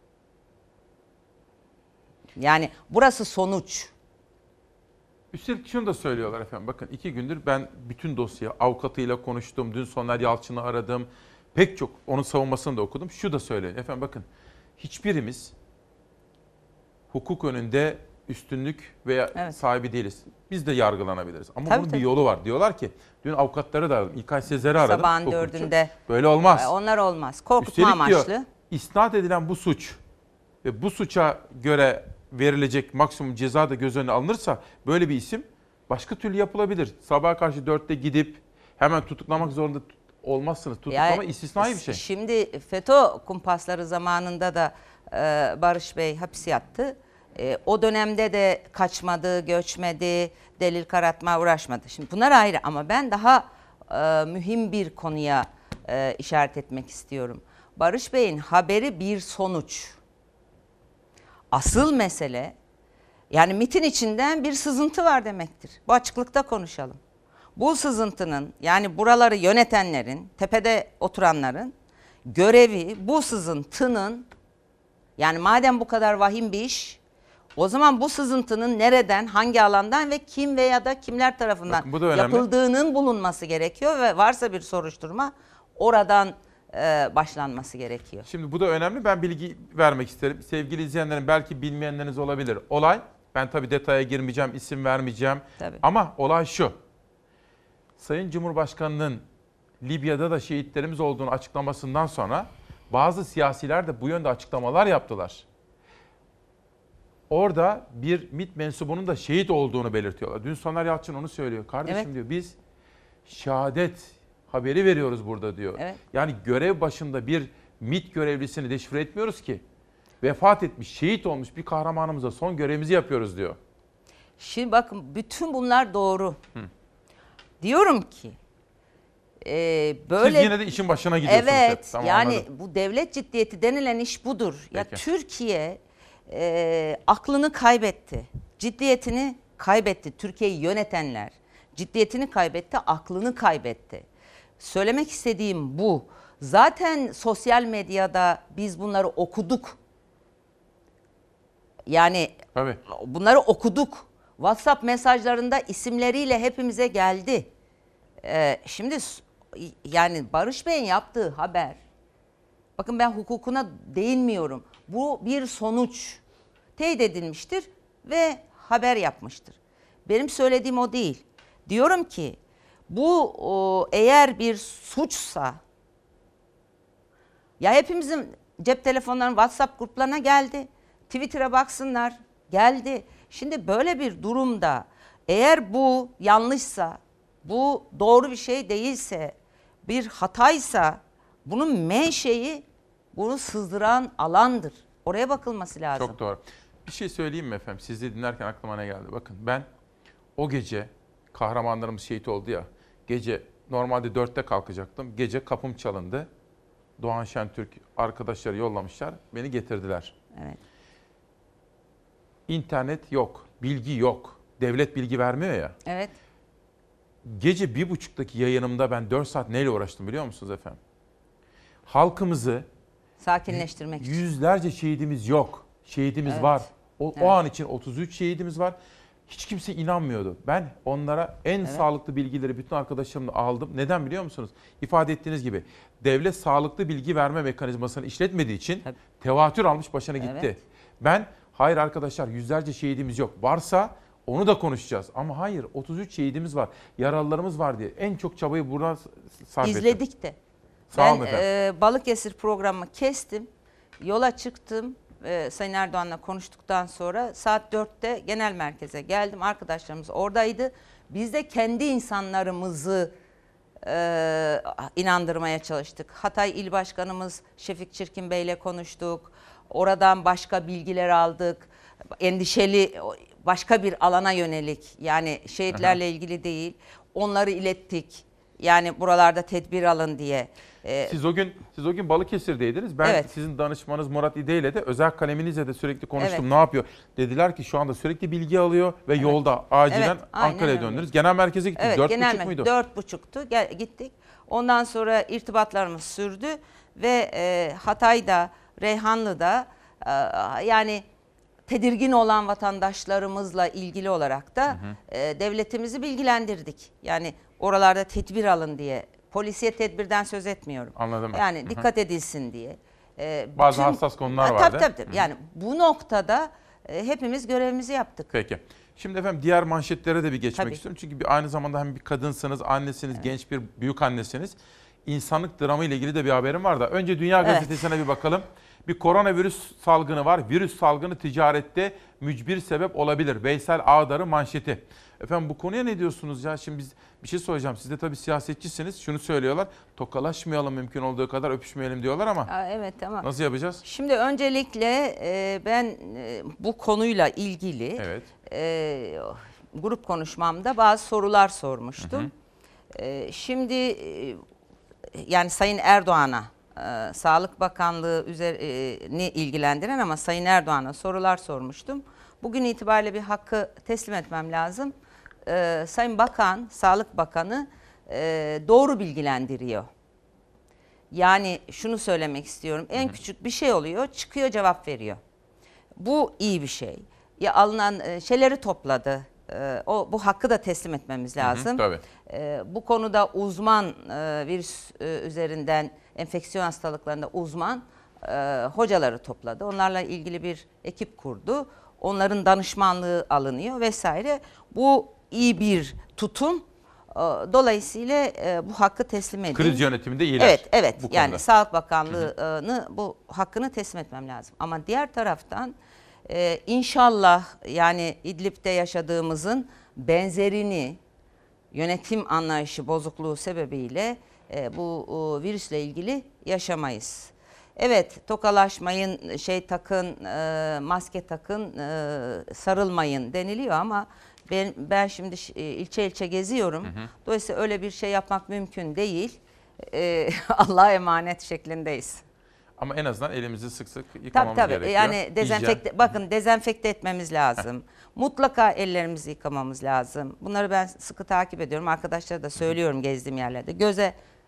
Yani burası sonuç. Üstelik şunu da söylüyorlar efendim. Bakın iki gündür ben bütün dosya avukatıyla konuştum. Dün Soner Yalçın'ı aradım. Pek çok onun savunmasını da okudum. Şu da söyleniyor. Efendim bakın hiçbirimiz hukuk önünde üstünlük veya evet. sahibi değiliz. Biz de yargılanabiliriz. Ama tabii, bunun tabii. bir yolu var. Diyorlar ki dün avukatları da aradım. İlkay Sezer'i aradım. Sabahın dördünde. Böyle olmaz. Onlar olmaz. Korkutma Üstelik amaçlı. Diyor, isnat edilen bu suç ve bu suça göre verilecek maksimum ceza da göz önüne alınırsa böyle bir isim başka türlü yapılabilir. Sabaha karşı dörtte gidip hemen tutuklamak zorunda olmazsınız. Tutuklama yani, istisnai bir şey. Şimdi FETÖ kumpasları zamanında da e, Barış Bey hapis yattı. E, o dönemde de kaçmadı, göçmedi, delil karartma uğraşmadı. Şimdi bunlar ayrı ama ben daha e, mühim bir konuya e, işaret etmek istiyorum. Barış Bey'in haberi bir sonuç. Asıl mesele yani MİT'in içinden bir sızıntı var demektir. Bu açıklıkta konuşalım. Bu sızıntının yani buraları yönetenlerin, tepede oturanların görevi bu sızıntının yani madem bu kadar vahim bir iş o zaman bu sızıntının nereden, hangi alandan ve kim veya da kimler tarafından Bakın, yapıldığının bulunması gerekiyor ve varsa bir soruşturma oradan e, başlanması gerekiyor. Şimdi bu da önemli. Ben bilgi vermek isterim. Sevgili izleyenlerin belki bilmeyenleriniz olabilir. Olay, ben tabii detaya girmeyeceğim, isim vermeyeceğim. Tabii. Ama olay şu. Sayın Cumhurbaşkanı'nın Libya'da da şehitlerimiz olduğunu açıklamasından sonra bazı siyasiler de bu yönde açıklamalar yaptılar. Orada bir MİT mensubunun da şehit olduğunu belirtiyorlar. Dün Soner Yalçın onu söylüyor. Kardeşim evet. diyor biz şehadet haberi veriyoruz burada diyor. Evet. Yani görev başında bir MİT görevlisini deşifre etmiyoruz ki. Vefat etmiş, şehit olmuş bir kahramanımıza son görevimizi yapıyoruz diyor. Şimdi bakın bütün bunlar doğru. Hı. Diyorum ki e, böyle... Siz yine de işin başına gidiyorsunuz. Evet tamam, yani anladım. Bu devlet ciddiyeti denilen iş budur. Peki. Ya Türkiye e, aklını kaybetti. Ciddiyetini kaybetti. Türkiye'yi yönetenler ciddiyetini kaybetti, aklını kaybetti. Söylemek istediğim bu. Zaten sosyal medyada biz bunları okuduk. Yani Tabii. bunları okuduk. WhatsApp mesajlarında isimleriyle hepimize geldi. Ee, şimdi yani Barış Bey'in yaptığı haber, bakın ben hukukuna değinmiyorum. Bu bir sonuç. Teyit edilmiştir ve haber yapmıştır. Benim söylediğim o değil. Diyorum ki bu o, eğer bir suçsa, ya hepimizin cep telefonlarının WhatsApp gruplarına geldi. Twitter'a baksınlar, geldi. Şimdi böyle bir durumda eğer bu yanlışsa, bu doğru bir şey değilse, bir hataysa bunun menşei bunu sızdıran alandır. Oraya bakılması lazım. Çok doğru. Bir şey söyleyeyim mi efendim? Sizi dinlerken aklıma ne geldi? Bakın ben o gece kahramanlarımız şehit oldu ya. Gece normalde dörtte kalkacaktım. Gece kapım çalındı. Doğan Şentürk arkadaşları yollamışlar. Beni getirdiler. Evet. İnternet yok. Bilgi yok. Devlet bilgi vermiyor ya. Evet. Gece bir buçuktaki yayınımda ben dört saat neyle uğraştım biliyor musunuz efendim? Halkımızı sakinleştirmek için. Yüzlerce şehidimiz yok. Şehidimiz Evet. var. O, Evet. o an için otuz üç şehidimiz var. Hiç kimse inanmıyordu. Ben onlara en Evet. sağlıklı bilgileri bütün arkadaşlarımla aldım. Neden biliyor musunuz? İfade ettiğiniz gibi devlet sağlıklı bilgi verme mekanizmasını işletmediği için Tabii. tevatür almış başına gitti. Evet. Ben hayır arkadaşlar yüzlerce şehidimiz yok. Varsa onu da konuşacağız. Ama hayır otuz üç şehidimiz var. Yaralılarımız var diye en çok çabayı buna sarf ettim. İzledik de. Sağ ben olun efendim. e, Balıkesir programı kestim. Yola çıktım. E, Sayın Erdoğan'la konuştuktan sonra saat dörtte genel merkeze geldim. Arkadaşlarımız oradaydı. Biz de kendi insanlarımızı e, inandırmaya çalıştık. Hatay İl Başkanımız Şefik Çirkin Bey'le konuştuk. Oradan başka bilgiler aldık. Endişeli başka bir alana yönelik, yani şehitlerle ilgili değil. Onları ilettik. Yani buralarda tedbir alın diye. Ee, Siz o gün siz o gün Balıkesir'deydiniz. Ben Evet. sizin danışmanınız Murat İde ile de özel kaleminizle de sürekli konuştum. Evet. Ne yapıyor? Dediler ki şu anda sürekli bilgi alıyor ve yolda acilen Evet, aynen Ankara'ya öyle. döndünüz. Genel merkeze gittiniz. Evet, Dört genel buçuk merkez- muydu? Dört buçuktu. Gel, gittik. Ondan sonra irtibatlarımız sürdü ve e, Hatay'da, Reyhanlı'da e, yani tedirgin olan vatandaşlarımızla ilgili olarak da Hı hı. e, devletimizi bilgilendirdik. Yani oralarda tedbir alın diye. Polisiye tedbirden söz etmiyorum. Anladım. Yani Hı hı. dikkat edilsin diye. E, Bazı hassas konular Ha, vardı. Tabii tabii. tabii. Yani bu noktada e, hepimiz görevimizi yaptık. Peki. Şimdi efendim diğer manşetlere de bir geçmek Tabii. istiyorum. Çünkü bir, aynı zamanda hem bir kadınsınız, annesiniz, genç bir büyük annesiniz. İnsanlık dramı ile ilgili de bir haberim var da. Önce Dünya Evet. Gazetesi'ne bir bakalım. Bir koronavirüs salgını var. Virüs salgını ticarette mücbir sebep olabilir. Veysel Ağdar'ın manşeti. Efendim bu konuya ne diyorsunuz ya? Şimdi biz bir şey soracağım. Siz de tabii siyasetçisiniz. Şunu söylüyorlar. Tokalaşmayalım, mümkün olduğu kadar öpüşmeyelim diyorlar ama. Aa, evet tamam. Nasıl yapacağız? Şimdi öncelikle e, ben e, bu konuyla ilgili Evet. e, grup konuşmamda bazı sorular sormuştum. Hı hı. E, şimdi e, yani Sayın Erdoğan'a e, Sağlık Bakanlığı üzerini ilgilendiren ama Sayın Erdoğan'a sorular sormuştum. Bugün itibariyle bir hakkı teslim etmem lazım. E, Sayın Bakan, Sağlık Bakanı e, doğru bilgilendiriyor. Yani şunu söylemek istiyorum. En küçük bir şey oluyor, çıkıyor cevap veriyor. Bu iyi bir şey. Ya alınan e, şeyleri topladı. E, o bu hakkı da teslim etmemiz lazım. Hı hı, tabii. E, bu konuda uzman e, virüs e, üzerinden enfeksiyon hastalıklarında uzman e, hocaları topladı. Onlarla ilgili bir ekip kurdu. Onların danışmanlığı alınıyor vesaire. Bu iyi bir tutum. Dolayısıyla bu hakkı teslim edin. Kriz yönetiminde iyiler. Evet, evet. Bu yani konuda. Sağlık Bakanlığı'nı bu hakkını teslim etmem lazım. Ama diğer taraftan e, inşallah yani İdlib'de yaşadığımızın benzerini yönetim anlayışı bozukluğu sebebiyle e, bu o, virüsle ilgili yaşamayız. Evet, tokalaşmayın, şey takın, e, maske takın, e, sarılmayın deniliyor ama ben ben şimdi ilçe ilçe geziyorum. Hı hı. Dolayısıyla öyle bir şey yapmak mümkün değil. E, Allah'a emanet şeklindeyiz. Ama en azından elimizi sık sık yıkamamız tabii, tabii. gerekiyor. Yani dezenfekte, Hijyen. bakın dezenfekte etmemiz lazım. Mutlaka ellerimizi yıkamamız lazım. Bunları ben sıkı takip ediyorum. Arkadaşlara da söylüyorum gezdiğim yerlerde. Göze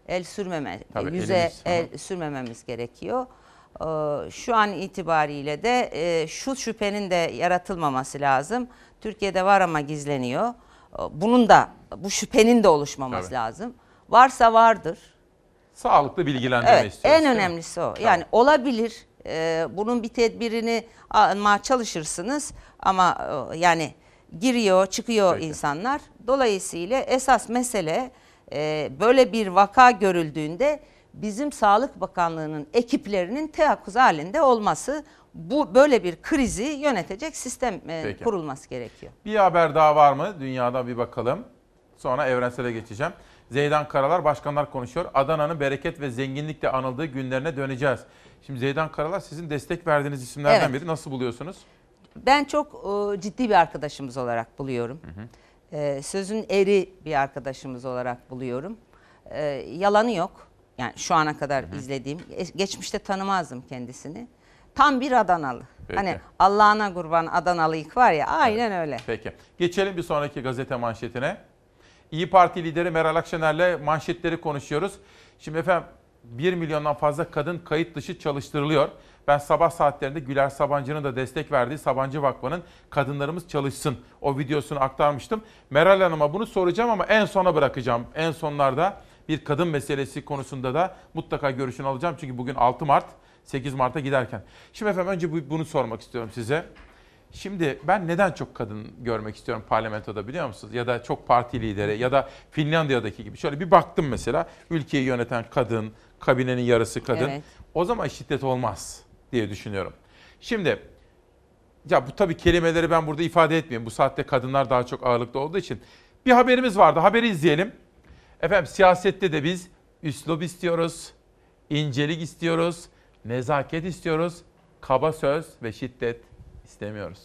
el sürmeme, Tabii, yüze elimiz, el aha. sürmememiz gerekiyor. Ee, Şu an itibariyle de e, şu şüphenin de yaratılmaması lazım. Türkiye'de var ama gizleniyor. Ee, Bunun da, bu şüphenin de oluşmaması Tabii. lazım. Varsa vardır. Sağlıklı bilgilendirme Evet, istiyoruz. en değil mi? önemlisi o. Yani olabilir. Ee, bunun bir tedbirini almaya çalışırsınız ama e, yani giriyor, çıkıyor Peki. insanlar. Dolayısıyla esas mesele e, böyle bir vaka görüldüğünde bizim Sağlık Bakanlığı'nın ekiplerinin teyakkuz halinde olması, bu böyle bir krizi yönetecek sistem e, Peki. kurulması gerekiyor. Bir haber daha var mı? Dünyadan bir bakalım. Sonra evrensele geçeceğim. Zeydan Karalar, başkanlar konuşuyor. Adana'nın bereket ve zenginlikle anıldığı günlerine döneceğiz. Şimdi Zeydan Karalar sizin destek verdiğiniz isimlerden Evet. biri. Nasıl buluyorsunuz? Ben çok e, ciddi bir arkadaşımız olarak buluyorum. Hı hı. E, sözün eri bir arkadaşımız olarak buluyorum. E, yalanı yok. Yani şu ana kadar hı hı. izlediğim, geçmişte tanımazdım kendisini. Tam bir Adanalı. Peki. Hani Allah'ına kurban Adanalıyık var ya, aynen evet. öyle. Peki. Geçelim bir sonraki gazete manşetine. İyi Parti lideri Meral Akşener'le manşetleri konuşuyoruz. Şimdi efendim bir milyondan fazla kadın kayıt dışı çalıştırılıyor. Ben sabah saatlerinde Güler Sabancı'nın da destek verdiği Sabancı Vakfı'nın Kadınlarımız Çalışsın o videosunu aktarmıştım. Meral Hanım'a bunu soracağım ama en sona bırakacağım. En sonlarda bir kadın meselesi konusunda da mutlaka görüşünü alacağım. Çünkü bugün altı Mart, sekiz Mart'a giderken. Şimdi efendim önce bunu sormak istiyorum size. Şimdi ben neden çok kadın görmek istiyorum parlamentoda biliyor musunuz? Ya da çok parti lideri ya da Finlandiya'daki gibi. Şöyle bir baktım mesela, ülkeyi yöneten kadın, kabinenin yarısı kadın. Evet. O zaman şiddet olmaz diye düşünüyorum. Şimdi ya bu tabii kelimeleri ben burada ifade etmeyeyim. Bu saatte kadınlar daha çok ağırlıkta olduğu için. Bir haberimiz vardı. Haberi izleyelim. Efendim siyasette de biz üslup istiyoruz, incelik istiyoruz, nezaket istiyoruz, kaba söz ve şiddet istemiyoruz.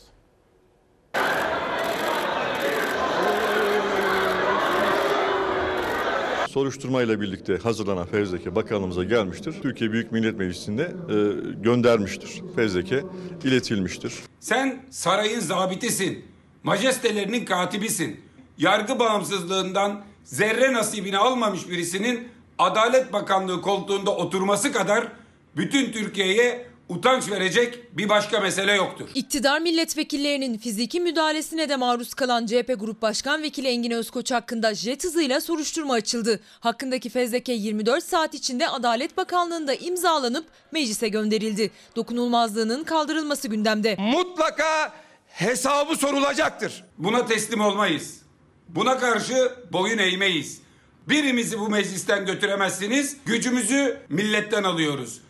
Soruşturmayla birlikte hazırlanan fezleke bakanlığımıza gelmiştir. Türkiye Büyük Millet Meclisi'nde e, göndermiştir. Fezleke iletilmiştir. Sen sarayın zabitisin, majestelerinin katibisin. Yargı bağımsızlığından zerre nasibini almamış birisinin Adalet Bakanlığı koltuğunda oturması kadar bütün Türkiye'ye utanç verecek bir başka mesele yoktur. İktidar milletvekillerinin fiziki müdahalesine de maruz kalan C H P Grup Başkan Vekili Engin Özkoç hakkında jet hızıyla soruşturma açıldı. Hakkındaki fezleke yirmi dört saat içinde Adalet Bakanlığı'nda imzalanıp meclise gönderildi. Dokunulmazlığının kaldırılması gündemde. Mutlaka hesabı sorulacaktır. Buna teslim olmayız. Buna karşı boyun eğmeyiz. Birimizi bu meclisten götüremezsiniz. Gücümüzü milletten alıyoruz.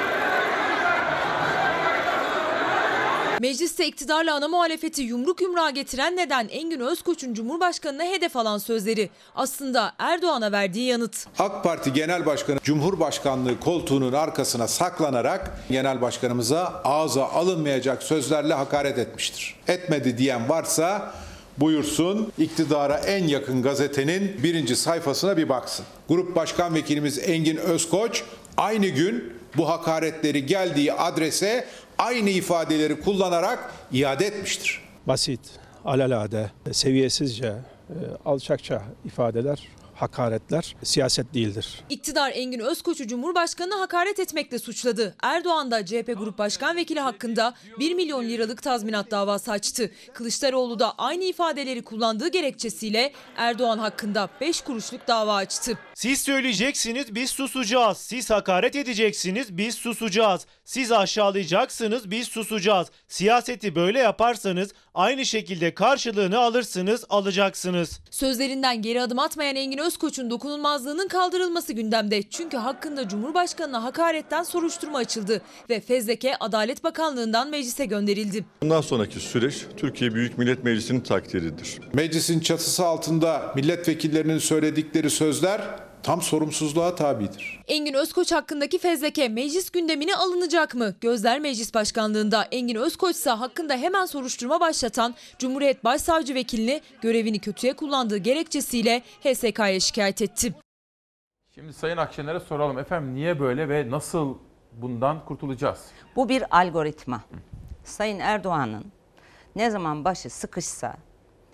Mecliste iktidarla ana muhalefeti yumruk yumruğa getiren neden Engin Özkoç'un Cumhurbaşkanı'na hedef alan sözleri. Aslında Erdoğan'a verdiği yanıt. AK Parti Genel Başkanı Cumhurbaşkanlığı koltuğunun arkasına saklanarak Genel Başkanımıza ağza alınmayacak sözlerle hakaret etmiştir. Etmedi diyen varsa buyursun iktidara en yakın gazetenin birinci sayfasına bir baksın. Grup Başkan Vekilimiz Engin Özkoç aynı gün bu hakaretleri geldiği adrese aynı ifadeleri kullanarak iade etmiştir. Basit, alelade, seviyesizce, alçakça ifadeler, hakaretler siyaset değildir. İktidar Engin Özkoç'u Cumhurbaşkanı'na hakaret etmekle suçladı. Erdoğan da C H P Grup Başkan Vekili hakkında bir milyon liralık tazminat davası açtı. Kılıçdaroğlu da aynı ifadeleri kullandığı gerekçesiyle Erdoğan hakkında beş kuruşluk dava açtı. Siz söyleyeceksiniz, biz susacağız. Siz hakaret edeceksiniz, biz susacağız. Siz aşağılayacaksınız, biz susacağız. Siyaseti böyle yaparsanız aynı şekilde karşılığını alırsınız, alacaksınız. Sözlerinden geri adım atmayan Engin Özkoç'un dokunulmazlığının kaldırılması gündemde. Çünkü hakkında Cumhurbaşkanı'na hakaretten soruşturma açıldı ve fezleke Adalet Bakanlığı'ndan meclise gönderildi. Bundan sonraki süreç Türkiye Büyük Millet Meclisi'nin takdiridir. Meclisin çatısı altında milletvekillerinin söyledikleri sözler tam sorumsuzluğa tabidir. Engin Özkoç hakkındaki fezleke meclis gündemine alınacak mı? Gözler Meclis Başkanlığı'nda. Engin Özkoç ise hakkında hemen soruşturma başlatan Cumhuriyet Başsavcı Vekilini görevini kötüye kullandığı gerekçesiyle H S K'ya şikayet etti. Şimdi Sayın Akşener'e soralım. Efendim niye böyle ve nasıl bundan kurtulacağız? Bu bir algoritma. Sayın Erdoğan'ın ne zaman başı sıkışsa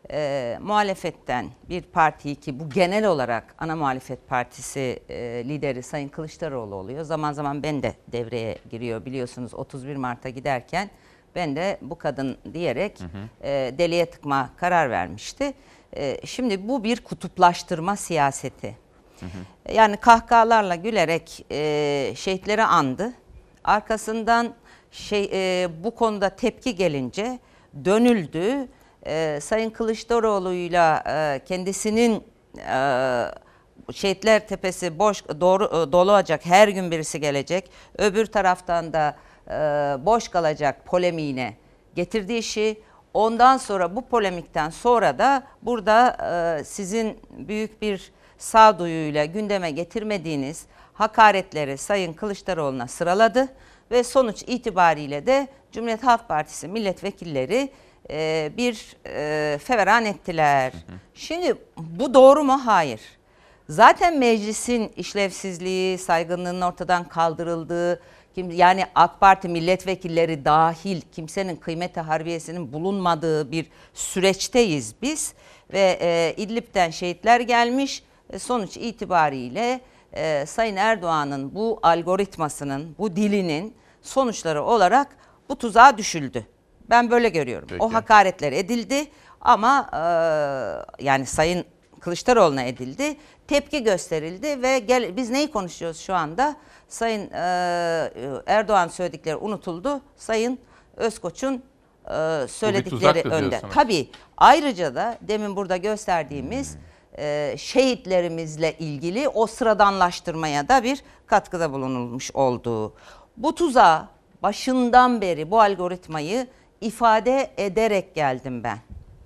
e, muhalefetten bir partiyi, ki bu genel olarak ana muhalefet partisi e, lideri Sayın Kılıçdaroğlu oluyor. Zaman zaman ben de devreye giriyor, biliyorsunuz otuz bir Mart'a giderken ben de bu kadın diyerek hı hı. E, deliye tıkma karar vermişti. E, şimdi bu bir kutuplaştırma siyaseti. Hı hı. Yani kahkahalarla gülerek e, şehitleri andı. Arkasından şey e, bu konuda tepki gelince dönüldü. E, Sayın Kılıçdaroğlu'yla e, kendisinin e, Şehitler Tepesi boş doğru dolu olacak, her gün birisi gelecek. Öbür taraftan da e, boş kalacak polemiğine getirdiği işi. Ondan sonra bu polemikten sonra da burada e, sizin büyük bir sağduyuyla gündeme getirmediğiniz hakaretleri Sayın Kılıçdaroğlu'na sıraladı ve sonuç itibariyle de Cumhuriyet Halk Partisi milletvekilleri e, bir e, feveran ettiler. Hı hı. Şimdi bu doğru mu? Hayır. Zaten meclisin işlevsizliği, saygınlığının ortadan kaldırıldığı, yani AK Parti milletvekilleri dahil kimsenin kıymeti harbiyesinin bulunmadığı bir süreçteyiz biz ve e, İdlib'den şehitler gelmiş. E, sonuç itibariyle e, Sayın Erdoğan'ın bu algoritmasının, bu dilinin sonuçları olarak bu tuzağa düşüldü. Ben böyle görüyorum. Peki. O hakaretler edildi ama e, yani Sayın Kılıçdaroğlu'na edildi. Tepki gösterildi ve gel, biz neyi konuşuyoruz şu anda? Sayın e, Erdoğan söyledikleri unutuldu. Sayın Özkoç'un e, söyledikleri önde. Tabii ayrıca da demin burada gösterdiğimiz hmm. e, şehitlerimizle ilgili o sıradanlaştırmaya da bir katkıda bulunulmuş olduğu. Bu tuzağa başından beri bu algoritmayı ifade ederek geldim ben.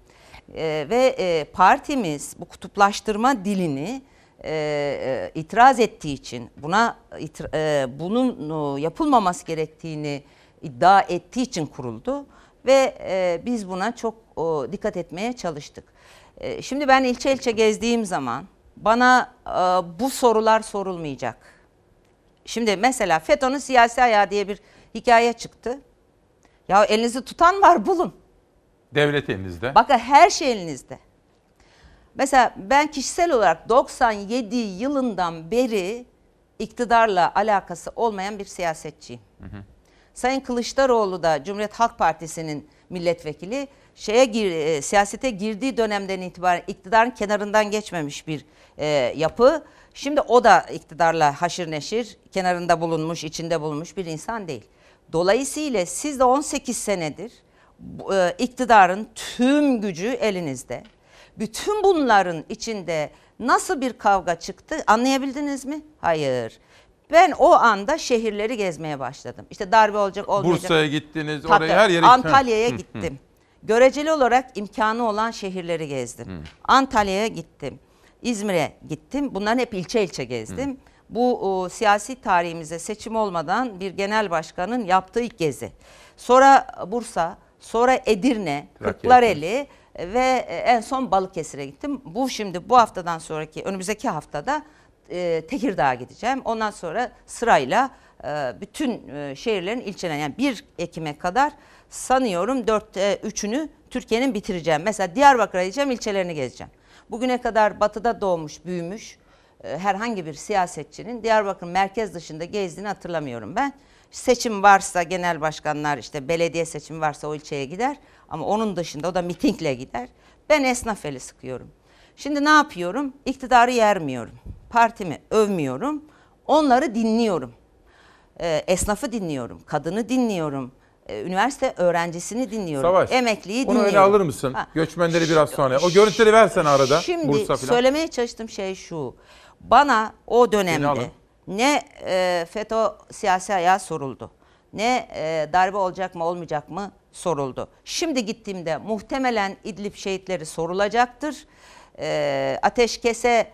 E, ve e, partimiz bu kutuplaştırma dilini e, e, itiraz ettiği için, buna e, bunun yapılmaması gerektiğini iddia ettiği için kuruldu ve e, biz buna çok o, dikkat etmeye çalıştık. E, şimdi ben ilçe ilçe gezdiğim zaman bana e, bu sorular sorulmayacak. Şimdi mesela FETÖ'nün siyasi ayağı diye bir hikaye çıktı. Ya elinizi tutan var, bulun. Devlet elinizde. Bakın her şey elinizde. Mesela ben kişisel olarak doksan yedi yılından beri iktidarla alakası olmayan bir siyasetçiyim. Hı hı. Sayın Kılıçdaroğlu da Cumhuriyet Halk Partisi'nin milletvekili, şeye gir, e, siyasete girdiği dönemden itibaren iktidarın kenarından geçmemiş bir e, yapı. Şimdi o da iktidarla haşır neşir kenarında bulunmuş, içinde bulunmuş bir insan değil. Dolayısıyla siz de on sekiz senedir e, iktidarın tüm gücü elinizde. Bütün bunların içinde nasıl bir kavga çıktı anlayabildiniz mi? Hayır. Ben o anda şehirleri gezmeye başladım. İşte darbe olacak, olmayacak. Bursa'ya gittiniz, Tabii, oraya her yere. Antalya'ya gittim. Göreceli olarak imkanı olan şehirleri gezdim. Hı. Antalya'ya gittim. İzmir'e gittim. Bunların hep ilçe ilçe gezdim. Hı. Bu o, siyasi tarihimizde seçim olmadan bir genel başkanın yaptığı ilk gezi. Sonra Bursa, sonra Edirne, Kırklareli ve en son Balıkesir'e gittim. Bu şimdi bu haftadan sonraki önümüzdeki haftada e, Tekirdağ'a gideceğim. Ondan sonra sırayla e, bütün e, şehirlerin ilçelerine, yani bir Ekim'e kadar sanıyorum dörtte üçünü Türkiye'nin bitireceğim. Mesela Diyarbakır'a gideceğim, ilçelerini gezeceğim. Bugüne kadar batıda doğmuş, büyümüş e, herhangi bir siyasetçinin Diyarbakır merkez dışında gezdiğini hatırlamıyorum ben. Seçim varsa genel başkanlar, işte belediye seçimi varsa o ilçeye gider. Ama onun dışında o da mitingle gider. Ben esnaf eli sıkıyorum. Şimdi ne yapıyorum? İktidarı yermiyorum. Partimi övmüyorum. Onları dinliyorum. Ee, esnafı dinliyorum. Kadını dinliyorum. Ee, üniversite öğrencisini dinliyorum. Savaş, emekliyi dinliyorum. Onu öyle alır mısın? Ha. Göçmenleri biraz sonra. O görüntüleri versen arada. Şimdi Bursa falan. Söylemeye çalıştığım şey şu. Bana o dönemde ne e, FETÖ siyasi ayağı soruldu. Ne e, darbe olacak mı olmayacak mı soruldu. Şimdi gittiğimde muhtemelen İdlib şehitleri sorulacaktır. E, ateşkese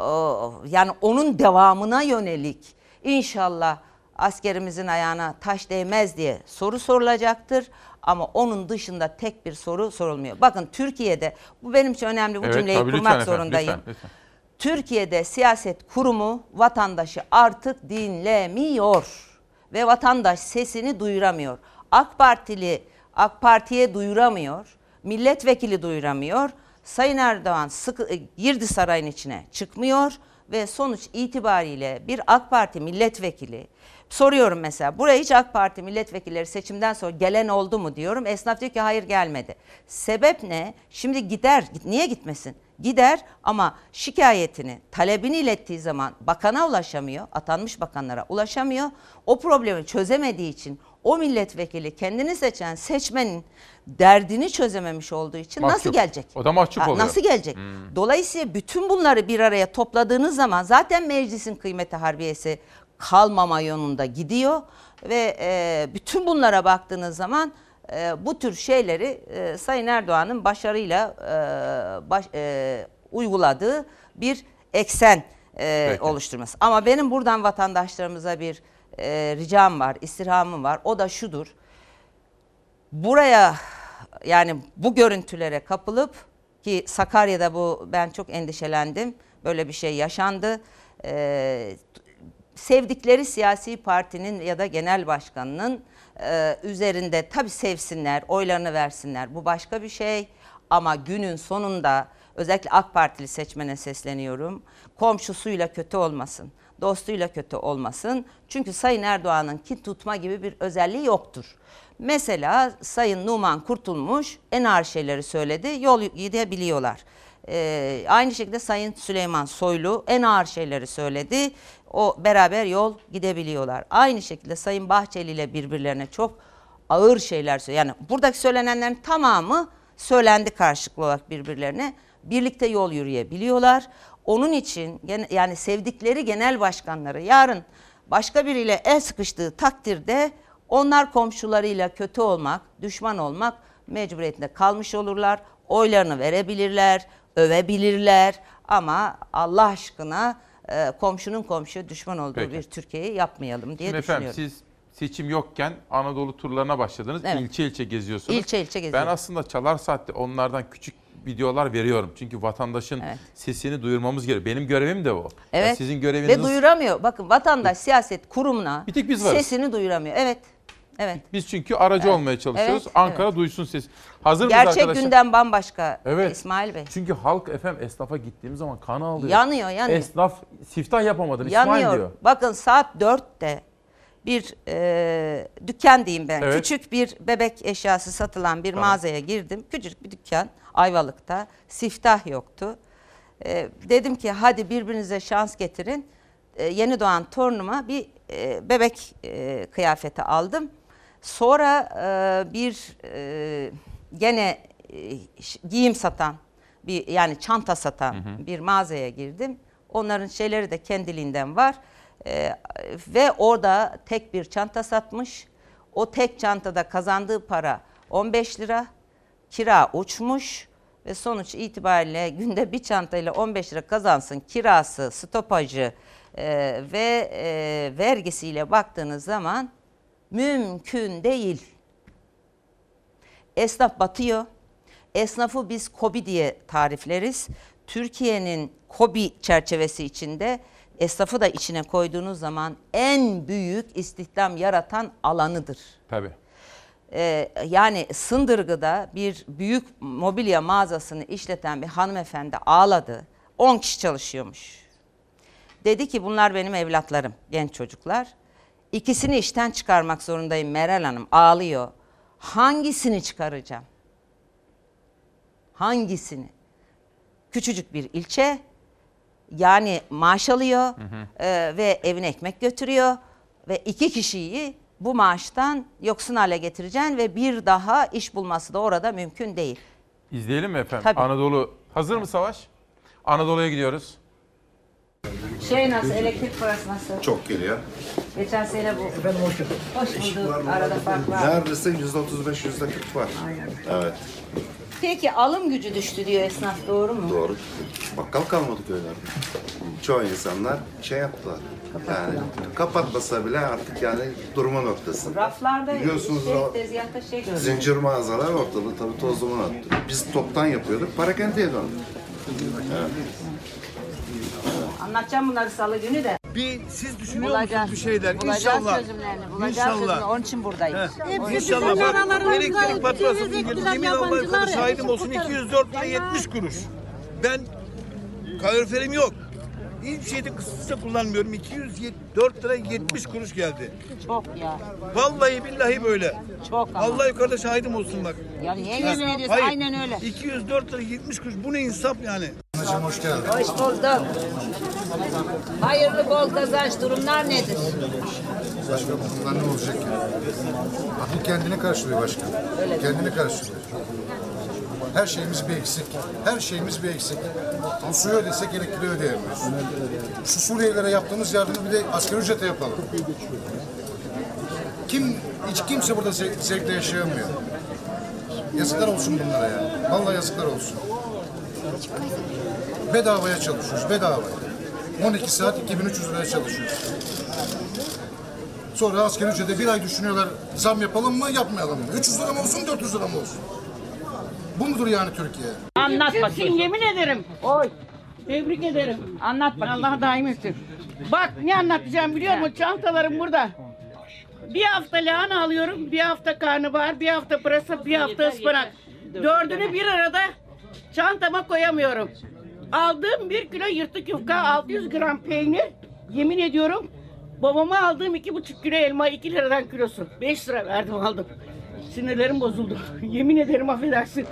o, yani onun devamına yönelik inşallah askerimizin ayağına taş değmez diye soru sorulacaktır. Ama onun dışında tek bir soru sorulmuyor. Bakın Türkiye'de, bu benim için önemli, bu evet, cümleyi kurmak lütfen zorundayım. Efendim, lütfen, lütfen. Türkiye'de siyaset kurumu vatandaşı artık dinlemiyor. Ve vatandaş sesini duyuramıyor. AK Partili AK Parti'ye duyuramıyor. Milletvekili duyuramıyor. Sayın Erdoğan sıkı, girdi sarayın içine, çıkmıyor ve sonuç itibariyle bir AK Parti milletvekili, soruyorum mesela, buraya hiç AK Parti milletvekilleri seçimden sonra gelen oldu mu diyorum. Esnaf diyor ki hayır gelmedi. Sebep ne? Şimdi gider, niye gitmesin? Gider ama şikayetini, talebini ilettiği zaman bakana ulaşamıyor, atanmış bakanlara ulaşamıyor. O problemi çözemediği için o milletvekili kendini seçen seçmenin derdini çözememiş olduğu için Mahcup. nasıl gelecek? O da mahcup Ha, oluyor. Nasıl gelecek? Hmm. Dolayısıyla bütün bunları bir araya topladığınız zaman zaten meclisin kıymeti harbiyesi kalmama yolunda gidiyor ve e, bütün bunlara baktığınız zaman e, bu tür şeyleri e, Sayın Erdoğan'ın başarıyla e, baş, e, uyguladığı bir eksen e, oluşturması. Ama benim buradan vatandaşlarımıza bir e, ricam var, istirhamım var. O da şudur. Buraya yani bu görüntülere kapılıp, ki Sakarya'da bu ben çok endişelendim. Böyle bir şey yaşandı. Ee, sevdikleri siyasi partinin ya da genel başkanının e, üzerinde tabii sevsinler, oylarını versinler. Bu başka bir şey. Ama günün sonunda özellikle AK Partili seçmene sesleniyorum. Komşusuyla kötü olmasın, dostuyla kötü olmasın. Çünkü Sayın Erdoğan'ın kin tutma gibi bir özelliği yoktur. Mesela Sayın Numan Kurtulmuş en ağır şeyleri söyledi, yol gidebiliyorlar. Ee, aynı şekilde Sayın Süleyman Soylu en ağır şeyleri söyledi, o beraber yol gidebiliyorlar. Aynı şekilde Sayın Bahçeli ile birbirlerine çok ağır şeyler söyledi. Yani buradaki söylenenlerin tamamı söylendi karşılıklı olarak birbirlerine. Birlikte yol yürüyebiliyorlar. Onun için yani sevdikleri genel başkanları yarın başka biriyle el sıkıştığı takdirde onlar komşularıyla kötü olmak, düşman olmak mecburiyetinde kalmış olurlar. Oylarını verebilirler, övebilirler ama Allah aşkına e, komşunun komşu düşman olduğu Peki. bir Türkiye'yi yapmayalım diye Şimdi düşünüyorum. efendim siz seçim yokken Anadolu turlarına başladınız. Evet. İlçe ilçe geziyorsunuz. İlçe ilçe geziyorum. Ben aslında Çalar Saat'te onlardan küçük videolar veriyorum. Çünkü vatandaşın Evet. sesini duyurmamız gerekiyor. Benim görevim de o. Evet. Ya sizin göreviniz... Ve duyuramıyor. Bakın vatandaş siyaset kurumuna Bir tek biz varız. sesini duyuramıyor. Evet. Evet. Biz çünkü aracı Evet. olmaya çalışıyoruz. Evet, Ankara evet. duysun sesi. Hazır mıyız Gerçek arkadaşlar? gündem bambaşka Evet. İsmail Bey. Çünkü halk efendim esnafa gittiğimiz zaman kan ağlıyor. Yanıyor, yanıyor. Esnaf siftah yapamadım İsmail Yanıyor. diyor. Bakın saat dörtte bir e, dükkan diyeyim ben. Evet. Küçük bir bebek eşyası satılan bir Tamam. mağazaya girdim. Küçük bir dükkan Ayvalık'ta. Siftah yoktu. E, dedim ki hadi birbirinize şans getirin. E, yeni doğan torunuma bir e, bebek e, kıyafeti aldım. Sonra e, bir e, gene e, giyim satan bir yani çanta satan Hı hı. bir mağazaya girdim. Onların şeyleri de kendiliğinden var. Ee, ve orada tek bir çanta satmış. O tek çantada kazandığı para on beş lira. Kira uçmuş ve sonuç itibariyle günde bir çantayla on beş lira kazansın. Kirası, stopajı e, ve e, vergisiyle baktığınız zaman mümkün değil. Esnaf batıyor. Esnafı biz KOBİ diye tarifleriz. Türkiye'nin KOBİ çerçevesi içinde esnafı da içine koyduğunuz zaman en büyük istihdam yaratan alanıdır. Tabii. Ee, yani Sındırgı'da bir büyük mobilya mağazasını işleten bir hanımefendi ağladı. on kişi çalışıyormuş. Dedi ki bunlar benim evlatlarım, genç çocuklar. İkisini işten çıkarmak zorundayım Meral Hanım, ağlıyor. Hangisini çıkaracağım? Hangisini? Küçücük bir ilçe, yani maaş alıyor Hı hı. e, ve evine ekmek götürüyor ve iki kişiyi bu maaştan yoksun hale getireceksin ve bir daha iş bulması da orada mümkün değil. İzleyelim mi efendim? Tabii. Anadolu. Hazır mı Savaş? Anadolu'ya gidiyoruz. Şey nasıl, elektrik parası nasıl? Çok geliyor. Geçen sene bu. Efendim hoş geldin. Hoş bulduk. Arada fark var. Neredeyse yüzde otuz beş, yüzde kırk var. Evet. Peki alım gücü düştü diyor esnaf, doğru mu? Doğru. Bakkal kalmadı köylerde. Çoğu insanlar şey yaptılar. Yani kapatmasa bile artık yani durma noktası. Raflarda Biliyorsunuz şey, o tezgahta şey gördüm. zincir mağazalar ortalığı tabii toz duman attı. Biz toptan yapıyorduk, parakendeye döndük. Evet. Anlatacağım bunları salı günü de. bir siz düşünüyor musunuz Bulacağız. bir şeyler? Bulacağız İnşallah. çözümlerini. Bulacağız İnşallah. çözümlerini. Onun için buradayız. He. İnşallah bak elektrik faturası bugün yemin Allah yukarı şahidim olsun iki yüz dört lira yetmiş kuruş. Ben kaloriferim yok. Hiçbir şeyde kısıtsa kullanmıyorum. iki yüz dört lira yetmiş kuruş geldi. Çok ya. Vallahi billahi böyle. Çok ama. Allah yukarıda şahidim olsun bak. Ya niye Ha, yemin ediyorsun? hayır. Aynen öyle. iki yüz dört lira yetmiş kuruş. Bu ne insaf yani? Anacığım hoş geldin. Hoş bulduk. Hayırlı bol kazanç durumlar nedir? Başkanım bunlar ne olacak ya? Bu kendini karşılıyor başkanım. Kendini karşılıyor. Her şeyimiz bir eksik. Her şeyimiz bir eksik. Bu suyu ödesek elektriği ödeyemiyoruz. Şu Suriyelilere yaptığımız yardımı bir de asgari ücrete yapalım. Kim, hiç kimse burada zevk, zevkle yaşayamıyor. Yazıklar olsun bunlara ya. Vallahi yazıklar olsun. Bedavaya çalışıyoruz, bedavaya. on iki saat iki bin üç yüz liraya çalışıyoruz. Sonra asgari ücrete bir ay düşünüyorlar, zam yapalım mı, yapmayalım mı? üç yüz lira mı olsun, dört yüz lira mı olsun? Bu mudur yani Türkiye? Anlat bakayım. Yemin ederim. Oy. Tebrik ederim. Anlat bakayım. Allah daim etsin. Bak ne anlatacağım biliyor musun? Çantalarım burada. Bir hafta lahana alıyorum, bir hafta karnabahar, bir hafta pırasa, bir hafta ıspanak. Dördünü bir arada çantama koyamıyorum. Aldığım bir kilo yırtık yufka, altı yüz gram peynir, yemin ediyorum babama aldığım iki buçuk kilo elma iki liradan kilosu. Beş lira verdim aldım. Sinirlerim bozuldu. Yemin ederim affedersin.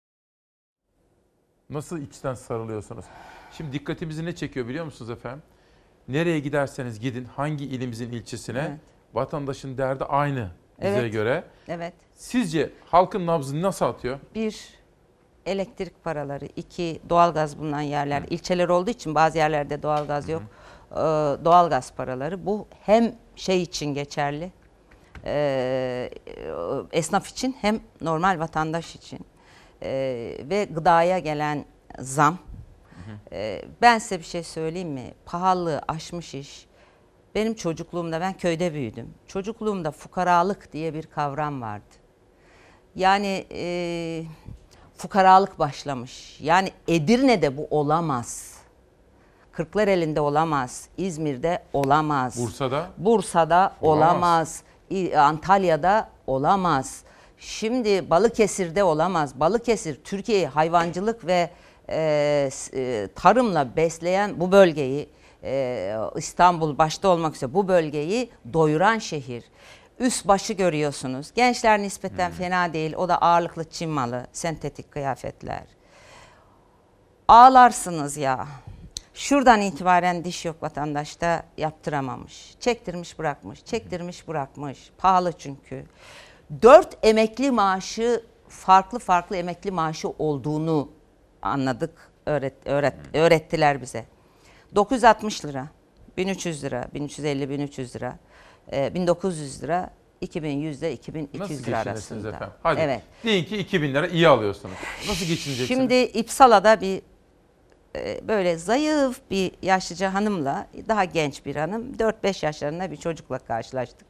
Nasıl içten sarılıyorsunuz? Şimdi dikkatimizi ne çekiyor biliyor musunuz efendim? Nereye giderseniz gidin, hangi ilimizin ilçesine, evet, vatandaşın derdi aynı bize Evet. göre. Evet. Sizce halkın nabzını nasıl atıyor? Bir, elektrik paraları. İki, doğalgaz bulunan yerler. Hı. İlçeler olduğu için bazı yerlerde doğalgaz yok. Ee, doğalgaz paraları. Bu hem şey için geçerli, e, esnaf için hem normal vatandaş için. E, ve gıdaya gelen zam. Hı hı. E, ben size bir şey söyleyeyim mi? Pahalılığı aşmış iş. Benim çocukluğumda, ben köyde büyüdüm. Çocukluğumda fukaralık diye bir kavram vardı. Yani e, fukaralık başlamış. Yani Edirne'de bu olamaz. Kırklareli'nde olamaz. İzmir'de olamaz. Bursa'da? Bursa'da olamaz. olamaz. Antalya'da olamaz. Şimdi Balıkesir'de olamaz. Balıkesir Türkiye'yi hayvancılık ve e, e, tarımla besleyen bu bölgeyi, e, İstanbul başta olmak üzere bu bölgeyi doyuran şehir. Üst başı görüyorsunuz. Gençler nispeten hmm. fena değil. O da ağırlıklı Çin malı, sentetik kıyafetler. Ağlarsınız ya. Şuradan itibaren diş yok vatandaşta, yaptıramamış. Çektirmiş bırakmış, çektirmiş bırakmış. Pahalı çünkü. Dört emekli maaşı, farklı farklı emekli maaşı olduğunu anladık, öğret, öğret, öğrettiler bize. dokuz yüz altmış lira, bin üç yüz lira, bin üç yüz elli, bin üç yüz lira, bin dokuz yüz lira, iki bin yüz ile iki bin iki yüz lira arasında. Efendim? Hadi evet. Deyin ki iki bin lira iyi alıyorsunuz. Nasıl geçineceksiniz? Şimdi İpsala'da bir böyle zayıf bir yaşlıca hanımla, daha genç bir hanım, dört beş yaşlarında bir çocukla karşılaştık.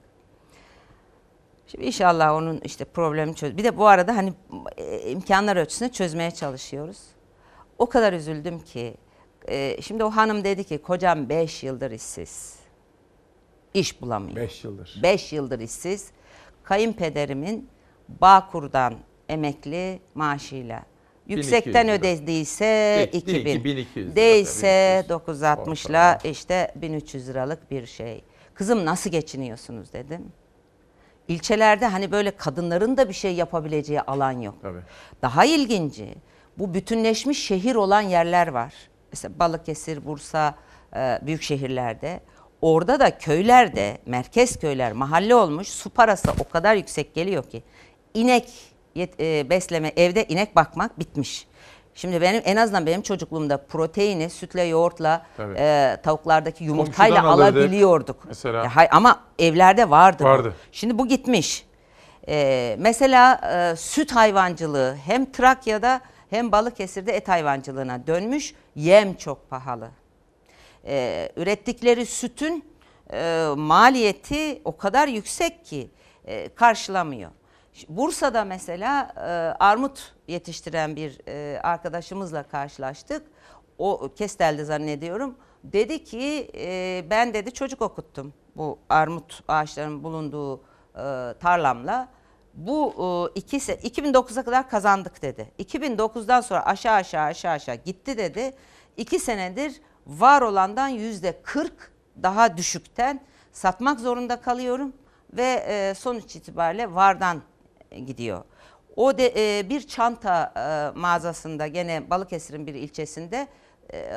Şimdi inşallah onun işte problemi çöz. Bir de bu arada hani imkanlar ölçüsünde çözmeye çalışıyoruz. O kadar üzüldüm ki. E, şimdi o hanım dedi ki kocam beş yıldır işsiz. İş bulamıyor. beş yıldır. beş yıldır işsiz. Kayınpederimin Bağkur'dan emekli maaşıyla. Yüksekten ödediyse iki bin. Değilse dokuz yüz altmışla işte bin üç yüz liralık bir şey. Kızım nasıl geçiniyorsunuz dedim. İlçelerde hani böyle kadınların da bir şey yapabileceği alan yok. Tabii. Daha ilginci, bu bütünleşmiş şehir olan yerler var. Mesela Balıkesir, Bursa, büyük şehirlerde. Orada da köylerde, merkez köyler, mahalle olmuş, su parası o kadar yüksek geliyor ki. İnek besleme, evde inek bakmak bitmiş. Şimdi benim en azından benim çocukluğumda proteini sütle, yoğurtla, e, tavuklardaki yumurtayla alabiliyorduk. Mesela. E, hay, ama evlerde vardı. vardı. Bu. Şimdi bu gitmiş. E, mesela e, süt hayvancılığı hem Trakya'da hem Balıkesir'de et hayvancılığına dönmüş. Yem çok pahalı. E, ürettikleri sütün e, maliyeti o kadar yüksek ki e, karşılamıyor. Bursa'da mesela e, armut yetiştiren bir e, arkadaşımızla karşılaştık. O Kestel'de zannediyorum. Dedi ki e, ben dedi çocuk okuttum bu armut ağaçlarının bulunduğu e, tarlamla. Bu e, iki, iki bin dokuza kadar kazandık dedi. iki bin dokuzdan sonra aşağı aşağı aşağı aşağı gitti dedi. İki senedir var olandan yüzde kırk daha düşükten satmak zorunda kalıyorum ve e, sonuç itibariyle vardan gidiyor. O de, e, bir çanta e, mağazasında gene Balıkesir'in bir ilçesinde e,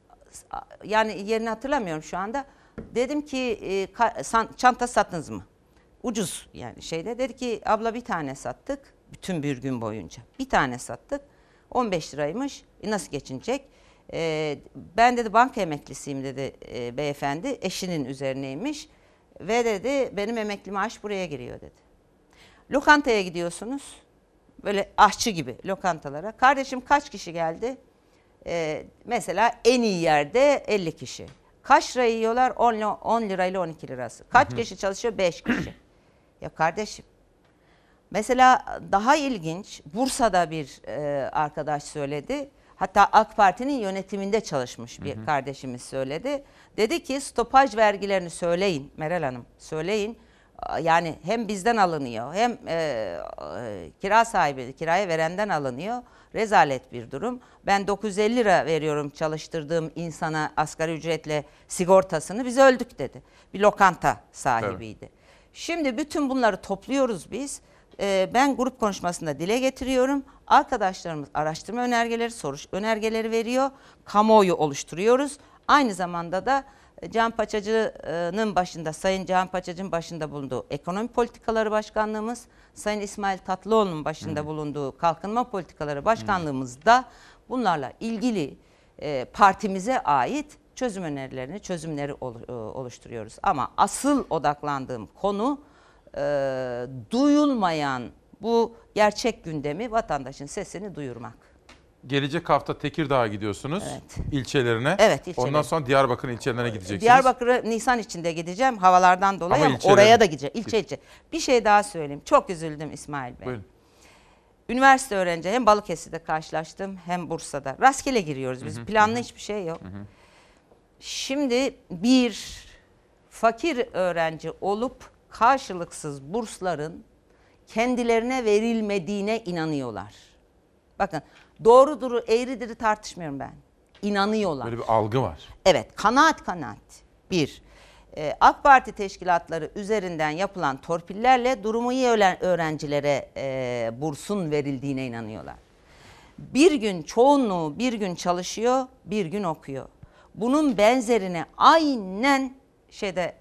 yani yerini hatırlamıyorum şu anda. Dedim ki e, ka, san, çanta sattınız mı? Ucuz yani şeyde. Dedi ki abla bir tane sattık bütün bir gün boyunca. Bir tane sattık. on beş liraymış. E, nasıl geçinecek? E, ben dedi banka emeklisiyim dedi e, beyefendi. Eşinin üzerineymiş. Ve dedi benim emekli maaş buraya giriyor dedi. Lokantaya gidiyorsunuz. Böyle aşçı gibi lokantalara. Kardeşim kaç kişi geldi? Ee, mesela en iyi yerde elli kişi. Kaç lira yiyorlar? on lirayla on iki lirası. Kaç hı hı. kişi çalışıyor? beş kişi. Ya kardeşim. Mesela daha ilginç Bursa'da bir e, arkadaş söyledi. Hatta AK Parti'nin yönetiminde çalışmış bir hı hı. kardeşimiz söyledi. Dedi ki stopaj vergilerini söyleyin Meral Hanım söyleyin. Yani hem bizden alınıyor hem e, e, kira sahibi, kiraya verenden alınıyor. Rezalet bir durum. Ben dokuz yüz elli lira veriyorum çalıştırdığım insana asgari ücretle sigortasını. Biz öldük dedi. Bir lokanta sahibiydi. Evet. Şimdi bütün bunları topluyoruz biz. E, ben grup konuşmasında dile getiriyorum. Arkadaşlarımız araştırma önergeleri, soruş önergeleri veriyor. Kamuoyu oluşturuyoruz. Aynı zamanda da Can Paçacı'nın başında, Sayın Can Paçacı'nın başında bulunduğu Ekonomi Politikaları Başkanlığımız, Sayın İsmail Tatlıoğlu'nun başında hmm. bulunduğu Kalkınma Politikaları Başkanlığımızda hmm. bunlarla ilgili e, partimize ait çözüm önerilerini, çözümleri oluşturuyoruz. Ama asıl odaklandığım konu e, duyulmayan bu gerçek gündemi, vatandaşın sesini duyurmak. Gelecek hafta Tekirdağ'a gidiyorsunuz, evet. ilçelerine. Evet, ilçelerine. Ondan sonra Diyarbakır ilçelerine gideceksiniz. Diyarbakır'a Nisan içinde gideceğim havalardan dolayı ama, ama oraya da gideceğim. İlçe ilçe. Bir şey daha söyleyeyim. Çok üzüldüm İsmail Bey. Buyurun. Üniversite öğrenci hem Balıkesir'de karşılaştım hem Bursa'da. Rastgele giriyoruz biz. Hı hı, Planlı hı. hiçbir şey yok. Hı hı. Şimdi bir fakir öğrenci olup karşılıksız bursların kendilerine verilmediğine inanıyorlar. Bakın doğrudur, eğridir tartışmıyorum ben. İnanıyorlar. Böyle bir algı var. Evet, kanaat kanaat. Bir, e, AK Parti teşkilatları üzerinden yapılan torpillerle durumu iyi öğrencilere e, bursun verildiğine inanıyorlar. Bir gün çoğunluğu bir gün çalışıyor, bir gün okuyor. Bunun benzerini aynen şeyde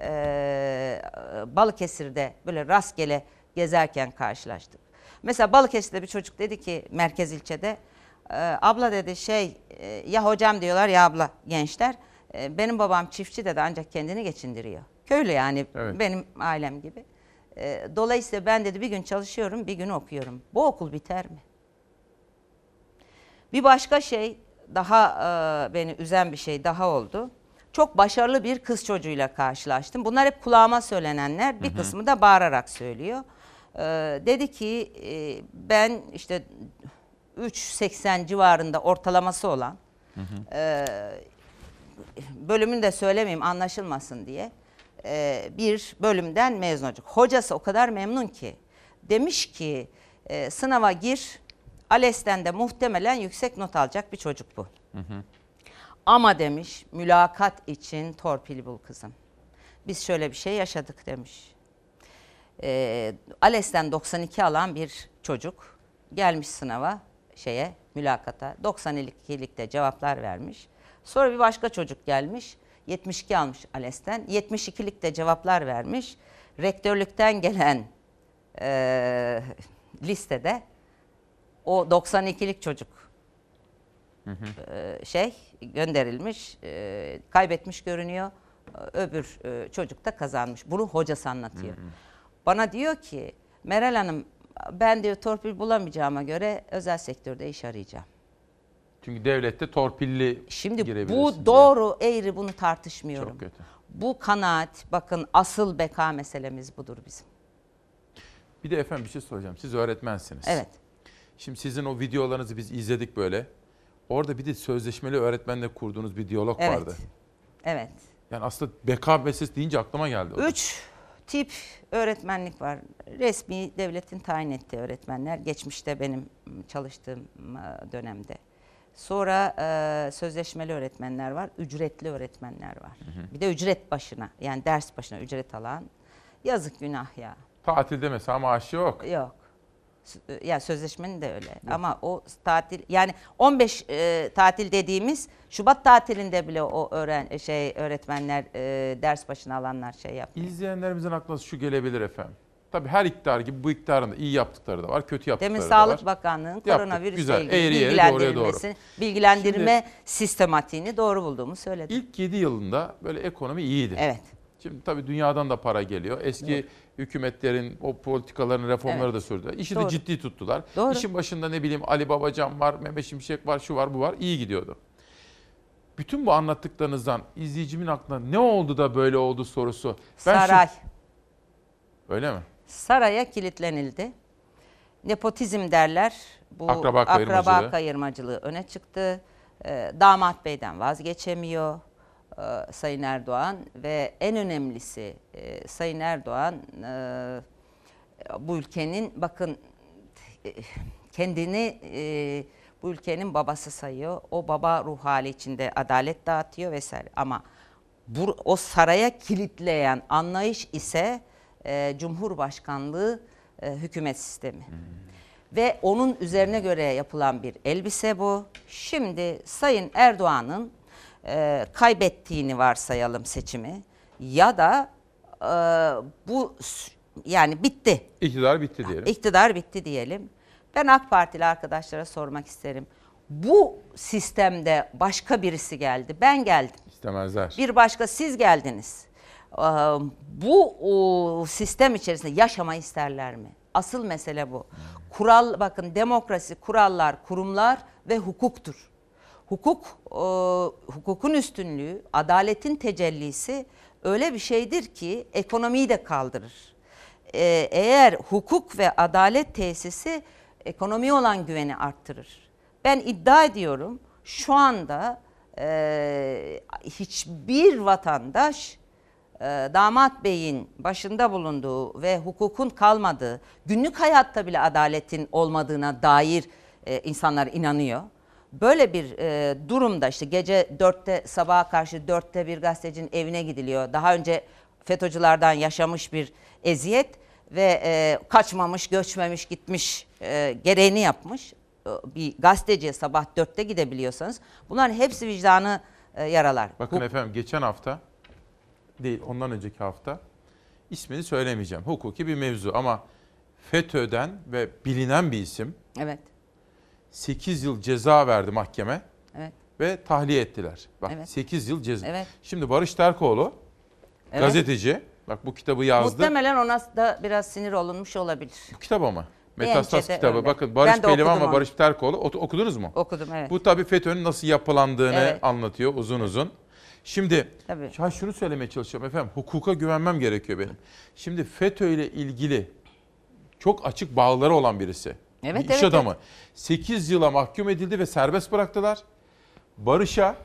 e, Balıkesir'de böyle rastgele gezerken karşılaştık. Mesela Balıkesir'de bir çocuk dedi ki merkez ilçede e, abla dedi şey e, ya hocam diyorlar ya abla gençler e, benim babam çiftçi dedi ancak kendini geçindiriyor. Köylü yani evet. benim ailem gibi. E, dolayısıyla ben dedi bir gün çalışıyorum bir gün okuyorum. Bu okul biter mi? Bir başka şey daha e, beni üzen bir şey daha oldu. Çok başarılı bir kız çocuğuyla karşılaştım. Bunlar hep kulağıma söylenenler, bir hı hı. kısmı da bağırarak söylüyor. Ee, dedi ki e, ben işte üç seksen civarında ortalaması olan hı hı. E, bölümünü de söylemeyeyim anlaşılmasın diye e, bir bölümden mezun olacak. Hocası o kadar memnun ki demiş ki e, sınava gir, ALES'ten de muhtemelen yüksek not alacak bir çocuk bu. Hı hı. Ama demiş mülakat için torpil bul kızım. Biz şöyle bir şey yaşadık demiş. E, ALES'ten doksan iki alan bir çocuk gelmiş sınava şeye mülakata doksan ikilikte cevaplar vermiş. Sonra bir başka çocuk gelmiş yetmiş iki almış ALES'ten yetmiş ikilikte cevaplar vermiş. Rektörlükten gelen e, listede o doksan ikilik çocuk hı hı. E, şey gönderilmiş e, kaybetmiş görünüyor. Öbür e, çocuk da kazanmış. Bunu hocası anlatıyor. Hı hı. Bana diyor ki Meral Hanım ben diyor torpil bulamayacağıma göre özel sektörde iş arayacağım. Çünkü devlette torpilli Şimdi bu doğru diye. Eğri bunu tartışmıyorum. Çok kötü. Bu kanaat bakın asıl beka meselemiz budur bizim. Bir de efendim bir şey soracağım. Siz öğretmensiniz. Evet. Şimdi sizin o videolarınızı biz izledik böyle. Orada bir de sözleşmeli öğretmenle kurduğunuz bir diyalog evet. vardı. Evet. Yani aslında beka meselesi deyince aklıma geldi. Üç tip öğretmenlik var. Resmi devletin tayin ettiği öğretmenler. Geçmişte benim çalıştığım dönemde. Sonra e, sözleşmeli öğretmenler var. Ücretli öğretmenler var. Hı hı. Bir de ücret başına, yani ders başına ücret alan. Yazık, günah ya. Tatilde mesela maaşı yok. Yok. Ya sözleşmenin de öyle. Yok. Ama o tatil, yani on beş e, tatil dediğimiz Şubat tatilinde bile o öğren şey öğretmenler e, ders başına alanlar şey yapıyor. İzleyenlerimizin aklına şu gelebilir efendim. Tabii her iktidar gibi bu iktidarın da iyi yaptıkları da var, kötü yaptıkları Demin da var. Sağlık Bakanlığı'nın koronavirüsle ilgili Eğri eğri, bilgilendirmesini, doğruya doğru. bilgilendirme Şimdi, sistematiğini doğru bulduğumu söyledim. İlk yedi yılında böyle ekonomi iyiydi. Evet. Şimdi tabii dünyadan da para geliyor. Eski evet. hükümetlerin o politikaların reformları evet. da sürdüler. İşi doğru. de ciddi tuttular. Doğru. İşin başında ne bileyim Ali Babacan var, Mehmet Şimşek var, şu var, bu var. İyi gidiyordu. Bütün bu anlattıklarınızdan izleyicimin aklına ne oldu da böyle oldu sorusu. Ben Saray. Şu... Öyle mi? Saraya kilitlenildi. Nepotizm derler. Bu akraba, akraba kayırmacılığı. kayırmacılığı öne çıktı. Ee, damat beyden vazgeçemiyor e, Sayın Erdoğan ve en önemlisi e, Sayın Erdoğan e, bu ülkenin bakın e, kendini e, bu ülkenin babası sayıyor. O baba ruh hali içinde adalet dağıtıyor vesaire. Ama bu, o saraya kilitleyen anlayış ise e, Cumhurbaşkanlığı e, hükümet sistemi. Hmm. Ve onun üzerine göre yapılan bir elbise bu. Şimdi Sayın Erdoğan'ın e, kaybettiğini varsayalım seçimi ya da e, bu yani bitti. İktidar bitti diyelim. İktidar bitti diyelim. Ben AK Partili arkadaşlara sormak isterim. Bu sistemde başka birisi geldi. Ben geldim. İstemezler. Bir başka siz geldiniz. Ee, bu o, sistem içerisinde yaşamayı isterler mi? Asıl mesele bu. Kural, bakın demokrasi, kurallar, kurumlar ve hukuktur. Hukuk, e, hukukun üstünlüğü, adaletin tecellisi öyle bir şeydir ki ekonomiyi de kaldırır. Ee, eğer hukuk ve adalet tesisi ekonomiye olan güveni arttırır. Ben iddia ediyorum şu anda e, hiçbir vatandaş e, damat beyin başında bulunduğu ve hukukun kalmadığı, günlük hayatta bile adaletin olmadığına dair e, insanlar inanıyor. Böyle bir e, durumda işte gece dörtte sabaha karşı dörtte bir gazetecinin evine gidiliyor. Daha önce FETÖ'cülerden yaşamış bir eziyet ve e, kaçmamış, göçmemiş, gitmiş, e, gereğini yapmış. E, bir gazeteciye sabah dörtte gidebiliyorsanız bunların hepsi vicdanı e, yaralar. Bakın Huk- efendim geçen hafta değil ondan önceki hafta ismini söylemeyeceğim. Hukuki bir mevzu ama FETÖ'den ve bilinen bir isim. Evet. sekiz yıl ceza verdi mahkeme. Evet. Ve tahliye ettiler. Bak evet. sekiz yıl ceza. Evet. Şimdi Barış Terkoğlu evet. gazeteci. Bak bu kitabı yazdı. Muhtemelen ona da biraz sinir olunmuş olabilir. Bu kitap ama. Metastas kitabı. Öyle. Bakın Barış Pehlivan ve Barış Terkoğlu okudunuz mu? Okudum evet. Bu tabii FETÖ'nün nasıl yapılandığını evet. anlatıyor uzun uzun. Şimdi tabii. Ya şunu söylemeye çalışıyorum efendim. Hukuka güvenmem gerekiyor benim. Şimdi FETÖ ile ilgili çok açık bağları olan birisi. Evet, bir evet, iş adamı. Evet. sekiz yıla mahkum edildi ve serbest bıraktılar. Barış'a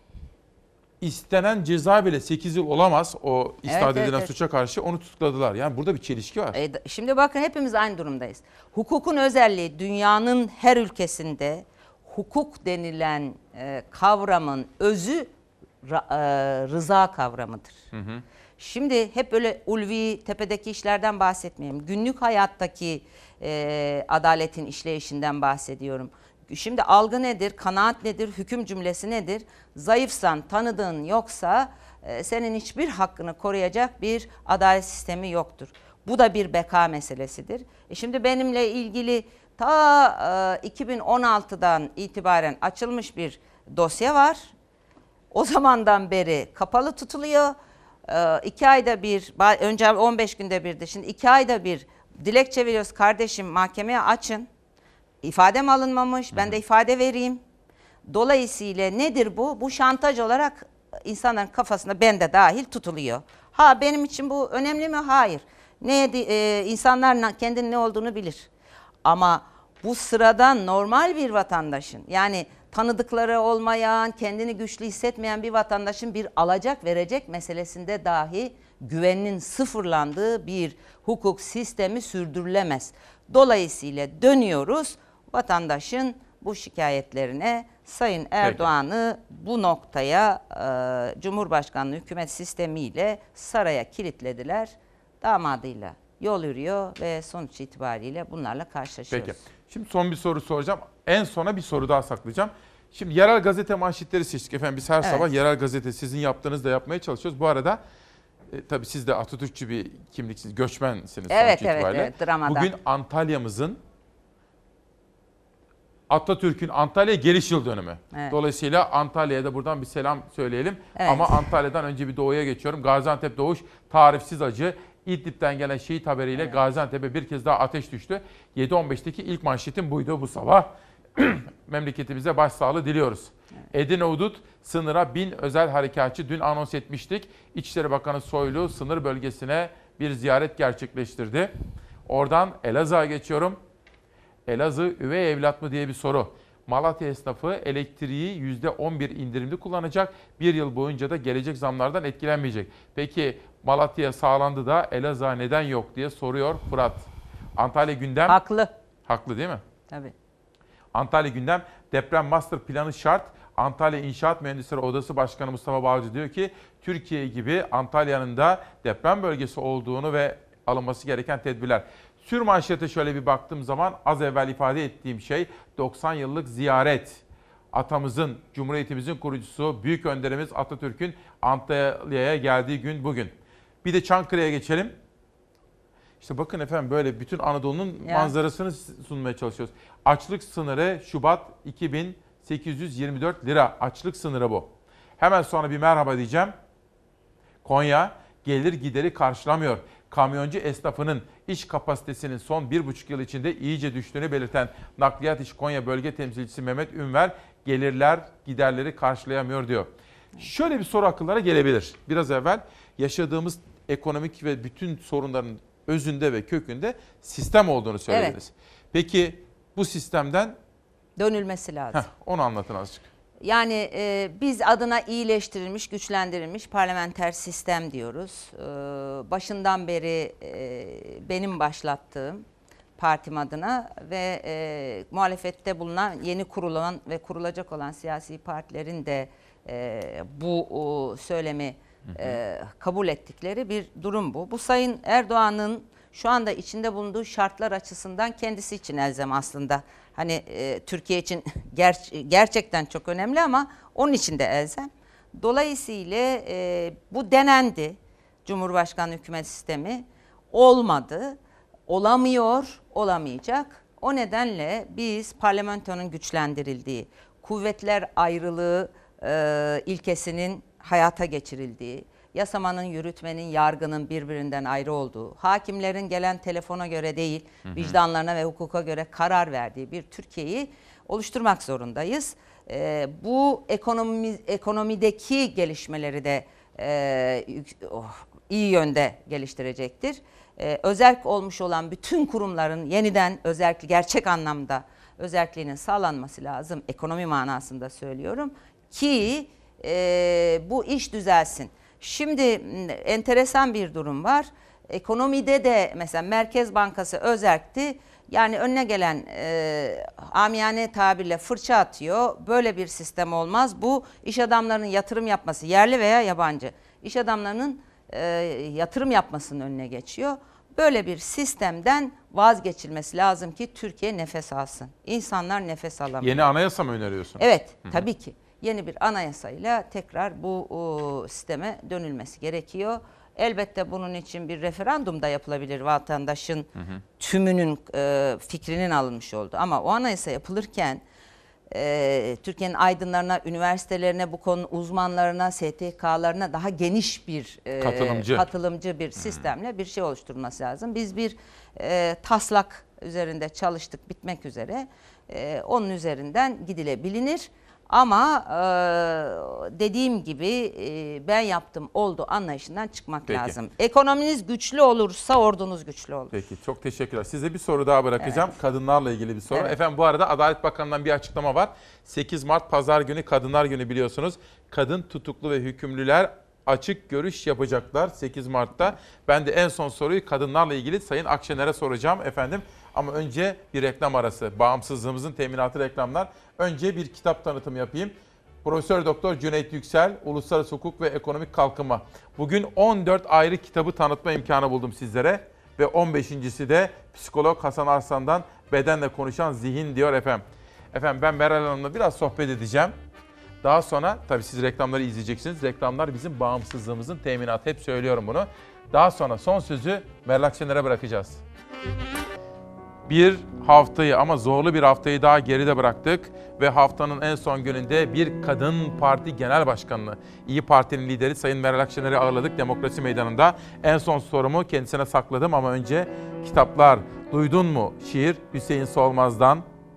istenen ceza bile sekiz yıl olamaz. O isnat evet, edilen evet, suça karşı onu tutukladılar. Yani burada bir çelişki var. E, şimdi bakın hepimiz aynı durumdayız. Hukukun özelliği dünyanın her ülkesinde hukuk denilen e, kavramın özü ra, e, rıza kavramıdır. Hı hı. Şimdi hep böyle ulvi tepedeki işlerden bahsetmiyorum. Günlük hayattaki e, adaletin işleyişinden bahsediyorum. Şimdi algı nedir, kanaat nedir, hüküm cümlesi nedir? Zayıfsan, tanıdığın yoksa e, senin hiçbir hakkını koruyacak bir adalet sistemi yoktur. Bu da bir beka meselesidir. E şimdi benimle ilgili ta e, iki bin on altıdan itibaren açılmış bir dosya var. O zamandan beri kapalı tutuluyor. E, iki ayda bir, önce on beş günde birdi, şimdi iki ayda bir dilekçe veriyoruz, kardeşim mahkemeye açın. İfadem alınmamış, ben de ifade vereyim. Dolayısıyla nedir bu? Bu şantaj olarak insanların kafasında ben de dahil tutuluyor. Ha benim için bu önemli mi? Hayır. Ne, e, insanlar kendinin ne olduğunu bilir. Ama bu sıradan normal bir vatandaşın, yani tanıdıkları olmayan, kendini güçlü hissetmeyen bir vatandaşın bir alacak verecek meselesinde dahi güveninin sıfırlandığı bir hukuk sistemi sürdürülemez. Dolayısıyla dönüyoruz vatandaşın bu şikayetlerine. Sayın Erdoğan'ı bu noktaya e, Cumhurbaşkanlığı hükümet sistemiyle saraya kilitlediler. Damadıyla yol yürüyor ve sonuç itibariyle bunlarla karşılaşıyoruz. Peki. Şimdi son bir soru soracağım. En sona bir soru daha saklayacağım. Şimdi yerel gazete manşetleri seçtik efendim. Biz her Evet. sabah yerel gazete sizin yaptığınızı da yapmaya çalışıyoruz. Bu arada e, tabii siz de Atatürkçü bir kimliksiniz, göçmensiniz Evet, sonuç evet, itibariyle. evet, dramadan. Bugün Antalya'mızın Atatürk'ün Antalya'ya geliş yıl dönümü. Evet. Dolayısıyla Antalya'ya da buradan bir selam söyleyelim. Evet. Ama Antalya'dan önce bir doğuya geçiyorum. Gaziantep doğuş tarifsiz acı. İdlib'den gelen şehit haberiyle evet. Gaziantep'e bir kez daha ateş düştü. yedi on beşteki ilk manşetim buydu bu sabah. Memleketimize başsağlığı diliyoruz. Evet. Edirne Hudut sınıra bin özel harekatçı dün anons etmiştik. İçişleri Bakanı Soylu sınır bölgesine bir ziyaret gerçekleştirdi. Oradan Elazığ'a geçiyorum. Elazığ üvey evlat mı diye bir soru. Malatya esnafı elektriği yüzde on bir indirimli kullanacak. Bir yıl boyunca da gelecek zamlardan etkilenmeyecek. Peki Malatya sağlandı da Elazığ'a neden yok diye soruyor Fırat. Antalya gündem. Haklı. Haklı değil mi? Tabii. Antalya gündem deprem master planı şart. Antalya İnşaat Mühendisleri Odası Başkanı Mustafa Bağcı diyor ki Türkiye gibi Antalya'nın da deprem bölgesi olduğunu ve alınması gereken tedbirler. Sür manşete şöyle bir baktığım zaman az evvel ifade ettiğim şey doksan yıllık ziyaret. Atamızın, Cumhuriyetimizin kurucusu, büyük önderimiz Atatürk'ün Antalya'ya geldiği gün bugün. Bir de Çankırı'ya geçelim. İşte bakın efendim böyle bütün Anadolu'nun ya. manzarasını sunmaya çalışıyoruz. Açlık sınırı Şubat iki bin sekiz yüz yirmi dört lira. Açlık sınırı bu. Hemen sonra bir merhaba diyeceğim. Konya gelir gideri karşılamıyor. Kamyoncu esnafının iş kapasitesinin son bir buçuk yıl içinde iyice düştüğünü belirten Nakliyat İş Konya Bölge Temsilcisi Mehmet Ünver, gelirler giderleri karşılayamıyor diyor. Şöyle bir soru akıllara gelebilir. Biraz evvel yaşadığımız ekonomik ve bütün sorunların özünde ve kökünde sistem olduğunu söylediniz. Evet. Peki bu sistemden dönülmesi lazım. Heh, onu anlatın azıcık. Yani e, biz adına iyileştirilmiş, güçlendirilmiş parlamenter sistem diyoruz. E, başından beri e, benim başlattığım partim adına ve e, muhalefette bulunan, yeni kurulan ve kurulacak olan siyasi partilerin de e, bu o, söylemi e, kabul ettikleri bir durum bu. Bu Sayın Erdoğan'ın şu anda içinde bulunduğu şartlar açısından kendisi için elzem aslında. Hani e, Türkiye için ger- gerçekten çok önemli ama onun için de elzem. Dolayısıyla e, bu denendi. Cumhurbaşkanlığı hükümet sistemi olmadı, olamıyor, olamayacak. O nedenle biz parlamentonun güçlendirildiği, kuvvetler ayrılığı e, ilkesinin hayata geçirildiği, yasamanın, yürütmenin, yargının birbirinden ayrı olduğu, hakimlerin gelen telefona göre değil, hı hı. vicdanlarına ve hukuka göre karar verdiği bir Türkiye'yi oluşturmak zorundayız. Ee, bu ekonomi, ekonomideki gelişmeleri de e, oh, iyi yönde geliştirecektir. Ee, özerk olmuş olan bütün kurumların yeniden özerkli, gerçek anlamda özerkliğinin sağlanması lazım. Ekonomi manasında söylüyorum ki e, bu iş düzelsin. Şimdi enteresan bir durum var. Ekonomide de mesela Merkez Bankası özerkti. Yani önüne gelen e, amiyane tabirle fırça atıyor. Böyle bir sistem olmaz. Bu iş adamlarının yatırım yapması, yerli veya yabancı, iş adamlarının e, yatırım yapmasının önüne geçiyor. Böyle bir sistemden vazgeçilmesi lazım ki Türkiye nefes alsın. İnsanlar nefes alamıyor. Yeni anayasa mı öneriyorsun? Evet, Hı-hı. tabii ki. Yeni bir anayasayla tekrar bu o, sisteme dönülmesi gerekiyor. Elbette bunun için bir referandum da yapılabilir, vatandaşın hı hı. tümünün e, fikrinin alınmış olduğu. Ama o anayasa yapılırken e, Türkiye'nin aydınlarına, üniversitelerine, bu konu uzmanlarına, S T K'larına daha geniş bir e, katılımcı. katılımcı bir sistemle hı hı. bir şey oluşturulması lazım. Biz bir e, taslak üzerinde çalıştık, bitmek üzere. E, onun üzerinden gidilebilir. Ama e, dediğim gibi e, ben yaptım oldu anlayışından çıkmak Peki. lazım. Ekonominiz güçlü olursa ordunuz güçlü olur. Peki, çok teşekkürler. Size bir soru daha bırakacağım. Evet. Kadınlarla ilgili bir soru. Evet. Efendim bu arada Adalet Bakanı'ndan bir açıklama var. sekiz Mart Pazar günü Kadınlar Günü biliyorsunuz. Kadın tutuklu ve hükümlüler açık görüş yapacaklar sekiz Mart'ta. Ben de en son soruyu kadınlarla ilgili Sayın Akşener'e soracağım efendim. Ama önce bir reklam arası. Bağımsızlığımızın teminatı reklamlar. Önce bir kitap tanıtımı yapayım. Profesör Doktor Cüneyt Yüksel, Uluslararası Hukuk ve Ekonomik Kalkınma. Bugün on dört ayrı kitabı tanıtma imkanı buldum sizlere. Ve on beşincisi de psikolog Hasan Arslan'dan Bedenle Konuşan Zihin diyor efendim. Efendim ben Meral Hanım'la biraz sohbet edeceğim. Daha sonra tabii siz reklamları izleyeceksiniz. Reklamlar bizim bağımsızlığımızın teminatı. Hep söylüyorum bunu. Daha sonra son sözü Meral Akşener'e bırakacağız. Bir haftayı ama zorlu bir haftayı daha geride bıraktık. Ve haftanın en son gününde bir kadın parti genel başkanını, İYİ Parti'nin lideri Sayın Meral Akşener'i ağırladık Demokrasi Meydanı'nda. En son sorumu kendisine sakladım ama önce kitaplar. Duydun mu? Şiir Hüseyin Solmaz'dan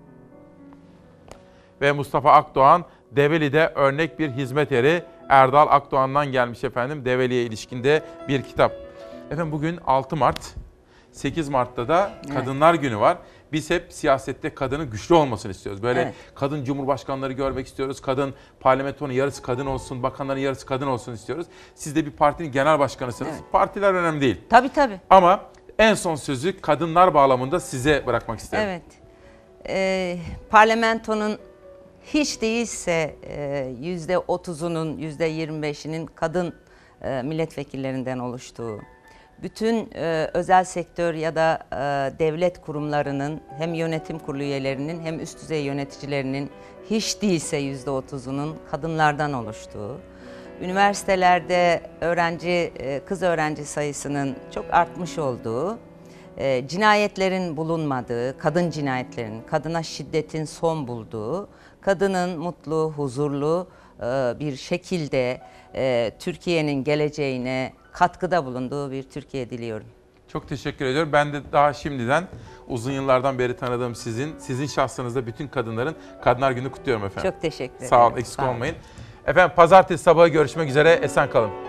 ve Mustafa Akdoğan, Develi'de örnek bir hizmet eri Erdal Akdoğan'dan gelmiş efendim. Develi'ye ilişkinde bir kitap. Efendim bugün altı Mart, sekiz Mart'ta da Kadınlar Günü var. Biz hep siyasette kadının güçlü olmasını istiyoruz. Böyle evet. Kadın cumhurbaşkanları görmek istiyoruz. Kadın parlamentonun yarısı kadın olsun, bakanların yarısı kadın olsun istiyoruz. Siz de bir partinin genel başkanısınız. Evet. Partiler önemli değil. Tabii tabii. Ama en son sözü kadınlar bağlamında size bırakmak isterim. Evet. Ee, parlamentonun hiç değilse yüzde otuzunun, yüzde yirmi beşinin kadın e, milletvekillerinden oluştuğu, bütün e, özel sektör ya da e, devlet kurumlarının hem yönetim kurulu üyelerinin hem üst düzey yöneticilerinin hiç değilse yüzde otuzunun kadınlardan oluştuğu, üniversitelerde öğrenci, e, kız öğrenci sayısının çok artmış olduğu, e, cinayetlerin bulunmadığı, kadın cinayetlerin, kadına şiddetin son bulduğu, kadının mutlu, huzurlu bir şekilde Türkiye'nin geleceğine katkıda bulunduğu bir Türkiye diliyorum. Çok teşekkür ediyorum. Ben de daha şimdiden uzun yıllardan beri tanıdığım sizin, sizin şahsınızda bütün kadınların Kadınlar Günü kutluyorum efendim. Çok teşekkür ederim. Sağ olun, eksik olmayın. Efendim pazartesi sabahı görüşmek üzere, esen kalın.